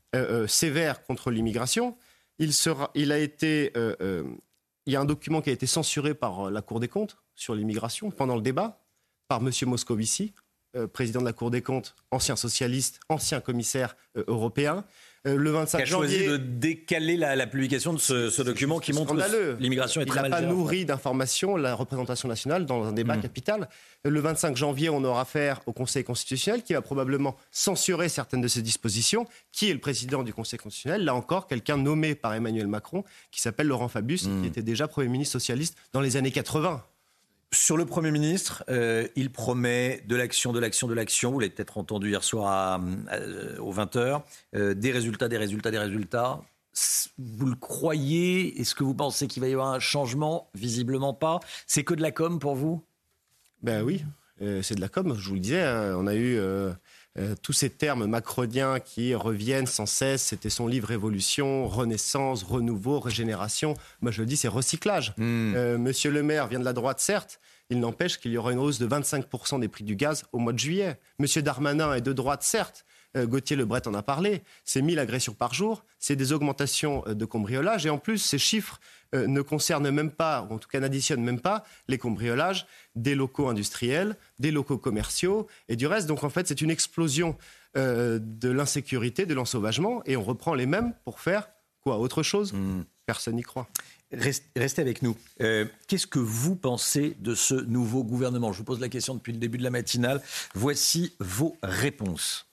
sévères contre l'immigration. Il y a un document qui a été censuré par la Cour des comptes sur l'immigration pendant le débat, par M. Moscovici, président de la Cour des comptes, ancien socialiste, ancien commissaire européen. Le 25 janvier, choisi de décaler la publication de ce document qui montre que l'immigration est très mal gérée. Il n'a pas nourri d'informations la représentation nationale dans un débat capital. Le 25 janvier, on aura affaire au Conseil constitutionnel qui va probablement censurer certaines de ces dispositions. Qui est le président du Conseil constitutionnel ? Là encore, quelqu'un nommé par Emmanuel Macron qui s'appelle Laurent Fabius, qui était déjà Premier ministre socialiste dans les années 80. Sur le Premier ministre, il promet de l'action. Vous l'avez peut-être entendu hier soir aux 20h. Des résultats. Vous le croyez ? Est-ce que vous pensez qu'il va y avoir un changement ? Visiblement pas. C'est que de la com pour vous ? Ben oui, c'est de la com. Je vous le disais, on a eu tous ces termes macroniens qui reviennent sans cesse. C'était son livre Révolution, Renaissance, Renouveau, Régénération. Moi, je le dis, c'est recyclage. Monsieur Le Maire vient de la droite, certes. Il n'empêche qu'il y aura une hausse de 25% des prix du gaz au mois de juillet. Monsieur Darmanin est de droite, certes. Gauthier Lebret en a parlé. C'est 1000 agressions par jour. C'est des augmentations de cambriolage. Et en plus, ces chiffres ne concernent même pas, ou en tout cas n'additionnent même pas, les cambriolages des locaux industriels, des locaux commerciaux et du reste. Donc en fait, c'est une explosion de l'insécurité, de l'ensauvagement. Et on reprend les mêmes pour faire quoi ? Autre chose ? Personne n'y croit. Restez avec nous. Qu'est-ce que vous pensez de ce nouveau gouvernement ? Je vous pose la question depuis le début de la matinale. Voici vos réponses.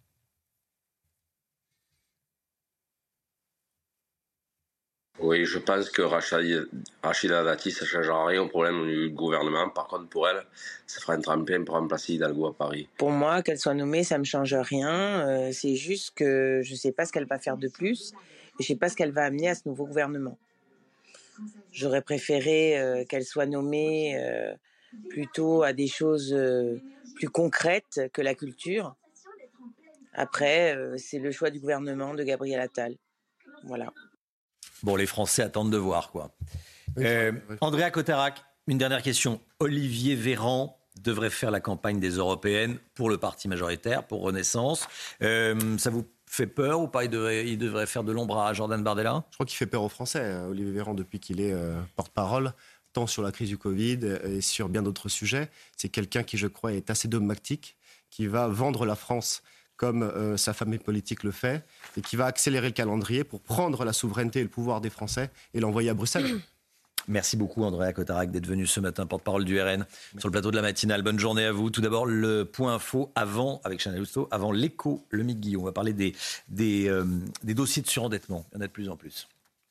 Oui, je pense que Rachida Dati, ça ne changera rien au problème du gouvernement. Par contre, pour elle, ça fera un tremplin pour remplacer Hidalgo à Paris. Pour moi, qu'elle soit nommée, ça ne me change rien. C'est juste que je ne sais pas ce qu'elle va faire de plus. Et je ne sais pas ce qu'elle va amener à ce nouveau gouvernement. J'aurais préféré qu'elle soit nommée plutôt à des choses plus concrètes que la culture. Après, c'est le choix du gouvernement de Gabriel Attal. Voilà. Bon, les Français attendent de voir, quoi. Andrea Cotarac, une dernière question. Olivier Véran devrait faire la campagne des Européennes pour le parti majoritaire, pour Renaissance. Ça vous fait peur ou pas ? Il devrait faire de l'ombre à Jordan Bardella ? Je crois qu'il fait peur aux Français, Olivier Véran, depuis qu'il est porte-parole, tant sur la crise du Covid et sur bien d'autres sujets. C'est quelqu'un qui, je crois, est assez dogmatique, qui va vendre la France comme sa famille politique le fait, et qui va accélérer le calendrier pour prendre la souveraineté et le pouvoir des Français et l'envoyer à Bruxelles. Merci beaucoup Andrea Cotarac d'être venu ce matin, porte-parole du RN, sur le plateau de la matinale. Bonne journée à vous. Tout d'abord, le point info avec Chanel Housteau, avant l'écho, le Mick Guillaume. On va parler des dossiers de surendettement. Il y en a de plus en plus.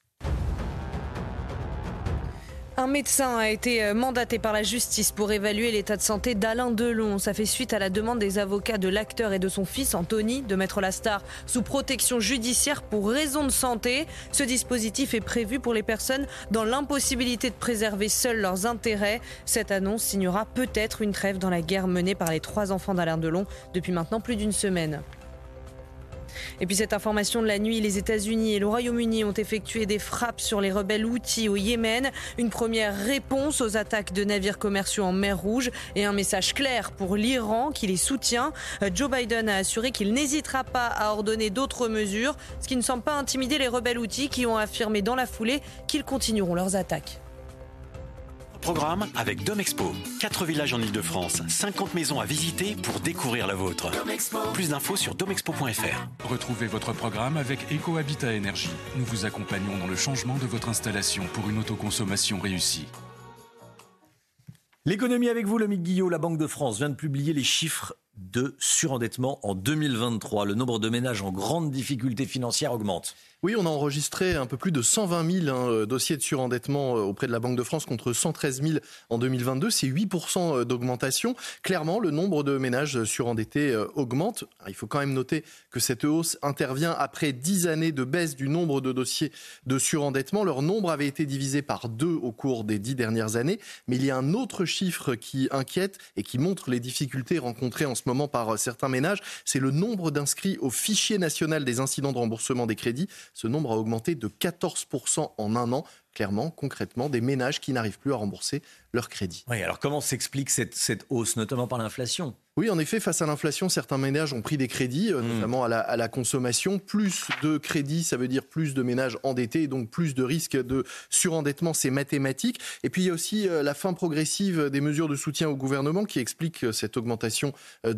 Un médecin a été mandaté par la justice pour évaluer l'état de santé d'Alain Delon. Ça fait suite à la demande des avocats de l'acteur et de son fils Anthony de mettre la star sous protection judiciaire pour raison de santé. Ce dispositif est prévu pour les personnes dans l'impossibilité de préserver seuls leurs intérêts. Cette annonce signera peut-être une trêve dans la guerre menée par les 3 enfants d'Alain Delon depuis maintenant plus d'une semaine. Et puis cette information de la nuit, les États-Unis et le Royaume-Uni ont effectué des frappes sur les rebelles Houthis au Yémen. Une première réponse aux attaques de navires commerciaux en mer Rouge et un message clair pour l'Iran qui les soutient. Joe Biden a assuré qu'il n'hésitera pas à ordonner d'autres mesures, ce qui ne semble pas intimider les rebelles Houthis qui ont affirmé dans la foulée qu'ils continueront leurs attaques. Programme avec Domexpo. 4 villages en Ile-de-France, 50 maisons à visiter pour découvrir la vôtre. Plus d'infos sur domexpo.fr. Retrouvez votre programme avec EcoHabitat Énergie. Nous vous accompagnons dans le changement de votre installation pour une autoconsommation réussie. L'économie avec vous, Lomique Guillot. La Banque de France vient de publier les chiffres de surendettement en 2023. Le nombre de ménages en grande difficulté financière augmente. Oui, on a enregistré un peu plus de 120 000 dossiers de surendettement auprès de la Banque de France contre 113 000 en 2022. C'est 8% d'augmentation. Clairement, le nombre de ménages surendettés augmente. Il faut quand même noter que cette hausse intervient après 10 années de baisse du nombre de dossiers de surendettement. Leur nombre avait été divisé par 2 au cours des 10 dernières années. Mais il y a un autre chiffre qui inquiète et qui montre les difficultés rencontrées en ce moment par certains ménages. C'est le nombre d'inscrits au fichier national des incidents de remboursement des crédits. Ce nombre a augmenté de 14% en un an. Clairement, concrètement, des ménages qui n'arrivent plus à rembourser leurs crédits. Oui, alors comment s'explique cette hausse, notamment par l'inflation ? Oui, en effet, face à l'inflation, certains ménages ont pris des crédits, notamment à la consommation. Plus de crédits, ça veut dire plus de ménages endettés, et donc plus de risques de surendettement, c'est mathématique. Et puis il y a aussi la fin progressive des mesures de soutien au gouvernement qui explique cette augmentation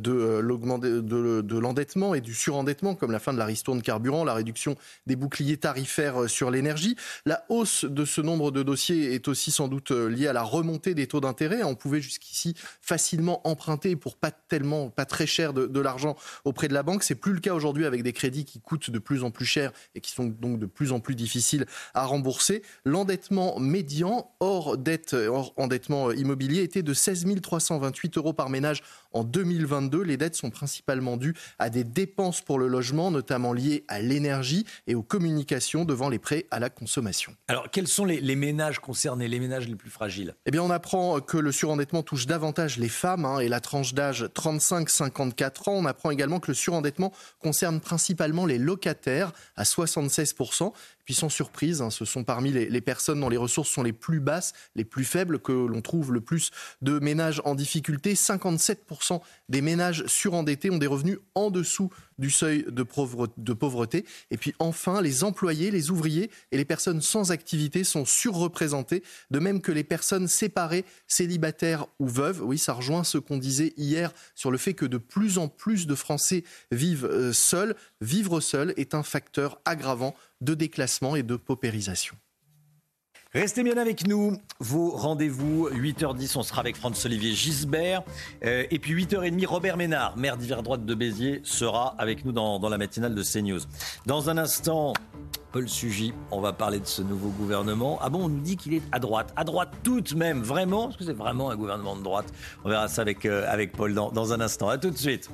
de l'endettement et du surendettement, comme la fin de la ristourne carburant, la réduction des boucliers tarifaires sur l'énergie. La hausse de ce nombre de dossiers est aussi sans doute liée à la remontée des taux d'intérêt. On pouvait jusqu'ici facilement emprunter pour pas très cher de l'argent auprès de la banque. C'est plus le cas aujourd'hui avec des crédits qui coûtent de plus en plus cher et qui sont donc de plus en plus difficiles à rembourser. L'endettement médian hors endettement immobilier était de 16 328 € par ménage en 2022. Les dettes sont principalement dues à des dépenses pour le logement, notamment liées à l'énergie et aux communications devant les prêts à la consommation. Alors, quels sont les ménages concernés, les ménages les plus fragiles ? Eh bien, on apprend que le surendettement touche davantage les femmes et la tranche d'âge 35-54 ans. On apprend également que le surendettement concerne principalement les locataires à 76%. Puis sans surprise, ce sont parmi les personnes dont les ressources sont les plus basses, les plus faibles, que l'on trouve le plus de ménages en difficulté. 57% des ménages surendettés ont des revenus en dessous du seuil de pauvreté. Et puis enfin, les employés, les ouvriers et les personnes sans activité sont surreprésentés, de même que les personnes séparées, célibataires ou veuves. Oui, ça rejoint ce qu'on disait hier sur le fait que de plus en plus de Français vivent seuls. Vivre seul est un facteur aggravant de déclassement et de paupérisation. Restez bien avec nous. Vos rendez-vous, 8h10, on sera avec Franz-Olivier Gisbert. Et puis 8h30, Robert Ménard, maire d'Yverdroite de Béziers, sera avec nous dans la matinale de CNews. Dans un instant, Paul Sugy, on va parler de ce nouveau gouvernement. Ah bon, on nous dit qu'il est à droite. À droite tout de même, vraiment ? Est-ce que c'est vraiment un gouvernement de droite ? On verra ça avec Paul dans un instant. À tout de suite.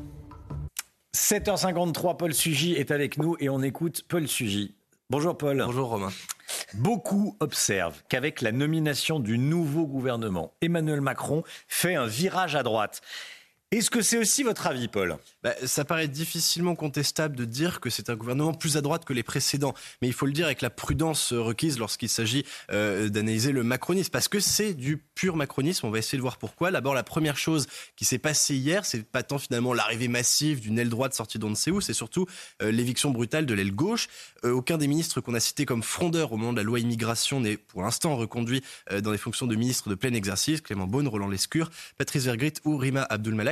7h53, Paul Sugy est avec nous et on écoute Paul Sugy. Bonjour Paul. Bonjour Romain. Beaucoup observent qu'avec la nomination du nouveau gouvernement, Emmanuel Macron fait un virage à droite. Est-ce que c'est aussi votre avis, Paul ? Ça paraît difficilement contestable de dire que c'est un gouvernement plus à droite que les précédents. Mais il faut le dire avec la prudence requise lorsqu'il s'agit d'analyser le macronisme. Parce que c'est du pur macronisme. On va essayer de voir pourquoi. D'abord, la première chose qui s'est passée hier, c'est pas tant finalement l'arrivée massive d'une aile droite sortie d'on ne sait où, c'est surtout l'éviction brutale de l'aile gauche. Aucun des ministres qu'on a cités comme frondeurs au moment de la loi immigration n'est pour l'instant reconduit dans les fonctions de ministre de plein exercice. Clément Beaune, Roland Lescure, Patrice Vergrit ou Rima Abdul-Malak.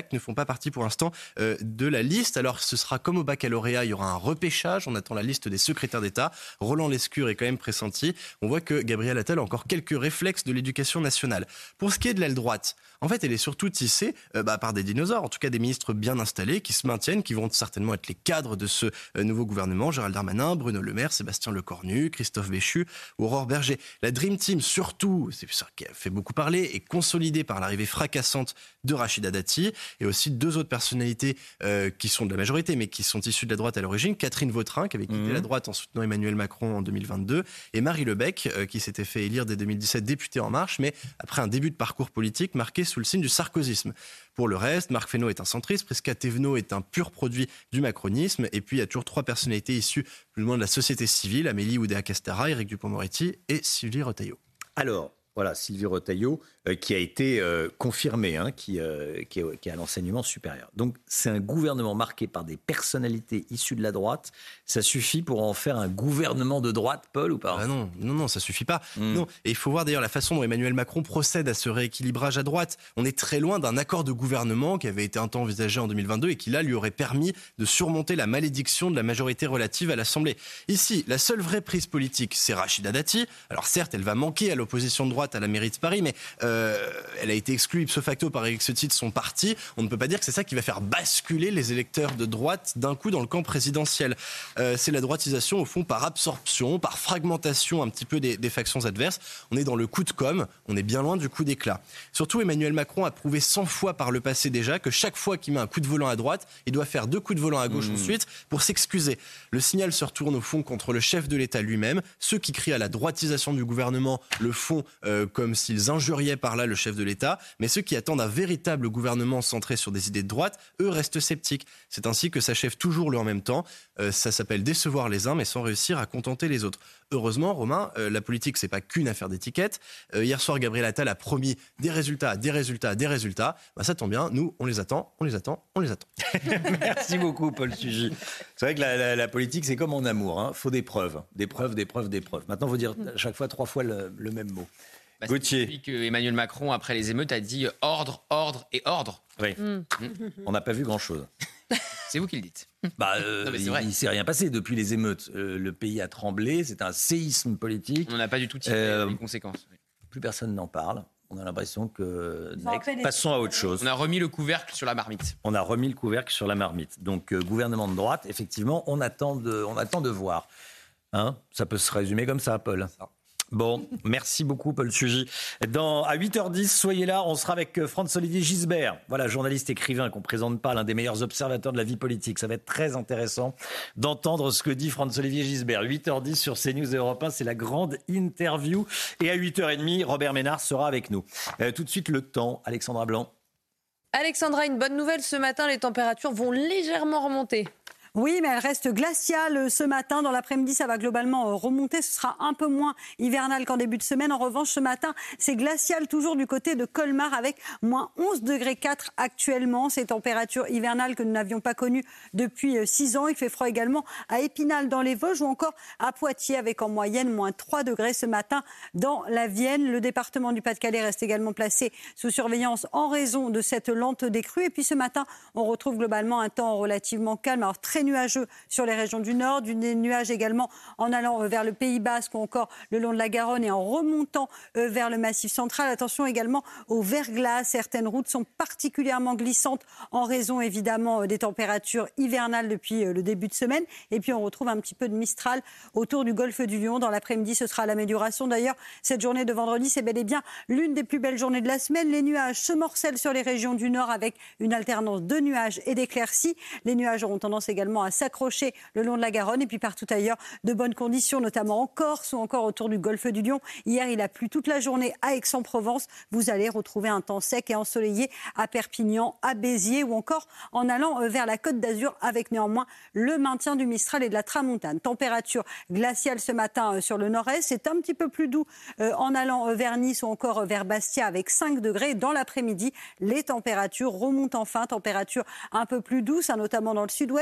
LR qui ne font pas partie pour l'instant de la liste. Alors ce sera comme au baccalauréat, il y aura un repêchage. On attend la liste des secrétaires d'État. Roland Lescure est quand même pressenti. On voit que Gabriel Attal a encore quelques réflexes de l'éducation nationale. Pour ce qui est de l'aile droite, en fait, elle est surtout tissée par des dinosaures, en tout cas des ministres bien installés qui se maintiennent, qui vont certainement être les cadres de ce nouveau gouvernement. Gérald Darmanin, Bruno Le Maire, Sébastien Lecornu, Christophe Béchu, Aurore Berger. La Dream Team, surtout, c'est ça qui a fait beaucoup parler, est consolidée par l'arrivée fracassante de Rachida Dati et aussi deux autres personnalités qui sont de la majorité mais qui sont issues de la droite à l'origine. Catherine Vautrin, qui avait quitté la droite en soutenant Emmanuel Macron en 2022, et Marie Lebec, qui s'était fait élire dès 2017 députée En Marche, mais après un début de parcours politique marqué sous le signe du sarkozysme. Pour le reste, Marc Fesneau est un centriste, Prisca Thévenot est un pur produit du macronisme, et puis il y a toujours trois personnalités issues plus ou moins de la société civile, Amélie Oudéa-Castéra, Éric Dupond-Moretti et Sylvie Retailleau. Alors, voilà, Sylvie Retailleau, qui a été confirmée, qui est à l'enseignement supérieur. Donc, c'est un gouvernement marqué par des personnalités issues de la droite. Ça suffit pour en faire un gouvernement de droite, Paul, ou pas ? Non, ça suffit pas. Non. Et il faut voir d'ailleurs la façon dont Emmanuel Macron procède à ce rééquilibrage à droite. On est très loin d'un accord de gouvernement qui avait été un temps envisagé en 2022 et qui là lui aurait permis de surmonter la malédiction de la majorité relative à l'Assemblée. Ici, la seule vraie prise politique, c'est Rachida Dati. Alors certes, elle va manquer à l'opposition de droite à la mairie de Paris, mais elle a été exclue ipso facto par Éric Ciotti de son parti. On ne peut pas dire que c'est ça qui va faire basculer les électeurs de droite d'un coup dans le camp présidentiel. C'est la droitisation au fond par absorption, par fragmentation un petit peu des factions adverses. On est dans le coup de com', on est bien loin du coup d'éclat. Surtout, Emmanuel Macron a prouvé 100 fois par le passé déjà que chaque fois qu'il met un coup de volant à droite, il doit faire 2 coups de volant à gauche ensuite pour s'excuser. Le signal se retourne au fond contre le chef de l'État lui-même. Ceux qui crient à la droitisation du gouvernement le font comme s'ils injuriaient par là le chef de l'État, mais ceux qui attendent un véritable gouvernement centré sur des idées de droite, eux restent sceptiques. C'est ainsi que s'achève toujours le en même temps. Ça s'appelle décevoir les uns, mais sans réussir à contenter les autres. Heureusement, Romain, la politique, c'est pas qu'une affaire d'étiquette. Hier soir, Gabriel Attal a promis des résultats. Ça tombe bien, nous, on les attend. Merci beaucoup, Paul Sugy. C'est vrai que la politique, c'est comme en amour. Faut des preuves. Maintenant, il faut dire à chaque fois 3 fois le même mot. Gauthier. C'est depuis que Emmanuel Macron, après les émeutes, a dit ordre, ordre et ordre. Oui. On n'a pas vu grand-chose. C'est vous qui le dites. Il ne s'est rien passé depuis les émeutes. Le pays a tremblé, c'est un séisme politique. On n'a pas du tout tiré les conséquences. Plus personne n'en parle. On a l'impression que... Passons à autre chose. On a remis le couvercle sur la marmite. Donc, gouvernement de droite, effectivement, on attend de voir. Ça peut se résumer comme ça, Paul. Bon, merci beaucoup Paul Sugy. À 8h10, soyez là, on sera avec Franz-Olivier Gisbert. Voilà, journaliste écrivain qu'on ne présente pas, l'un des meilleurs observateurs de la vie politique. Ça va être très intéressant d'entendre ce que dit Franz-Olivier Gisbert. 8h10 sur CNews et Europe 1, c'est la grande interview. Et à 8h30, Robert Ménard sera avec nous. Tout de suite, le temps, Alexandra Blanc. Alexandra, une bonne nouvelle, ce matin, les températures vont légèrement remonter. Oui, mais elle reste glaciale ce matin. Dans l'après-midi, ça va globalement remonter. Ce sera un peu moins hivernal qu'en début de semaine. En revanche, ce matin, c'est glacial toujours du côté de Colmar avec moins 11,4 degrés actuellement. Ces températures hivernales que nous n'avions pas connues depuis 6 ans. Il fait froid également à Épinal dans les Vosges ou encore à Poitiers avec en moyenne moins 3 degrés ce matin dans la Vienne. Le département du Pas-de-Calais reste également placé sous surveillance en raison de cette lente décrue. Et puis ce matin, on retrouve globalement un temps relativement calme. Alors très nuageux sur les régions du nord, des nuages également en allant vers le Pays Basque ou encore le long de la Garonne et en remontant vers le Massif central. Attention également au verglas. Certaines routes sont particulièrement glissantes en raison évidemment des températures hivernales depuis le début de semaine. Et puis on retrouve un petit peu de Mistral autour du golfe du Lion. Dans l'après-midi, ce sera l'amélioration. D'ailleurs, cette journée de vendredi, c'est bel et bien l'une des plus belles journées de la semaine. Les nuages se morcellent sur les régions du nord avec une alternance de nuages et d'éclaircies. Les nuages auront tendance également à s'accrocher le long de la Garonne et puis partout ailleurs de bonnes conditions, notamment en Corse ou encore autour du golfe du Lion. Hier, il a plu toute la journée à Aix-en-Provence. Vous allez retrouver un temps sec et ensoleillé à Perpignan, à Béziers ou encore en allant vers la Côte d'Azur avec néanmoins le maintien du Mistral et de la Tramontane. Température glaciale ce matin sur le nord-est. C'est un petit peu plus doux en allant vers Nice ou encore vers Bastia avec 5 degrés. Dans l'après-midi, les températures remontent enfin. Température un peu plus douce, notamment dans le sud-ouest avec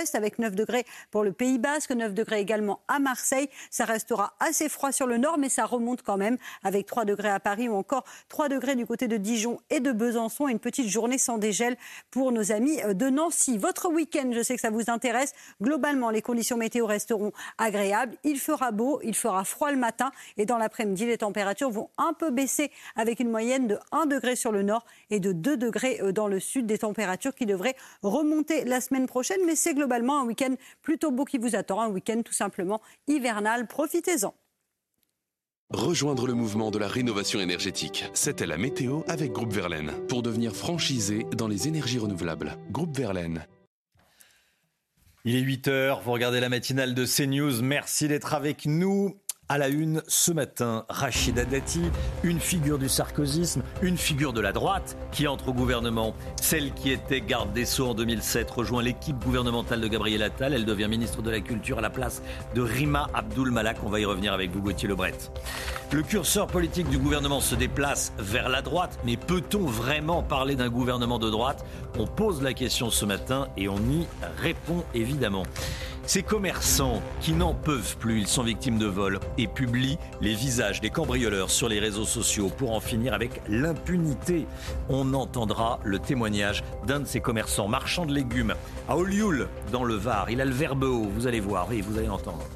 9 degrés pour le Pays Basque, 9 degrés également à Marseille. Ça restera assez froid sur le nord, mais ça remonte quand même avec 3 degrés à Paris ou encore 3 degrés du côté de Dijon et de Besançon. Une petite journée sans dégel pour nos amis de Nancy. Votre week-end, je sais que ça vous intéresse. Globalement, les conditions météo resteront agréables. Il fera beau, il fera froid le matin et dans l'après-midi, les températures vont un peu baisser avec une moyenne de 1 degré sur le nord et de 2 degrés dans le sud. Des températures qui devraient remonter la semaine prochaine. Mais c'est globalement un week-end plutôt beau qui vous attend. Un week-end tout simplement hivernal. Profitez-en. Rejoindre le mouvement de la rénovation énergétique. C'était la météo avec Groupe Verlaine. Pour devenir franchisé dans les énergies renouvelables. Groupe Verlaine. Il est 8h, vous regardez la matinale de CNews. Merci d'être avec nous. À la une, ce matin, Rachida Dati, une figure du sarkozysme, une figure de la droite qui entre au gouvernement. Celle qui était garde des Sceaux en 2007 rejoint l'équipe gouvernementale de Gabriel Attal. Elle devient ministre de la Culture à la place de Rima Abdul Malak. On va y revenir avec vous, Gauthier Lebret. Le curseur politique du gouvernement se déplace vers la droite. Mais peut-on vraiment parler d'un gouvernement de droite ? On pose la question ce matin et on y répond évidemment. Ces commerçants qui n'en peuvent plus, ils sont victimes de vols et publient les visages des cambrioleurs sur les réseaux sociaux pour en finir avec l'impunité. On entendra le témoignage d'un de ces commerçants, marchand de légumes, à Olioul, dans le Var. Il a le verbe haut, vous allez voir, et vous allez l'entendre.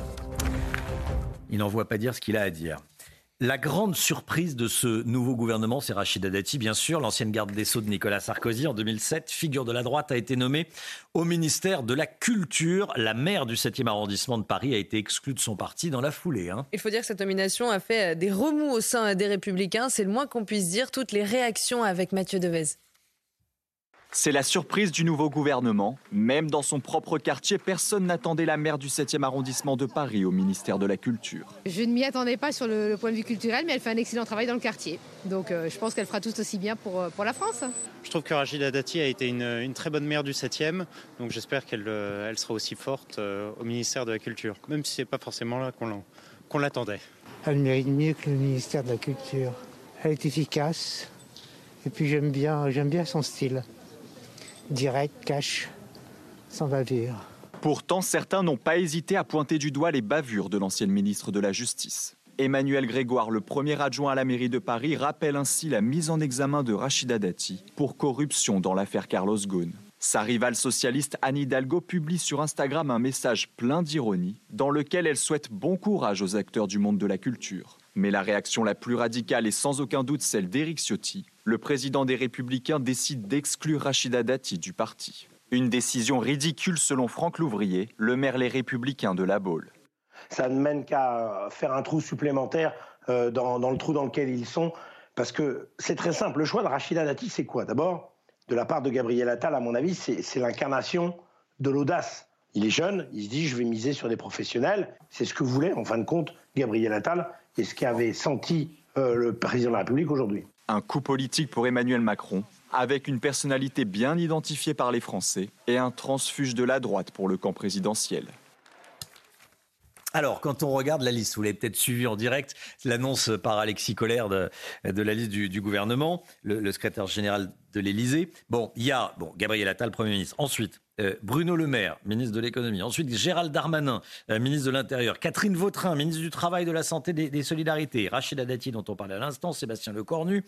Il n'en voit pas dire ce qu'il a à dire. La grande surprise de ce nouveau gouvernement, c'est Rachida Dati, bien sûr. L'ancienne garde des Sceaux de Nicolas Sarkozy, en 2007, figure de la droite, a été nommée au ministère de la Culture. La maire du 7e arrondissement de Paris a été exclue de son parti dans la foulée. Il faut dire que cette nomination a fait des remous au sein des Républicains. C'est le moins qu'on puisse dire. Toutes les réactions avec Mathieu Devez. C'est la surprise du nouveau gouvernement. Même dans son propre quartier, personne n'attendait la maire du 7e arrondissement de Paris au ministère de la Culture. Je ne m'y attendais pas sur le point de vue culturel, mais elle fait un excellent travail dans le quartier. Donc je pense qu'elle fera tout aussi bien pour la France. Je trouve que Rachida Dati a été une très bonne maire du 7e, donc j'espère qu'elle sera aussi forte au ministère de la Culture, même si ce n'est pas forcément là qu'on l'attendait. Elle mérite mieux que le ministère de la Culture. Elle est efficace, et puis j'aime bien son style. Direct, cash, sans bavure. Pourtant, certains n'ont pas hésité à pointer du doigt les bavures de l'ancienne ministre de la Justice. Emmanuel Grégoire, le premier adjoint à la mairie de Paris, rappelle ainsi la mise en examen de Rachida Dati pour corruption dans l'affaire Carlos Ghosn. Sa rivale socialiste Anne Hidalgo publie sur Instagram un message plein d'ironie dans lequel elle souhaite bon courage aux acteurs du monde de la culture. Mais la réaction la plus radicale est sans aucun doute celle d'Éric Ciotti. Le président des Républicains décide d'exclure Rachida Dati du parti. Une décision ridicule selon Franck Louvrier, le maire Les Républicains de La Baule. Ça ne mène qu'à faire un trou supplémentaire dans le trou dans lequel ils sont. Parce que c'est très simple, le choix de Rachida Dati, c'est quoi ? D'abord, de la part de Gabriel Attal, à mon avis, c'est l'incarnation de l'audace. Il est jeune, il se dit je vais miser sur des professionnels. C'est ce que voulait, en fin de compte, Gabriel Attal et ce qu'avait senti le président de la République aujourd'hui. Un coup politique pour Emmanuel Macron, avec une personnalité bien identifiée par les Français et un transfuge de la droite pour le camp présidentiel. Alors, quand on regarde la liste, vous l'avez peut-être suivi en direct, l'annonce par Alexis Collère de la liste du gouvernement, le secrétaire général de l'Élysée. Il y a Gabriel Attal, Premier ministre. Ensuite, Bruno Le Maire, ministre de l'économie. Ensuite, Gérald Darmanin, ministre de l'Intérieur. Catherine Vautrin, ministre du Travail, de la Santé, des Solidarités. Rachida Dati, dont on parlait à l'instant. Sébastien Lecornu.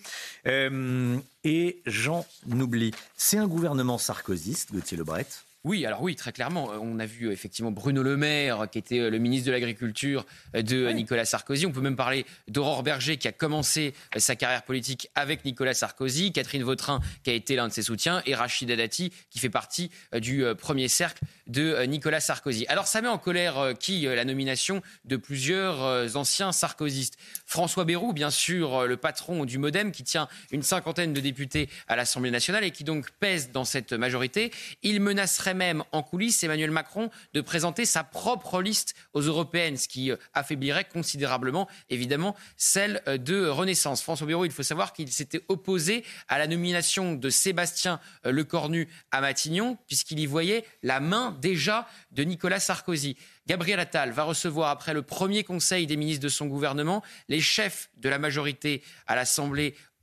Et j'en oublie. C'est un gouvernement sarkozyste, Gauthier Lebret. Oui, alors oui, très clairement. On a vu effectivement Bruno Le Maire, qui était le ministre de l'Agriculture de Nicolas Sarkozy. On peut même parler d'Aurore Berger, qui a commencé sa carrière politique avec Nicolas Sarkozy. Catherine Vautrin, qui a été l'un de ses soutiens. Et Rachida Dati, qui fait partie du premier cercle de Nicolas Sarkozy. Alors ça met en colère la nomination de plusieurs anciens sarkozystes. François Bayrou, bien sûr, le patron du MoDem, qui tient une 50aine de députés à l'Assemblée nationale et qui donc pèse dans cette majorité. Il menacerait même en coulisses Emmanuel Macron de présenter sa propre liste aux européennes, ce qui affaiblirait considérablement évidemment celle de Renaissance. François Bayrou, il faut savoir qu'il s'était opposé à la nomination de Sébastien Lecornu à Matignon, puisqu'il y voyait la main déjà de Nicolas Sarkozy. Gabriel Attal va recevoir, après le premier conseil des ministres de son gouvernement, les chefs de la majorité à l'Assemblée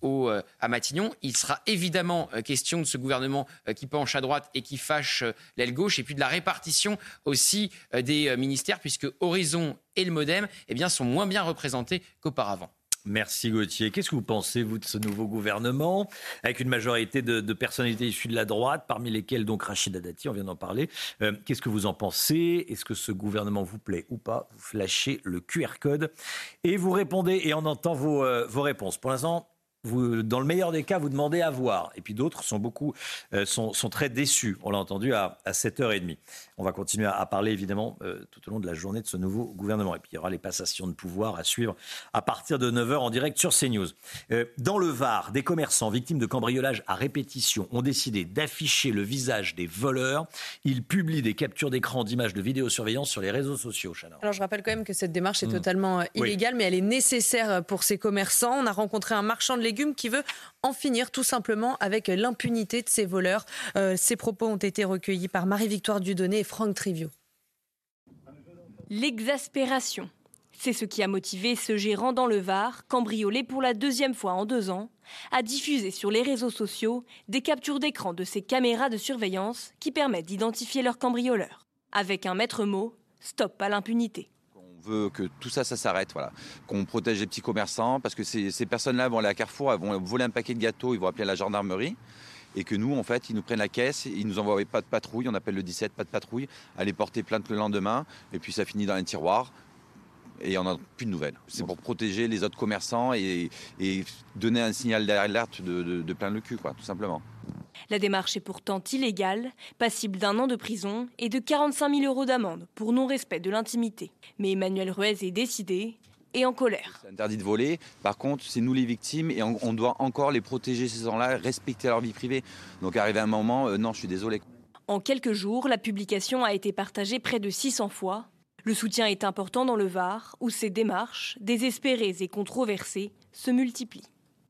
à Matignon. Il sera évidemment question de ce gouvernement qui penche à droite et qui fâche l'aile gauche, et puis de la répartition aussi des ministères, puisque Horizon et le MoDem sont moins bien représentés qu'auparavant. Merci Gauthier. Qu'est-ce que vous pensez, vous, de ce nouveau gouvernement, avec une majorité de personnalités issues de la droite, parmi lesquelles donc Rachida Dati, on vient d'en parler. Qu'est-ce que vous en pensez ? Est-ce que ce gouvernement vous plaît ou pas ? Vous flashez le QR code et vous répondez, et on entend vos réponses. Pour l'instant, vous, dans le meilleur des cas, vous demandez à voir. Et puis d'autres sont très déçus. On l'a entendu à 7h30. On va continuer à parler, évidemment, tout au long de la journée de ce nouveau gouvernement. Et puis il y aura les passations de pouvoir à suivre à partir de 9h en direct sur CNews. Dans le Var, des commerçants victimes de cambriolages à répétition ont décidé d'afficher le visage des voleurs. Ils publient des captures d'écran d'images de vidéosurveillance sur les réseaux sociaux. Chana. Alors je rappelle quand même que cette démarche est totalement illégale, mais elle est nécessaire pour ces commerçants. On a rencontré un marchand de légumes qui veut en finir tout simplement avec l'impunité de ces voleurs. Ces propos ont été recueillis par Marie-Victoire Dieudonné et Franck Trivio. L'exaspération, c'est ce qui a motivé ce gérant dans le Var, cambriolé pour la 2e fois en 2 ans, à diffuser sur les réseaux sociaux des captures d'écran de ces caméras de surveillance qui permettent d'identifier leurs cambrioleurs. Avec un maître mot, stop à l'impunité. On veut que tout ça s'arrête, voilà. Qu'on protège les petits commerçants, parce que ces personnes-là vont aller à Carrefour, elles vont voler un paquet de gâteaux, ils vont appeler la gendarmerie, et que nous, en fait, ils nous prennent la caisse, ils nous envoient pas de patrouille, on appelle le 17, pas de patrouille, aller porter plainte le lendemain, et puis ça finit dans un tiroir, et on n'a plus de nouvelles. C'est pour protéger les autres commerçants et donner un signal d'alerte de plein le cul, quoi, tout simplement. La démarche est pourtant illégale, passible d'1 an de prison et de 45 000 € d'amende pour non-respect de l'intimité. Mais Emmanuel Ruez est décidé et en colère. C'est interdit de voler, par contre, c'est nous les victimes et on doit encore les protéger, ces gens-là, respecter leur vie privée. Donc arrivé à un moment, non, je suis désolé. En quelques jours, la publication a été partagée près de 600 fois. Le soutien est important dans le Var, où ces démarches, désespérées et controversées, se multiplient.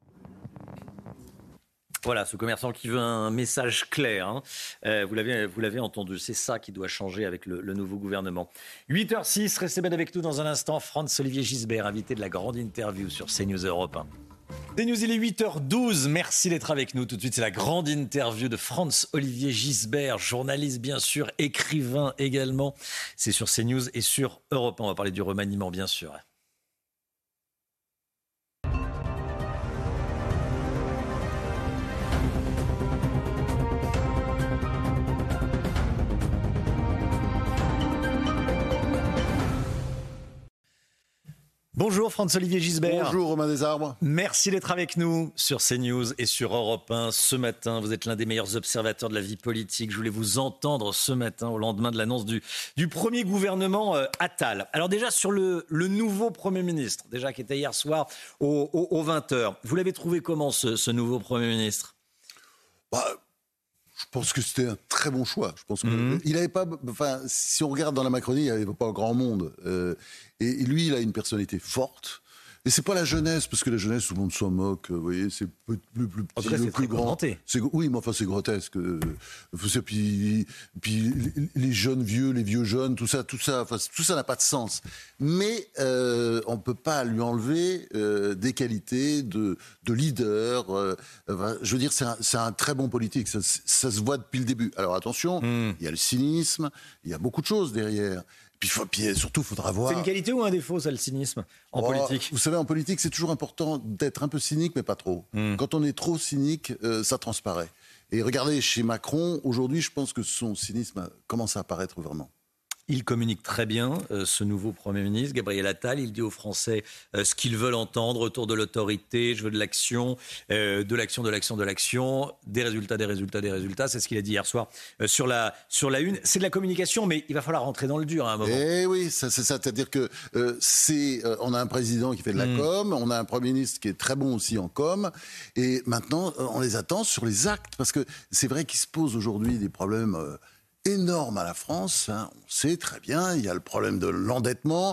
Voilà, ce commerçant qui veut un message clair. Hein. Vous l'avez entendu, c'est ça qui doit changer avec le nouveau gouvernement. 8h06, restez bien avec nous dans un instant. Franz-Olivier Gisbert, invité de la grande interview sur CNews Europe 1. CNews, il est 8h12, merci d'être avec nous. Tout de suite, c'est la grande interview de Franz-Olivier Gisbert, journaliste bien sûr, écrivain également. C'est sur CNews et sur Europe 1. On va parler du remaniement bien sûr. Bonjour Franz-Olivier Gisbert. Bonjour Romain Desarbres. Merci d'être avec nous sur CNews et sur Europe 1 ce matin. Vous êtes l'un des meilleurs observateurs de la vie politique. Je voulais vous entendre ce matin au lendemain de l'annonce du premier gouvernement Attal. Alors déjà sur le nouveau Premier ministre, déjà qui était hier soir aux 20h. Vous l'avez trouvé comment ce nouveau Premier ministre ? Je pense que c'était un très bon choix. Je pense que il avait pas, enfin, si on regarde dans la Macronie, il n'y avait pas grand monde. Et lui, il a une personnalité forte. Et c'est pas la jeunesse, parce que la jeunesse, tout le monde s'en moque. Vous voyez, c'est plus petit, le plus grand. Oui, mais enfin, c'est grotesque. Puis les jeunes vieux, les vieux jeunes, tout ça, enfin, tout ça n'a pas de sens. Mais on peut pas lui enlever des qualités de leader. Je veux dire, c'est un très bon politique. Ça se voit depuis le début. Alors attention, il y a le cynisme, il y a beaucoup de choses derrière. Puis surtout, il faudra voir... C'est une qualité ou un défaut, ça, le cynisme, en politique ? Vous savez, en politique, c'est toujours important d'être un peu cynique, mais pas trop. Quand on est trop cynique, ça transparaît. Et regardez, chez Macron, aujourd'hui, je pense que son cynisme commence à apparaître vraiment. Il communique très bien, ce nouveau Premier ministre, Gabriel Attal. Il dit aux Français ce qu'ils veulent entendre autour de l'autorité. Je veux de l'action, de l'action, des résultats. C'est ce qu'il a dit hier soir sur la une. C'est de la communication, mais il va falloir rentrer dans le dur à un moment. Eh oui, c'est ça. C'est-à-dire que on a un président qui fait de la com, on a un Premier ministre qui est très bon aussi en com, et maintenant, on les attend sur les actes. Parce que c'est vrai qu'il se pose aujourd'hui des problèmes... énorme à la France, hein. On sait très bien, il y a le problème de l'endettement,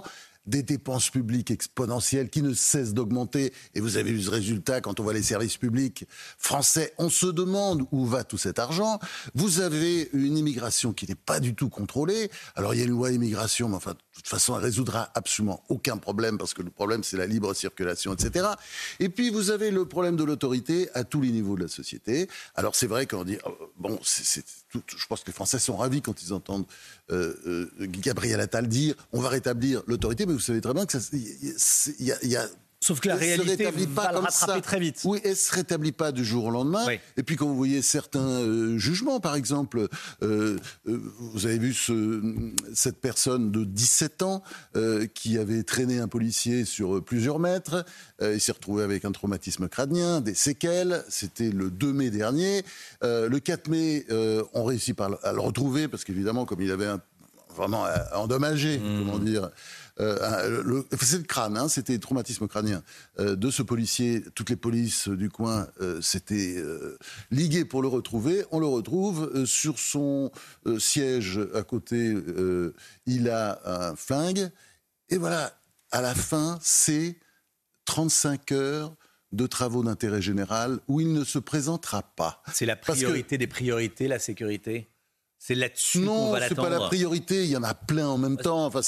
des dépenses publiques exponentielles qui ne cessent d'augmenter. Et vous avez vu ce résultat quand on voit les services publics français. On se demande où va tout cet argent. Vous avez une immigration qui n'est pas du tout contrôlée. Alors il y a une loi immigration, mais enfin, de toute façon, elle résoudra absolument aucun problème parce que le problème, c'est la libre circulation, etc. Et puis vous avez le problème de l'autorité à tous les niveaux de la société. Alors c'est vrai qu'on dit, bon, je pense que les Français sont ravis quand ils entendent Gabriel Attal dire on va rétablir l'autorité, mais vous savez très bien que il y a sauf que la réalité va le rattraper très vite. Oui, elle ne se rétablit pas du jour au lendemain. Oui. Et puis quand vous voyez certains jugements, par exemple, vous avez vu cette personne de 17 ans qui avait traîné un policier sur plusieurs mètres. Il s'est retrouvé avec un traumatisme crânien, des séquelles. C'était le 2 mai dernier. Le 4 mai, on réussit à le retrouver parce qu'évidemment, comme il avait vraiment endommagé, comment dire... c'est le crâne, hein, c'était le traumatisme crânien de ce policier. Toutes les polices du coin s'étaient liguées pour le retrouver. On le retrouve sur son siège à côté. Il a un flingue. Et voilà, à la fin, c'est 35 heures de travaux d'intérêt général où il ne se présentera pas. C'est la priorité des priorités, la sécurité ? C'est là-dessus qu'on va l'attendre. Non, c'est pas la priorité. Il y en a plein en même temps. Enfin,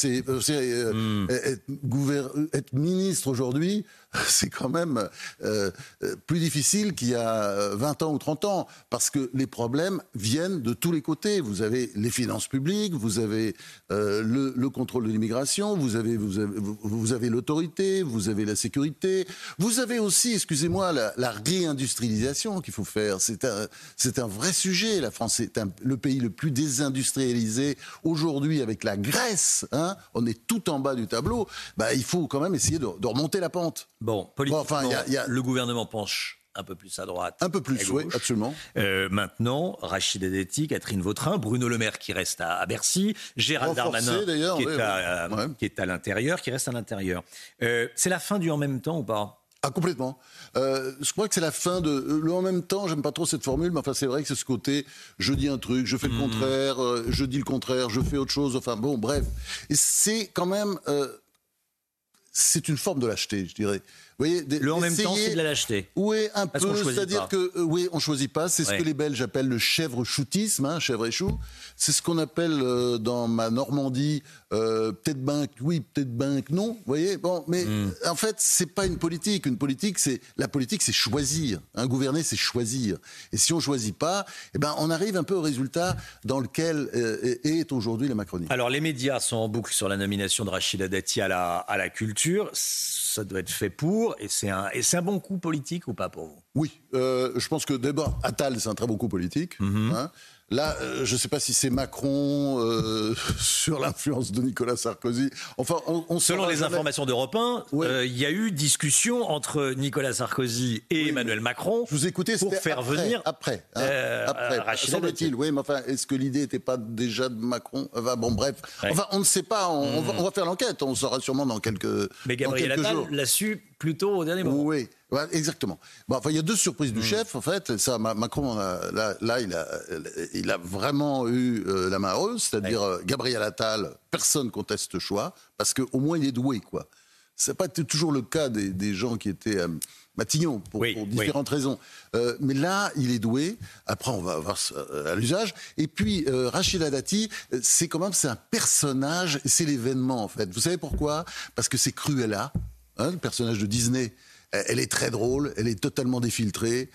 être ministre aujourd'hui, c'est quand même plus difficile qu'il y a 20 ans ou 30 ans. Parce que les problèmes viennent de tous les côtés. Vous avez les finances publiques, vous avez le contrôle de l'immigration, vous avez l'autorité, vous avez la sécurité. Vous avez aussi, excusez-moi, la réindustrialisation qu'il faut faire. C'est un vrai sujet. La France est le pays le plus désindustrialisé aujourd'hui avec la Grèce. Hein, on est tout en bas du tableau. Bah, il faut quand même essayer de remonter la pente. Bon, politiquement, le gouvernement penche un peu plus à droite. Un peu plus, oui, absolument. Maintenant, Rachida Dati, Catherine Vautrin, Bruno Le Maire qui reste à Bercy, Gérald Darmanin qui est à l'intérieur, qui reste à l'intérieur. C'est la fin du en même temps ou pas ? Ah, complètement. Je crois que c'est la fin de... Le en même temps, j'aime pas trop cette formule, mais enfin c'est vrai que c'est ce côté, je dis un truc, je fais le contraire, je dis le contraire, je fais autre chose, enfin bon, bref. Et c'est quand même... c'est une forme de lâcheté, je dirais. Vous voyez, le en même temps, c'est de la lâcheté. Oui, un peu. C'est-à-dire que, oui, on choisit pas. C'est ce que les Belges appellent le chèvre-choutisme, hein, chèvre et chou. C'est ce qu'on appelle dans ma Normandie, peut-être ben oui, peut-être ben non. Vous voyez, bon, mais en fait, c'est pas une politique. Une politique, c'est choisir. Gouverner, c'est choisir. Et si on choisit pas, eh ben, on arrive un peu au résultat dans lequel est aujourd'hui la Macronie. Alors, les médias sont en boucle sur la nomination de Rachida Dati à la culture. Ça doit être fait pour. Et c'est un bon coup politique ou pas pour vous ? Oui, je pense que d'abord, Attal, c'est un très bon coup politique. Hein. Là, je ne sais pas si c'est Macron sur l'influence de Nicolas Sarkozy. Enfin, selon les informations d'Europe 1, il y a eu discussion entre Nicolas Sarkozy et Emmanuel Macron pour faire venir après. Rachida Dati. Oui, mais enfin, est-ce que l'idée n'était pas déjà de Macron ? Enfin, bon, bref. Enfin, on ne sait pas. On va faire l'enquête. On saura sûrement dans quelques jours. Mais Gabriel Attal l'a su plutôt au dernier moment. Oui. Ouais, exactement. Bon, enfin, il y a deux surprises du chef, en fait. Ça, Macron, là, il a vraiment eu la main heureuse, c'est-à-dire Gabriel Attal, personne conteste ce choix, parce qu'au moins il est doué, quoi. C'est pas toujours le cas des gens qui étaient Matignon, pour différentes raisons. Mais là, il est doué. Après, on va voir à l'usage. Et puis, Rachida Dati, c'est un personnage, c'est l'événement, en fait. Vous savez pourquoi ? Parce que c'est Cruella, hein, le personnage de Disney. Elle est très drôle, elle est totalement défiltrée.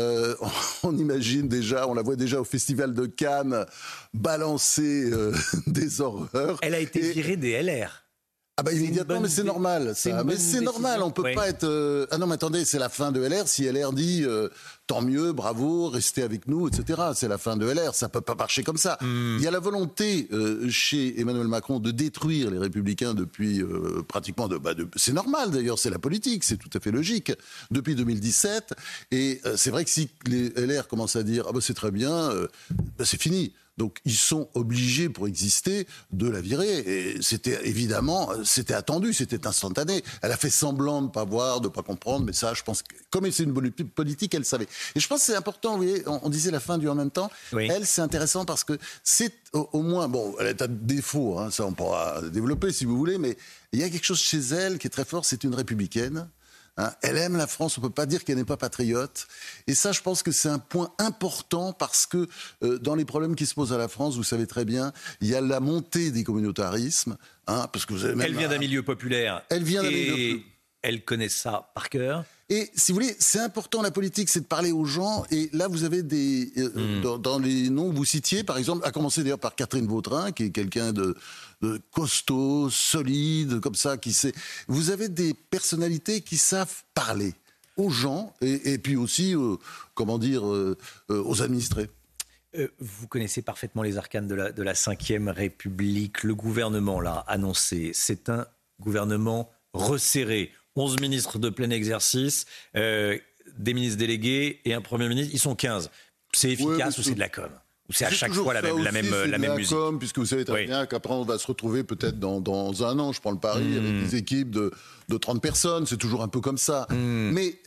On imagine déjà, on la voit déjà au Festival de Cannes balancer des horreurs. Elle a été virée des LR. Ah bah immédiatement, mais c'est normal, ça. Mais c'est normal, on peut pas être... Ah non, mais attendez, c'est la fin de LR. Si LR dit tant mieux, bravo, restez avec nous, etc. C'est la fin de LR, ça peut pas marcher comme ça. Il y a la volonté chez Emmanuel Macron de détruire les Républicains depuis pratiquement... c'est normal d'ailleurs, c'est la politique, c'est tout à fait logique. Depuis 2017, et c'est vrai que si les LR commencent à dire « Ah bah c'est très bien, c'est fini », donc ils sont obligés pour exister de la virer. Et c'était évidemment, c'était attendu, c'était instantané. Elle a fait semblant de ne pas voir, de ne pas comprendre, mais ça, je pense que comme c'est une politique, elle savait. Et je pense que c'est important, vous voyez, on disait la fin du en même temps. Oui. Elle, c'est intéressant parce que c'est au moins, bon, elle a des défauts, ça on pourra développer si vous voulez, mais il y a quelque chose chez elle qui est très fort, c'est une républicaine. Elle aime la France, on ne peut pas dire qu'elle n'est pas patriote. Et ça, je pense que c'est un point important parce que dans les problèmes qui se posent à la France, vous savez très bien, il y a la montée des communautarismes. Parce que vous avez même elle vient d'un milieu populaire. Elle vient d'un milieu. Elle connaît ça par cœur. Et si vous voulez, c'est important, la politique, c'est de parler aux gens. Et là, vous avez des dans les noms que vous citiez, par exemple, à commencer d'ailleurs par Catherine Vautrin, qui est quelqu'un de costaud, solide, comme ça, qui sait. Vous avez des personnalités qui savent parler aux gens et puis aussi, aux administrés. Vous connaissez parfaitement les arcanes de la Ve République. Le gouvernement l'a annoncé. C'est un gouvernement resserré. 11 ministres de plein exercice, des ministres délégués et un Premier ministre. Ils sont 15. C'est efficace ou c'est de la com? Ou c'est à chaque fois la même musique? Puisque vous savez très bien qu'après on va se retrouver peut-être dans un an, je prends le pari, avec des équipes de 30 personnes. C'est toujours un peu comme ça. Mais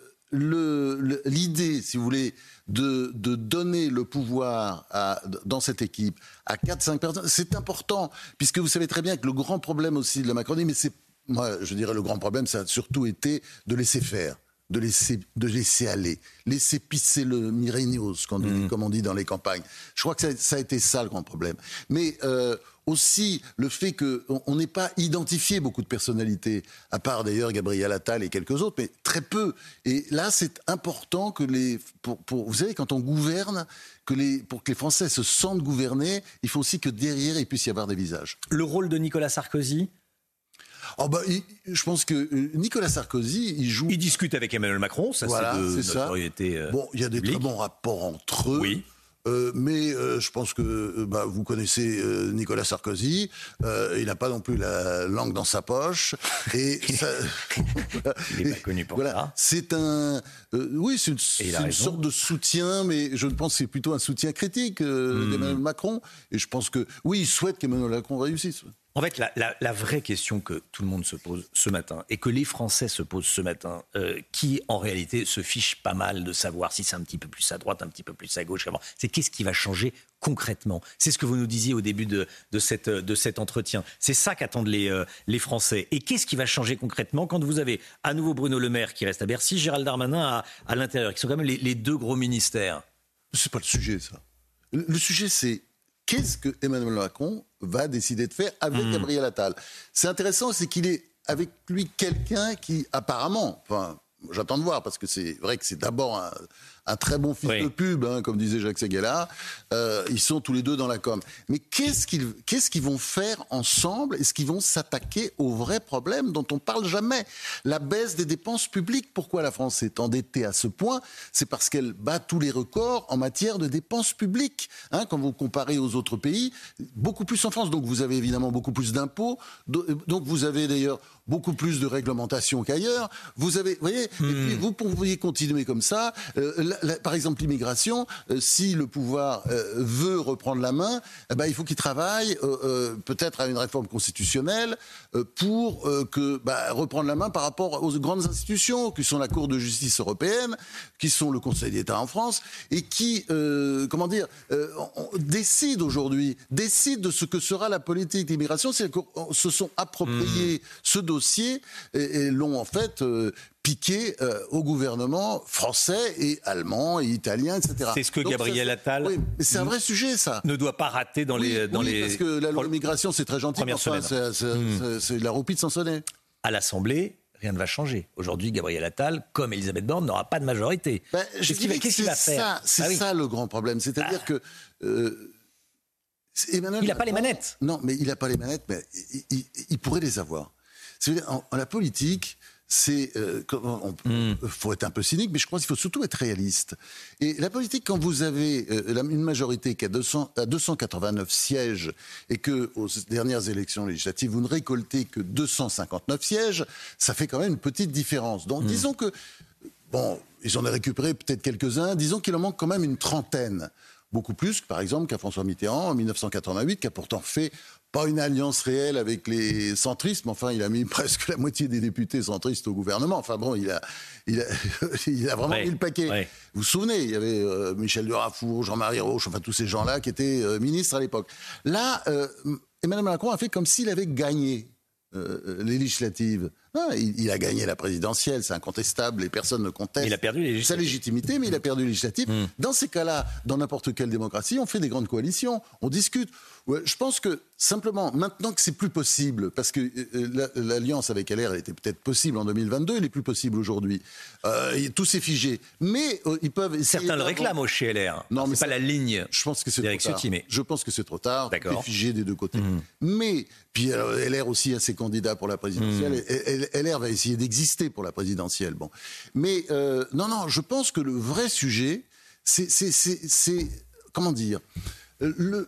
l'idée, si vous voulez, de donner le pouvoir dans cette équipe à 4-5 personnes, c'est important. Puisque vous savez très bien que le grand problème aussi de la Macronie, mais c'est moi, je dirais le grand problème, ça a surtout été de laisser faire, de laisser aller, laisser pisser le Myrénios, comme on dit dans les campagnes. Je crois que ça a été ça le grand problème. Mais aussi le fait qu'on n'ait pas identifié beaucoup de personnalités, à part d'ailleurs Gabriel Attal et quelques autres, mais très peu. Et là, c'est important que vous savez, quand on gouverne, pour que les Français se sentent gouvernés, il faut aussi que derrière, il puisse y avoir des visages. Le rôle de Nicolas Sarkozy ? Je pense que Nicolas Sarkozy, il discute avec Emmanuel Macron, ça c'est de notoriété. Bon, il y a des très bons rapports entre eux. Oui. Mais je pense que vous connaissez Nicolas Sarkozy, il n'a pas non plus la langue dans sa poche. Et il n'est pas connu pour ça. C'est c'est une sorte de soutien, mais je pense que c'est plutôt un soutien critique d'Emmanuel Macron. Et je pense que, il souhaite qu'Emmanuel Macron réussisse. En fait, la vraie question que tout le monde se pose ce matin, et que les Français se posent ce matin, qui en réalité se fichent pas mal de savoir si c'est un petit peu plus à droite, un petit peu plus à gauche, c'est qu'est-ce qui va changer concrètement. C'est ce que vous nous disiez au début de cet entretien. C'est ça qu'attendent les Français. Et qu'est-ce qui va changer concrètement quand vous avez à nouveau Bruno Le Maire qui reste à Bercy, Gérald Darmanin à l'intérieur, qui sont quand même les deux gros ministères? C'est pas le sujet, ça. Le sujet, c'est qu'est-ce que Emmanuel Macron va décider de faire avec Gabriel Attal. C'est intéressant, c'est qu'il est avec lui quelqu'un qui apparemment, j'attends de voir, parce que c'est vrai que c'est d'abord un très bon fils de pub, comme disait Jacques Séguéla. Ils sont tous les deux dans la com. Mais qu'est-ce qu'ils vont faire ensemble? Est-ce qu'ils vont s'attaquer aux vrais problèmes dont on ne parle jamais? La baisse des dépenses publiques. Pourquoi la France est endettée à ce point? C'est parce qu'elle bat tous les records en matière de dépenses publiques. Quand vous comparez aux autres pays, beaucoup plus en France. Donc vous avez évidemment beaucoup plus d'impôts. Donc vous avez d'ailleurs beaucoup plus de réglementation qu'ailleurs. Vous avez, voyez, et puis vous pourriez continuer comme ça. Par exemple, l'immigration, si le pouvoir veut reprendre la main, il faut qu'il travaille peut-être à une réforme constitutionnelle pour reprendre la main par rapport aux grandes institutions qui sont la Cour de justice européenne, qui sont le Conseil d'État en France et qui, décident aujourd'hui de ce que sera la politique d'immigration. C'est qu'ils se sont appropriés ce dossier et l'ont en fait piqué au gouvernement français et allemand et italien, etc. C'est ce que Gabriel Attal... Oui, mais c'est un vrai sujet, ça. Ne doit pas rater dans les... parce que la loi d'immigration, c'est très gentil, mais enfin, c'est la roupie de s'en sonner. À l'Assemblée, rien ne va changer. Aujourd'hui, Gabriel Attal, comme Elisabeth Borne, n'aura pas de majorité. Qu'est-ce qu'il va faire? C'est ça le grand problème. C'est-à-dire que... il n'a pas les manettes. Non, mais il n'a pas les manettes, mais il pourrait les avoir. C'est-à-dire, en la politique... faut être un peu cynique, mais je crois qu'il faut surtout être réaliste. Et la politique, quand vous avez une majorité qui a 289 sièges et que aux dernières élections législatives, vous ne récoltez que 259 sièges, ça fait quand même une petite différence. Donc disons que, ils en ont récupéré peut-être quelques-uns, disons qu'il en manque quand même une trentaine. Beaucoup plus, par exemple, qu'à François Mitterrand en 1988, qui a pourtant fait pas une alliance réelle avec les centristes, mais enfin, il a mis presque la moitié des députés centristes au gouvernement. Enfin bon, il a vraiment mis le paquet. Ouais. Vous vous souvenez, il y avait Michel Durafour, Jean-Marie Roche, enfin tous ces gens-là qui étaient ministres à l'époque. Là, Emmanuel Macron a fait comme s'il avait gagné les législatives. Non, il a gagné la présidentielle, c'est incontestable, et personne ne conteste il a perdu sa légitimité, mais il a perdu les législatives. Dans ces cas-là, dans n'importe quelle démocratie, on fait des grandes coalitions, on discute. Ouais, je pense que simplement, maintenant que c'est plus possible, parce que l'alliance avec LR, elle était peut-être possible en 2022, elle est plus possible aujourd'hui. Tout s'est figé. Mais ils peuvent essayer. Certains le réclament chez LR. Non, mais c'est pas la ligne. Je pense que c'est trop tard. Je pense que c'est trop tard. Tout est figé des deux côtés. Mais puis LR aussi a ses candidats pour la présidentielle. LR va essayer d'exister pour la présidentielle. Bon, mais non, je pense que le vrai sujet, c'est comment dire. Le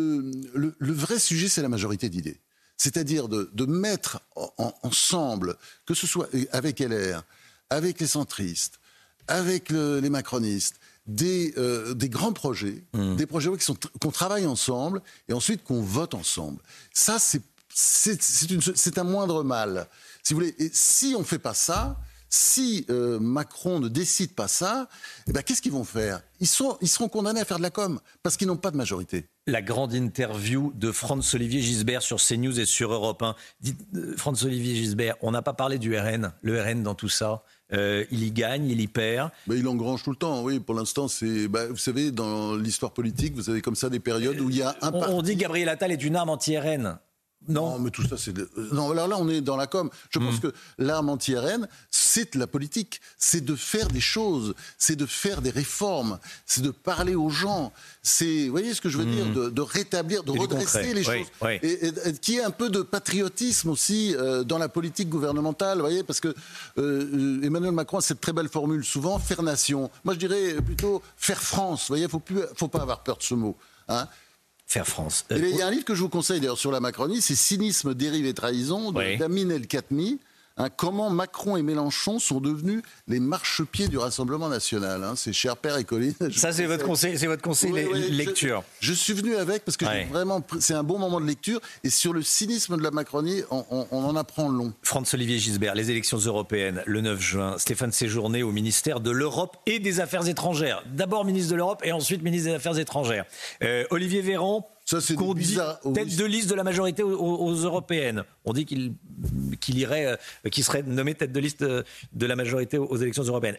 vrai sujet, c'est la majorité d'idées. C'est-à-dire de mettre ensemble, que ce soit avec LR, avec les centristes, avec les macronistes, des grands projets, des projets qu'on travaille ensemble et ensuite qu'on vote ensemble. Ça, c'est un moindre mal. Si vous voulez, et si on ne fait pas ça, si Macron ne décide pas ça, eh ben, qu'est-ce qu'ils vont faire ? Ils seront condamnés à faire de la com, parce qu'ils n'ont pas de majorité. La grande interview de Franz-Olivier Gisbert sur CNews et sur Europe 1. Dites, Franz-Olivier Gisbert, on n'a pas parlé du RN, le RN dans tout ça. Il y gagne, il y perd. Il engrange tout le temps, oui. Pour l'instant, vous savez, dans l'histoire politique, vous avez comme ça des périodes où il y a un parti... On dit que Gabriel Attal est une arme anti-RN. Non, mais tout ça, c'est... Non, alors là, on est dans la com. Je pense que l'arme anti-RN, c'est la politique. C'est de faire des choses. C'est de faire des réformes. C'est de parler aux gens. C'est, vous voyez ce que je veux dire, de rétablir, de redresser les choses. Oui. Et qu'il y ait un peu de patriotisme aussi dans la politique gouvernementale, vous voyez, parce que Emmanuel Macron a cette très belle formule, souvent, faire nation. Moi, je dirais plutôt faire France. Vous voyez, faut pas avoir peur de ce mot. Hein. Faire France. Il y a un livre que je vous conseille d'ailleurs sur la Macronie, c'est Cynisme, dérive et trahison d'Amin El-Khatmi. Comment Macron et Mélenchon sont devenus les marchepieds du Rassemblement national. C'est cher père et Colline. Ça, c'est votre conseil, lecture. Je suis venu avec parce que c'est un bon moment de lecture. Et sur le cynisme de la Macronie, on en apprend long. Franz-Olivier Gisbert, les élections européennes, le 9 juin. Stéphane Séjourné au ministère de l'Europe et des Affaires étrangères. D'abord ministre de l'Europe et ensuite ministre des Affaires étrangères. Olivier Véran. Ça, c'est bizarre. Tête de liste de la majorité aux européennes. On dit qu'il serait nommé tête de liste de la majorité aux élections européennes.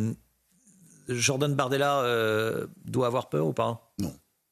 Jordan Bardella doit avoir peur ou pas ? Non.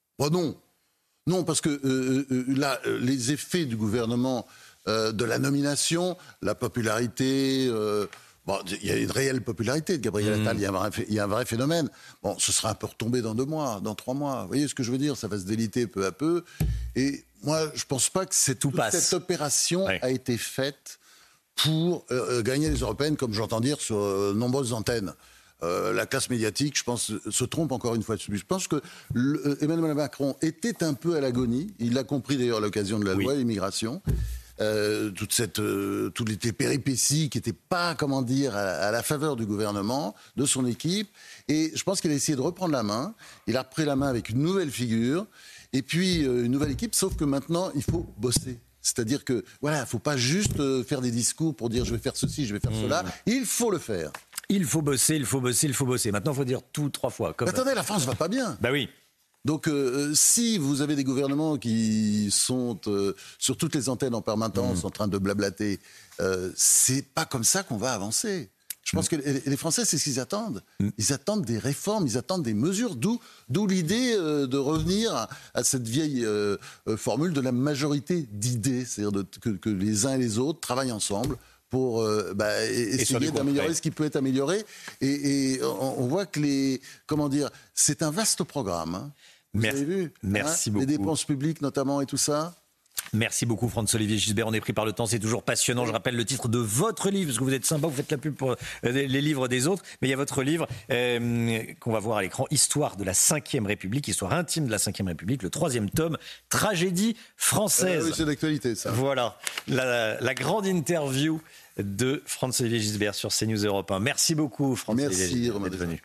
Non, parce que là, les effets du gouvernement, de la nomination, la popularité... il y a une réelle popularité de Gabriel Attal, il y a un vrai phénomène. Bon, ce sera un peu retombé dans 2 mois, dans 3 mois. Vous voyez ce que je veux dire ? Ça va se déliter peu à peu. Et moi, je ne pense pas que cette opération a été faite pour gagner les européennes, comme j'entends dire sur nombreuses antennes. La classe médiatique, je pense, se trompe encore une fois de plus. Je pense que Emmanuel Macron était un peu à l'agonie. Il l'a compris d'ailleurs à l'occasion de la loi immigration. Toutes les péripéties qui n'étaient pas, comment dire, à la faveur du gouvernement, de son équipe. Et je pense qu'il a essayé de reprendre la main. Il a repris la main avec une nouvelle figure et puis une nouvelle équipe, sauf que maintenant, il faut bosser. C'est-à-dire que, voilà, il ne faut pas juste faire des discours pour dire je vais faire ceci, je vais faire cela. Il faut le faire. Il faut bosser. Maintenant, il faut dire tout 3 fois. Attendez, la France ne va pas bien. Bah oui. Donc, si vous avez des gouvernements qui sont sur toutes les antennes en permanence en train de blablater, c'est pas comme ça qu'on va avancer. Je pense que les Français, c'est ce qu'ils attendent. Ils attendent des réformes, ils attendent des mesures, d'où l'idée de revenir à cette vieille formule de la majorité d'idées, c'est-à-dire que les uns et les autres travaillent ensemble pour essayer d'améliorer ce qui peut être amélioré. Et on voit que c'est un vaste programme. Hein. Vous avez vu, merci beaucoup. Les dépenses publiques notamment et tout ça. Merci beaucoup Franz-Olivier Gisbert, on est pris par le temps, c'est toujours passionnant. Je rappelle le titre de votre livre, parce que vous êtes sympa, vous faites la pub pour les livres des autres, mais il y a votre livre qu'on va voir à l'écran, Histoire de la Ve République, Histoire intime de la Ve République, le 3e tome, Tragédie française. Oui, c'est d'actualité ça. Voilà, la grande interview de Franz-Olivier Gisbert sur CNews Europe 1. Merci beaucoup Franz-Olivier Gisbert d'être venu.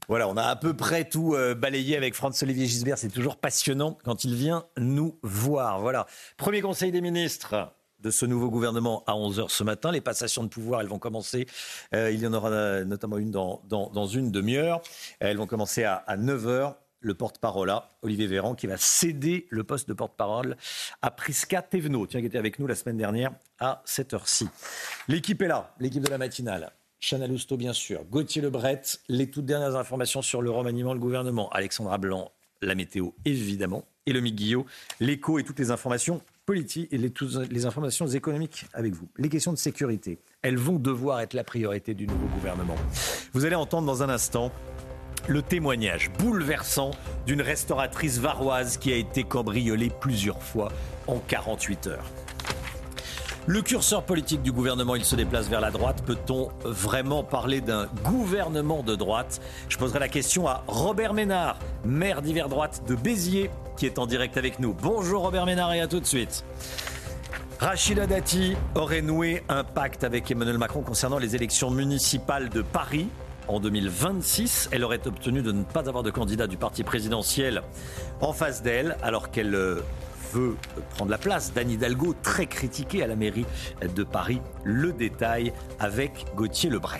Voilà, on a à peu près tout balayé avec François-Olivier Gisbert. C'est toujours passionnant quand il vient nous voir. Voilà. Premier conseil des ministres de ce nouveau gouvernement à 11h ce matin. Les passations de pouvoir, elles vont commencer. Il y en aura notamment une dans une demi-heure. Elles vont commencer à 9h. Le porte-parole, Olivier Véran, qui va céder le poste de porte-parole à Prisca Thévenot, qui était avec nous la semaine dernière à cette heure-ci. L'équipe est là, l'équipe de la matinale. Chana Lousteau, bien sûr. Gauthier Lebret, les toutes dernières informations sur le remaniement, le gouvernement. Alexandra Blanc, la météo, évidemment. Et Lomique Guillot, l'écho et toutes les informations politiques et les informations économiques avec vous. Les questions de sécurité, elles vont devoir être la priorité du nouveau gouvernement. Vous allez entendre dans un instant le témoignage bouleversant d'une restauratrice varoise qui a été cambriolée plusieurs fois en 48 heures. Le curseur politique du gouvernement, il se déplace vers la droite. Peut-on vraiment parler d'un gouvernement de droite ? Je poserai la question à Robert Ménard, maire d'hiver droite de Béziers, qui est en direct avec nous. Bonjour Robert Ménard et à tout de suite. Rachida Dati aurait noué un pacte avec Emmanuel Macron concernant les élections municipales de Paris. En 2026, elle aurait obtenu de ne pas avoir de candidat du parti présidentiel en face d'elle, alors qu'elle veut prendre la place d'Anne Hidalgo, très critiquée à la mairie de Paris. Le détail avec Gauthier Lebret.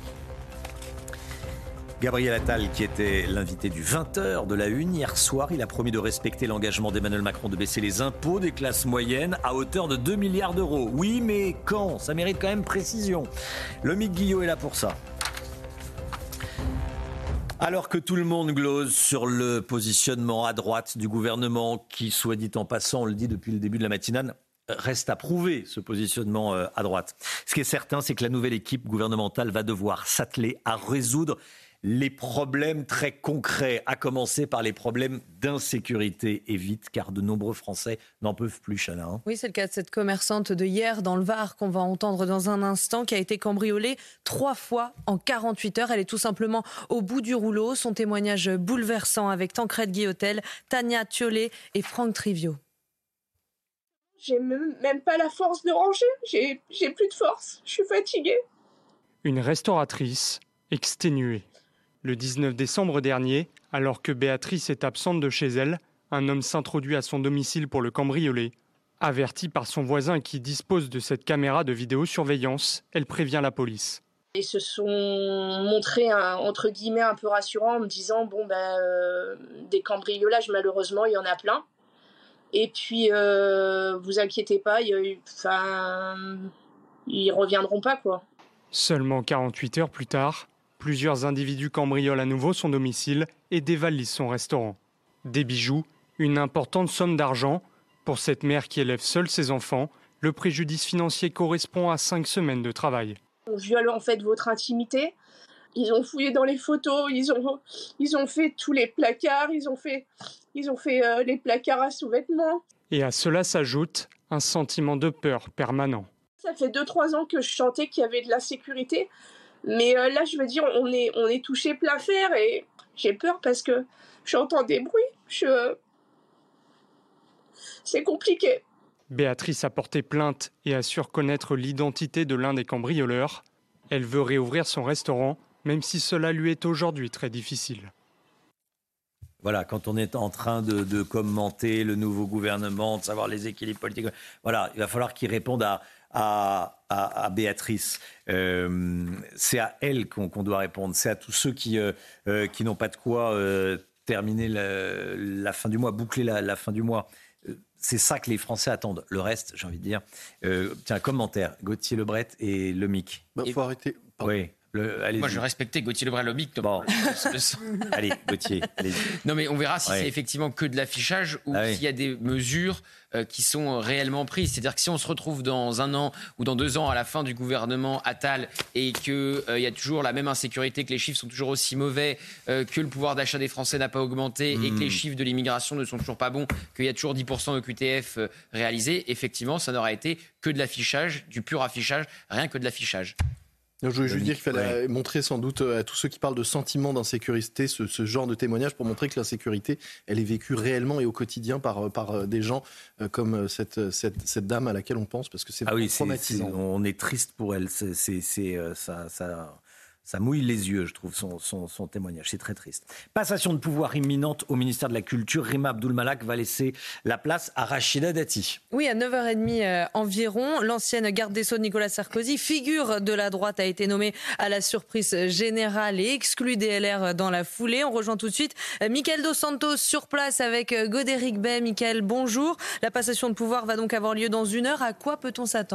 Gabriel Attal, qui était l'invité du 20h de la Une hier soir, il a promis de respecter l'engagement d'Emmanuel Macron de baisser les impôts des classes moyennes à hauteur de 2 milliards d'euros. Oui, mais quand ? Ça mérite quand même précision. Lomique Guillot est là pour ça. Alors que tout le monde glose sur le positionnement à droite du gouvernement, qui, soit dit en passant, on le dit depuis le début de la matinale, reste à prouver ce positionnement à droite. Ce qui est certain, c'est que la nouvelle équipe gouvernementale va devoir s'atteler à résoudre les problèmes très concrets, à commencer par les problèmes d'insécurité, et vite, car de nombreux Français n'en peuvent plus, Chana. Oui, c'est le cas de cette commerçante de hier dans le Var qu'on va entendre dans un instant, qui a été cambriolée 3 fois en 48 heures. Elle est tout simplement au bout du rouleau. Son témoignage bouleversant avec Tancrède Guillotel, Tania Thiollet et Franck Trivio. J'ai même pas la force de ranger. J'ai plus de force. Je suis fatiguée. Une restauratrice exténuée. Le 19 décembre dernier, alors que Béatrice est absente de chez elle, un homme s'introduit à son domicile pour le cambrioler. Avertie par son voisin qui dispose de cette caméra de vidéosurveillance, elle prévient la police. Ils se sont montrés, entre guillemets, un peu rassurants en me disant des cambriolages, malheureusement, il y en a plein. Et puis, vous inquiétez pas, ils reviendront pas, quoi. Seulement 48 heures plus tard, plusieurs individus cambriolent à nouveau son domicile et dévalisent son restaurant. Des bijoux, une importante somme d'argent. Pour cette mère qui élève seule ses enfants, le préjudice financier correspond à 5 semaines de travail. On viole en fait votre intimité. Ils ont fouillé dans les photos, ils ont fait tous les placards, ils ont fait les placards à sous-vêtements. Et à cela s'ajoute un sentiment de peur permanent. Ça fait 2-3 ans que je chantais qu'il y avait de la sécurité. Mais là, je veux dire, on est touché plein fer et j'ai peur parce que j'entends des bruits. C'est compliqué. Béatrice a porté plainte et assure connaître l'identité de l'un des cambrioleurs. Elle veut réouvrir son restaurant, même si cela lui est aujourd'hui très difficile. Voilà, quand on est en train de commenter le nouveau gouvernement, de savoir les équilibres politiques, voilà, il va falloir qu'il réponde à Béatrice. C'est à elle qu'on doit répondre. C'est à tous ceux qui n'ont pas de quoi terminer la fin du mois, boucler la fin du mois. C'est ça que les Français attendent. Le reste, j'ai envie de dire... tiens, commentaire, Gauthier Lebret et Lomique. Il faut arrêter. Pardon. Oui. Moi, je respectais Gauthier Lebret Lomique. Bon. Allez, Gauthier. Allez. Non, mais on verra si c'est effectivement que de l'affichage ou s'il y a des mesures qui sont réellement prises. C'est-à-dire que si on se retrouve dans 1 an ou dans 2 ans à la fin du gouvernement Attal et qu'il y a toujours la même insécurité, que les chiffres sont toujours aussi mauvais, que le pouvoir d'achat des Français n'a pas augmenté et que les chiffres de l'immigration ne sont toujours pas bons, qu'il y a toujours 10% de QTF réalisés, effectivement, ça n'aura été que de l'affichage, du pur affichage, rien que de l'affichage. Je voulais juste dire qu'il fallait montrer sans doute à tous ceux qui parlent de sentiment d'insécurité ce genre de témoignage pour montrer que l'insécurité, elle est vécue réellement et au quotidien par des gens comme cette dame à laquelle on pense, parce que c'est vraiment traumatisant. On est triste pour elle. Ça mouille les yeux, je trouve, son témoignage. C'est très triste. Passation de pouvoir imminente au ministère de la Culture. Rima Abdul-Malak va laisser la place à Rachida Dati. Oui, à 9h30 environ, l'ancienne garde des Sceaux Nicolas Sarkozy, figure de la droite, a été nommée à la surprise générale et exclue des LR dans la foulée. On rejoint tout de suite Mickaël Dos Santos sur place avec Godéric Bay. Mickaël, bonjour. La passation de pouvoir va donc avoir lieu dans 1 heure. À quoi peut-on s'attendre ?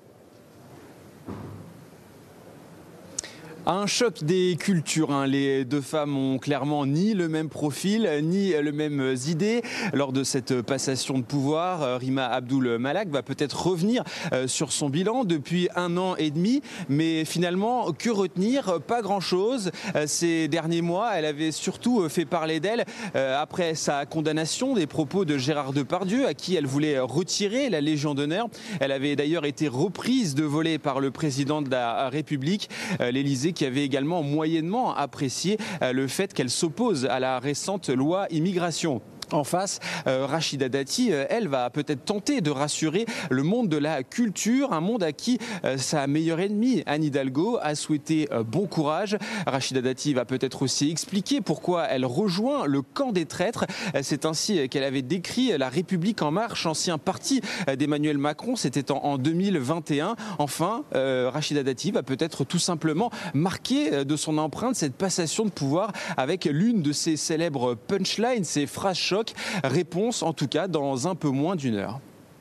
Un choc des cultures. Les deux femmes ont clairement ni le même profil, ni les mêmes idées. Lors de cette passation de pouvoir, Rima Abdul-Malak va peut-être revenir sur son bilan depuis 1 an et demi. Mais finalement, que retenir ? Pas grand-chose. Ces derniers mois, elle avait surtout fait parler d'elle après sa condamnation des propos de Gérard Depardieu, à qui elle voulait retirer la Légion d'honneur. Elle avait d'ailleurs été reprise de volée par le président de la République, l'Élysée, qui avait également moyennement apprécié le fait qu'elle s'oppose à la récente loi immigration. En face, Rachida Dati, elle, va peut-être tenter de rassurer le monde de la culture, un monde à qui sa meilleure ennemie, Anne Hidalgo, a souhaité bon courage. Rachida Dati va peut-être aussi expliquer pourquoi elle rejoint le camp des traîtres. C'est ainsi qu'elle avait décrit La République en marche, ancien parti d'Emmanuel Macron. C'était en 2021. Enfin, Rachida Dati va peut-être tout simplement marquer de son empreinte cette passation de pouvoir avec l'une de ses célèbres punchlines, ses phrases chocs. Réponse en tout cas dans un peu moins d'1 heure.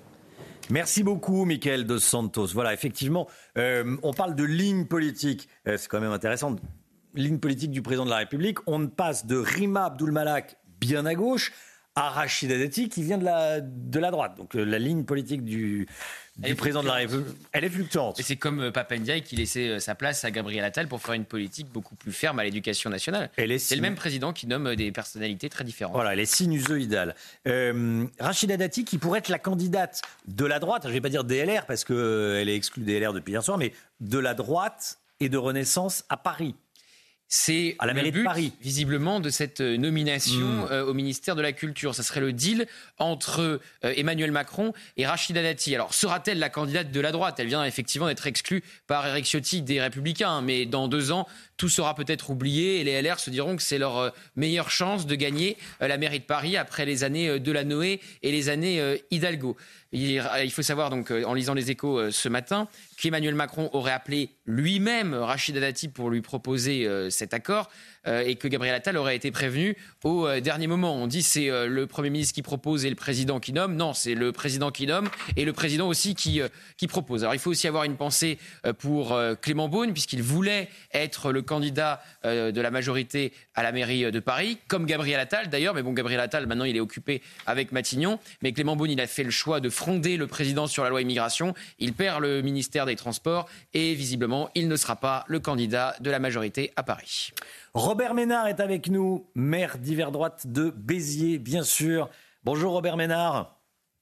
Merci beaucoup, Mickaël Dos Santos. Voilà, effectivement, on parle de ligne politique. C'est quand même intéressant. Ligne politique du président de la République. On passe de Rima Abdul-Malak, bien à gauche, à Rachida Dati, qui vient de la droite. Donc la ligne politique du président de la République, elle est fluctuante. Et c'est comme Papa Ndiaye qui laissait sa place à Gabriel Attal pour faire une politique beaucoup plus ferme à l'éducation nationale. C'est le même président qui nomme des personnalités très différentes. Voilà, elle est sinusoïdale. Rachida Dati, qui pourrait être la candidate de la droite, je ne vais pas dire des LR parce qu'elle est exclue des LR depuis hier soir, mais de la droite et de Renaissance à Paris. C'est à la mairie de Paris, visiblement, de cette nomination au ministère de la Culture. Ça serait le deal entre Emmanuel Macron et Rachida Dati. Alors, sera-t-elle la candidate de la droite ? Elle vient effectivement d'être exclue par Éric Ciotti des Républicains. Mais dans 2 ans, tout sera peut-être oublié et les LR se diront que c'est leur meilleure chance de gagner la mairie de Paris après les années Delanoë et les années Hidalgo. Il faut savoir, donc, en lisant les Échos ce matin, qu'Emmanuel Macron aurait appelé lui-même Rachida Dati pour lui proposer cet accord et que Gabriel Attal aurait été prévenu au dernier moment. On dit c'est le Premier ministre qui propose et le président qui nomme. Non, c'est le président qui nomme et le président aussi qui propose. Alors il faut aussi avoir une pensée pour Clément Beaune, puisqu'il voulait être le candidat de la majorité à la mairie de Paris, comme Gabriel Attal d'ailleurs. Mais bon, Gabriel Attal, maintenant, il est occupé avec Matignon. Mais Clément Beaune, il a fait le choix de fronder le président sur la loi immigration. Il perd le ministère des Transports et visiblement, il ne sera pas le candidat de la majorité à Paris. Robert Ménard est avec nous, maire d'hiver droite de Béziers, bien sûr. Bonjour Robert Ménard.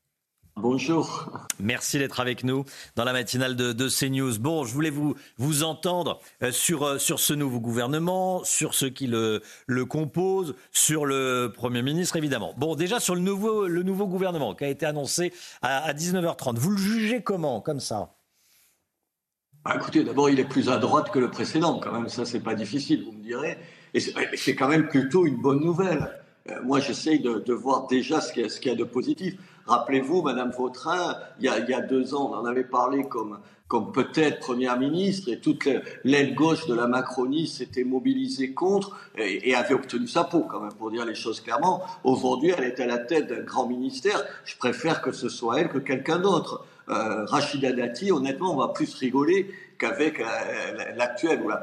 Bonjour. Merci d'être avec nous dans la matinale de CNews. Bon, je voulais vous entendre sur ce nouveau gouvernement, sur ceux qui le composent, sur le Premier ministre, évidemment. Bon, déjà sur le nouveau gouvernement qui a été annoncé à 19h30. Vous le jugez comment, comme ça ? Écoutez, d'abord, il est plus à droite que le précédent, quand même. Ça, c'est pas difficile, vous me direz. Et c'est quand même plutôt une bonne nouvelle. Moi, j'essaye de voir déjà ce qu'il y a de positif. Rappelez-vous, Madame Vautrin, il y a 2 ans, on en avait parlé comme peut-être Première ministre, et toute l'aile gauche de la Macronie s'était mobilisée contre et avait obtenu sa peau, quand même, pour dire les choses clairement. Aujourd'hui, elle est à la tête d'un grand ministère. Je préfère que ce soit elle que quelqu'un d'autre. Rachida Dati, honnêtement, on va plus rigoler qu'avec l'actuel ou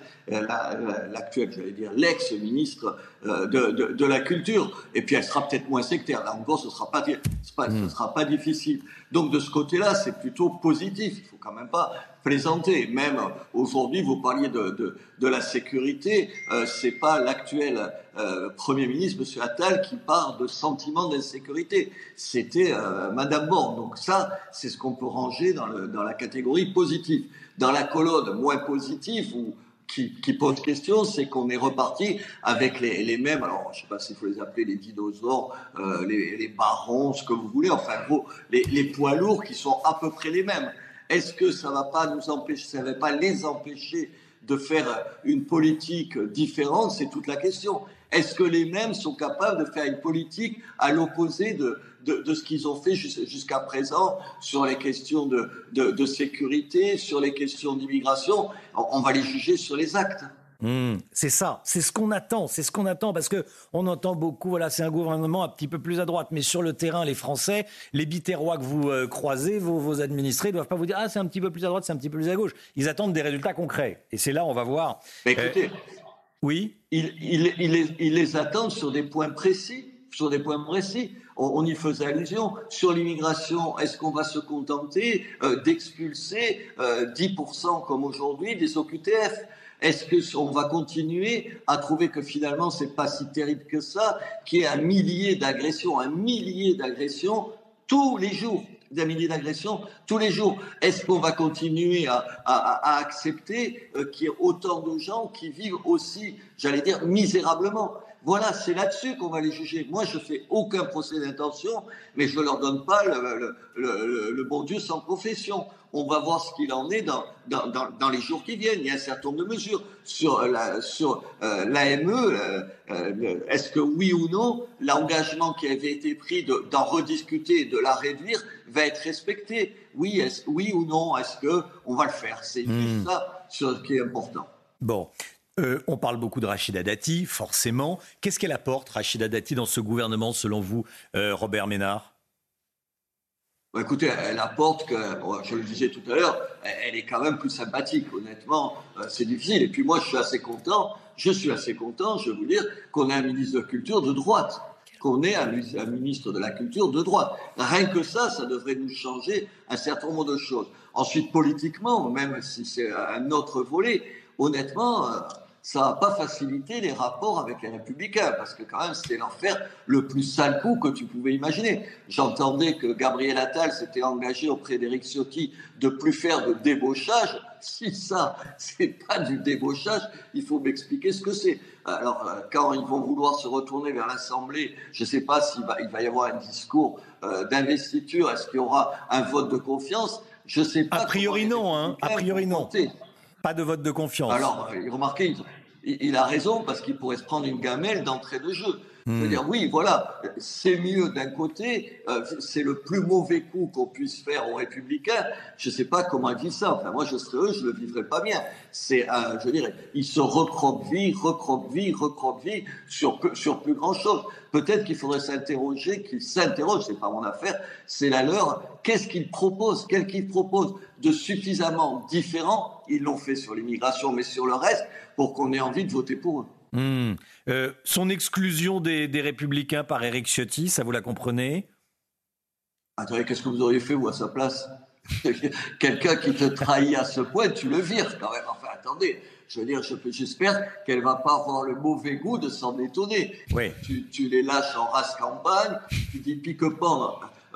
l'actuel, j'allais dire, l'ex-ministre de la Culture. Et puis elle sera peut-être moins sectaire. Là encore, ce sera pas difficile. Donc de ce côté-là, c'est plutôt positif. Il faut quand même pas plaisanter. Même aujourd'hui, vous parliez de la sécurité. C'est pas l'actuel Premier ministre, M. Attal, qui parle de sentiment d'insécurité. C'était Madame Borne. Donc ça, c'est ce qu'on peut ranger dans la catégorie positive. Dans la colonne moins positive, ou qui pose question, c'est qu'on est reparti avec les mêmes, alors je ne sais pas s'il faut les appeler les dinosaures, les barons, ce que vous voulez, enfin gros, les poids lourds qui sont à peu près les mêmes. Est-ce que ça ne va pas nous empêcher, ça ne va pas les empêcher de faire une politique différente, c'est toute la question. Est-ce que les mêmes sont capables de faire une politique à l'opposé de ce qu'ils ont fait jusqu'à présent sur les questions de sécurité, sur les questions d'immigration? On va les juger sur les actes. C'est ça, c'est ce qu'on attend, parce que on entend beaucoup, voilà, c'est un gouvernement un petit peu plus à droite, mais sur le terrain, les Français, les Biterrois que vous croisez, vos administrés, ne doivent pas vous dire « Ah, c'est un petit peu plus à droite, c'est un petit peu plus à gauche ». Ils attendent des résultats concrets. Et c'est là, on va voir. Mais écoutez, oui, ils les attendent sur des points précis. On y faisait allusion. Sur l'immigration, est-ce qu'on va se contenter d'expulser 10% comme aujourd'hui des OQTF ? Est-ce qu'on va continuer à trouver que finalement c'est pas si terrible que ça, qu'il y ait un millier d'agressions tous les jours, Est-ce qu'on va continuer à accepter qu'il y ait autant de gens qui vivent aussi, j'allais dire, misérablement? Voilà, c'est là-dessus qu'on va les juger. Moi, je fais aucun procès d'intention, mais je leur donne pas le bon Dieu sans profession. On va voir ce qu'il en est dans les jours qui viennent. Il y a un certain nombre de mesures sur l'AME. Est-ce que oui ou non, l'engagement qui avait été pris d'en rediscuter et de la réduire va être respecté? Oui ou non, est-ce que on va le faire? C'est juste ça ce qui est important. Bon. On parle beaucoup de Rachida Dati, forcément. Qu'est-ce qu'elle apporte, Rachida Dati, dans ce gouvernement, selon vous, Robert Ménard? Écoutez, elle apporte que, je le disais tout à l'heure, elle est quand même plus sympathique. Honnêtement, c'est difficile. Et puis moi, je suis assez content, je vais vous dire, qu'on ait un ministre de la Culture de droite. Qu'on ait un ministre de la Culture de droite. Rien que ça devrait nous changer un certain nombre de choses. Ensuite, politiquement, même si c'est un autre volet, honnêtement, ça va pas faciliter les rapports avec les Républicains, parce que quand même, c'était l'enfer le plus sale coup que tu pouvais imaginer. J'entendais que Gabriel Attal s'était engagé auprès d'Éric Ciotti de plus faire de débauchage. Si ça, c'est pas du débauchage, il faut m'expliquer ce que c'est. Alors, quand ils vont vouloir se retourner vers l'Assemblée, je sais pas s'il va y avoir un discours d'investiture, est-ce qu'il y aura un vote de confiance? Je sais pas. A priori non, hein. A priori non. Pas de vote de confiance. Alors, remarquez, il a raison, parce qu'il pourrait se prendre une gamelle d'entrée de jeu. Je veux dire, oui, voilà, c'est mieux d'un côté, c'est le plus mauvais coup qu'on puisse faire aux Républicains. Je ne sais pas comment ils vivent ça. Enfin, moi, je serais eux, je ne le vivrais pas bien. Je dirais, ils se recroquevillent sur plus grand-chose. Peut-être qu'il faudrait qu'ils s'interrogent, c'est pas mon affaire, c'est la leur. Qu'est-ce qu'ils proposent? Quel qu'ils proposent de suffisamment différent? Ils l'ont fait sur l'immigration, mais sur le reste, pour qu'on ait envie de voter pour eux. Son exclusion des Républicains par Éric Ciotti, ça vous la comprenez? Attendez, qu'est-ce que vous auriez fait, vous, à sa place? Quelqu'un qui te trahit à ce point, tu le vires quand même. Enfin, attendez, je veux dire, j'espère qu'elle ne va pas avoir le mauvais goût de s'en étonner. Oui. Tu les lâches en race campagne, tu dis pique-pan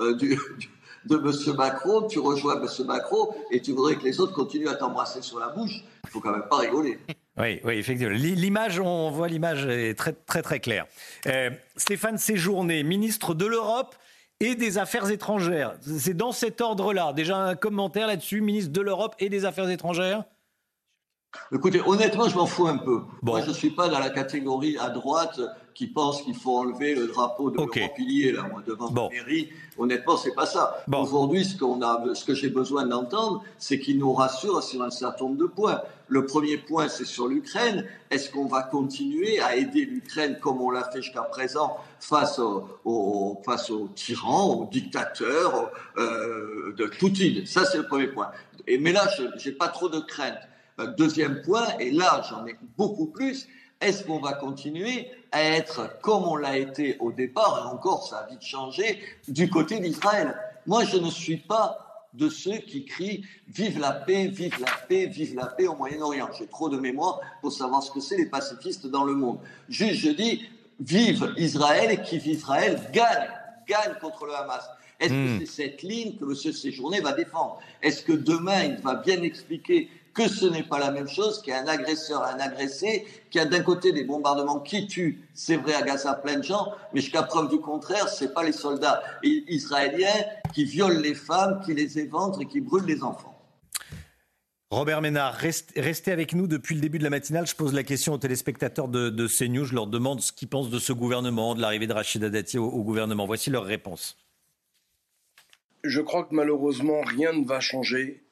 de M. Macron, tu rejoins M. Macron et tu voudrais que les autres continuent à t'embrasser sur la bouche. Il ne faut quand même pas rigoler. Oui, effectivement. L'image, on voit l'image est très, très, très claire. Stéphane Séjourné, ministre de l'Europe et des Affaires étrangères. C'est dans cet ordre-là. Déjà un commentaire là-dessus, ministre de l'Europe et des Affaires étrangères? Écoutez, honnêtement, je m'en fous un peu. Bon. Moi, je ne suis pas dans la catégorie à droite qui pense qu'il faut enlever le drapeau de l'Europilier là, devant la mairie. Honnêtement, c'est pas ça. Aujourd'hui, ce que j'ai besoin d'entendre, c'est qu'il nous rassure sur un certain nombre de points. Le premier point, c'est sur l'Ukraine. Est-ce qu'on va continuer à aider l'Ukraine comme on l'a fait jusqu'à présent face aux tyrans, aux dictateurs de Poutine? Ça, c'est le premier point. Mais là, j'ai pas trop de crainte. Deuxième point, et là, j'en ai beaucoup plus. Est-ce qu'on va continuer à être, comme on l'a été au départ, et encore ça a vite changé, du côté d'Israël? Moi, je ne suis pas de ceux qui crient « Vive la paix, vive la paix, vive la paix au Moyen-Orient ». J'ai trop de mémoire pour savoir ce que c'est les pacifistes dans le monde. Juste, je dis « Vive Israël » et qui vive Israël gagne contre le Hamas. Est-ce que c'est cette ligne que M. Séjourné va défendre? Est-ce que demain, il va bien expliquer que ce n'est pas la même chose, qu'il y a un agresseur, un agressé, qu'il y a d'un côté des bombardements qui tuent, c'est vrai à Gaza, plein de gens, mais jusqu'à preuve du contraire, c'est pas les soldats israéliens qui violent les femmes, qui les éventrent et qui brûlent les enfants. Robert Ménard, restez avec nous depuis le début de la matinale. Je pose la question aux téléspectateurs de CNews. Je leur demande ce qu'ils pensent de ce gouvernement, de l'arrivée de Rachida Dati au gouvernement. Voici leur réponse. Je crois que malheureusement, rien ne va changer,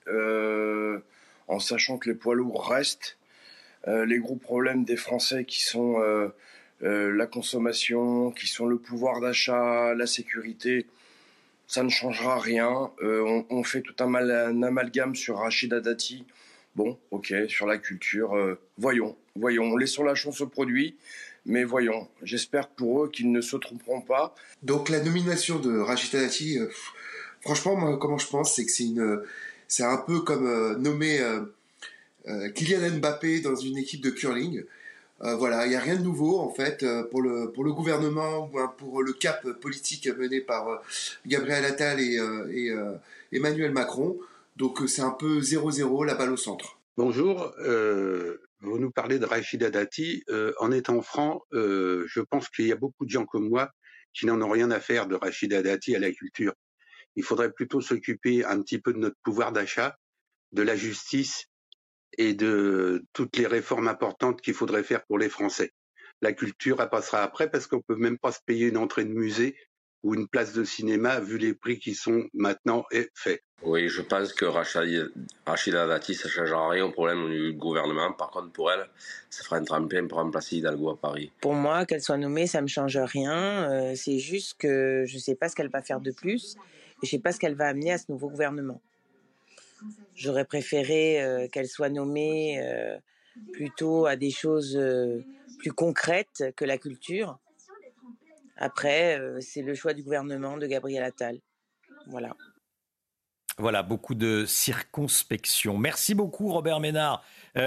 en sachant que les poids lourds restent. Les gros problèmes des Français qui sont la consommation, qui sont le pouvoir d'achat, la sécurité, ça ne changera rien. On fait tout un amalgame sur Rachida Dati. Bon, ok, sur la culture, voyons. Laissons la chance au produit, mais voyons. J'espère pour eux qu'ils ne se tromperont pas. Donc la nomination de Rachida Dati, franchement, moi, comment je pense, c'est que c'est un peu comme nommer Kylian Mbappé dans une équipe de curling. Voilà, il n'y a rien de nouveau en fait pour le gouvernement ou pour le cap politique mené par Gabriel Attal et Emmanuel Macron. Donc c'est un peu 0-0, la balle au centre. Bonjour, vous nous parlez de Rachida Dati. En étant franc, je pense qu'il y a beaucoup de gens comme moi qui n'en ont rien à faire de Rachida Dati à la culture. Il faudrait plutôt s'occuper un petit peu de notre pouvoir d'achat, de la justice et de toutes les réformes importantes qu'il faudrait faire pour les Français. La culture, elle passera après parce qu'on peut même pas se payer une entrée de musée ou une place de cinéma vu les prix qui sont maintenant faits. Oui, je pense que Rachida Dati, ça ne changera rien au problème du gouvernement. Par contre, pour elle, ça fera un tremplin pour remplacer Hidalgo à Paris. Pour moi, qu'elle soit nommée, ça ne me change rien. C'est juste que je ne sais pas ce qu'elle va faire de plus et je ne sais pas ce qu'elle va amener à ce nouveau gouvernement. J'aurais préféré qu'elle soit nommée plutôt à des choses plus concrètes que la culture. Après, c'est le choix du gouvernement de Gabriel Attal. Voilà. Voilà, beaucoup de circonspection. Merci beaucoup, Robert Ménard.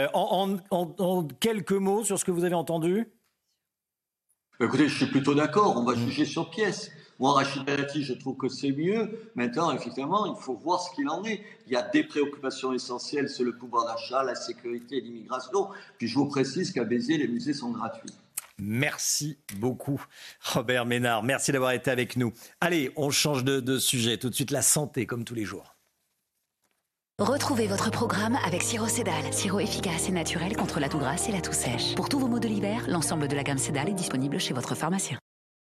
En quelques mots sur ce que vous avez entendu. Écoutez, je suis plutôt d'accord. On va juger sur pièce. Moi, Rachida Dati, je trouve que c'est mieux. Maintenant, effectivement, il faut voir ce qu'il en est. Il y a des préoccupations essentielles, c'est le pouvoir d'achat, la sécurité et l'immigration. Puis je vous précise qu'à Béziers, les musées sont gratuits. Merci beaucoup, Robert Ménard. Merci d'avoir été avec nous. Allez, on change de sujet. Tout de suite, la santé, comme tous les jours. Retrouvez votre programme avec Sirop Cédal. Sirop efficace et naturel contre la toux grasse et la toux sèche. Pour tous vos maux de l'hiver, l'ensemble de la gamme Cédal est disponible chez votre pharmacien.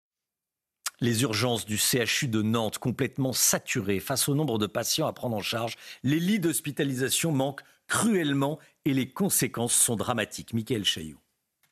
Les urgences du CHU de Nantes complètement saturées face au nombre de patients à prendre en charge. Les lits d'hospitalisation manquent cruellement et les conséquences sont dramatiques. Mickaël Chailloux.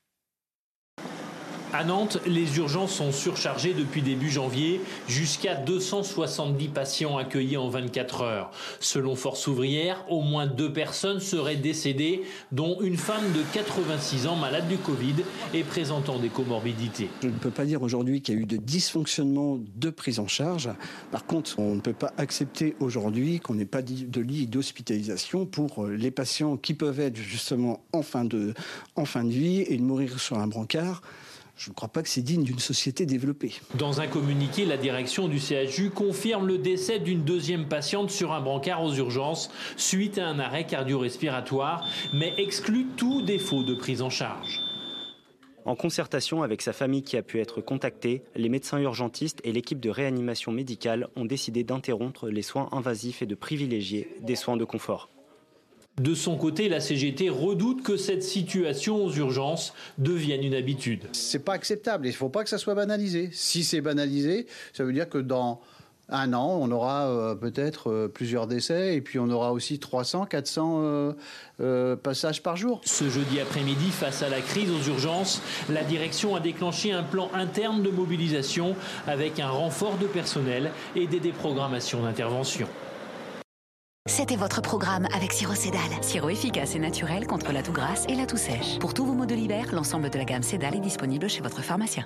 À Nantes, les urgences sont surchargées depuis début janvier, jusqu'à 270 patients accueillis en 24 heures. Selon Force ouvrière, au moins 2 personnes seraient décédées, dont une femme de 86 ans malade du Covid et présentant des comorbidités. Je ne peux pas dire aujourd'hui qu'il y a eu de dysfonctionnement de prise en charge. Par contre, on ne peut pas accepter aujourd'hui qu'on n'ait pas de lit d'hospitalisation pour les patients qui peuvent être justement en fin de vie et de mourir sur un brancard. Je ne crois pas que c'est digne d'une société développée. Dans un communiqué, la direction du CHU confirme le décès d'une deuxième patiente sur un brancard aux urgences suite à un arrêt cardio-respiratoire, mais exclut tout défaut de prise en charge. En concertation avec sa famille qui a pu être contactée, les médecins urgentistes et l'équipe de réanimation médicale ont décidé d'interrompre les soins invasifs et de privilégier des soins de confort. De son côté, la CGT redoute que cette situation aux urgences devienne une habitude. C'est pas acceptable et il ne faut pas que ça soit banalisé. Si c'est banalisé, ça veut dire que dans un an, on aura peut-être plusieurs décès et puis on aura aussi 300, 400 passages par jour. Ce jeudi après-midi, face à la crise aux urgences, la direction a déclenché un plan interne de mobilisation avec un renfort de personnel et des déprogrammations d'intervention. C'était votre programme avec Sirop Cédal. Sirop efficace et naturel contre la toux grasse et la toux sèche. Pour tous vos maux de l'hiver, l'ensemble de la gamme Cédal est disponible chez votre pharmacien.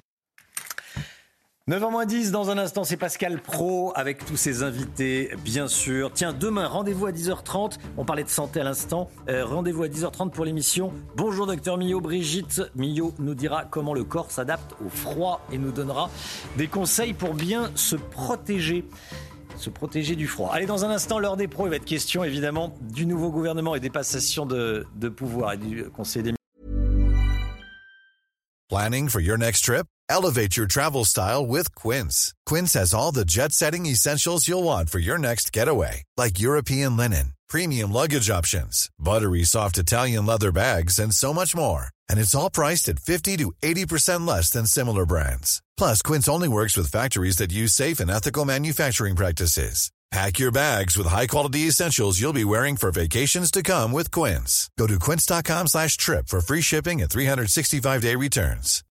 9h10, dans un instant, c'est Pascal Praud avec tous ses invités, bien sûr. Tiens, demain, rendez-vous à 10h30. On parlait de santé à l'instant. Rendez-vous à 10h30 pour l'émission. Bonjour, docteur Millot. Brigitte Millot nous dira comment le corps s'adapte au froid et nous donnera des conseils pour bien se protéger du froid. Allez, dans un instant, l'heure des pros, il va être question évidemment du nouveau gouvernement et des passations de pouvoir et du conseil des... Planning for your next trip? Elevate your travel style with Quince. Quince has all the jet-setting essentials you'll want for your next getaway, like European linen, premium luggage options, buttery soft Italian leather bags, and so much more. And it's all priced at 50 to 80% less than similar brands. Plus, Quince only works with factories that use safe and ethical manufacturing practices. Pack your bags with high-quality essentials you'll be wearing for vacations to come with Quince. Go to quince.com/trip for free shipping and 365-day returns.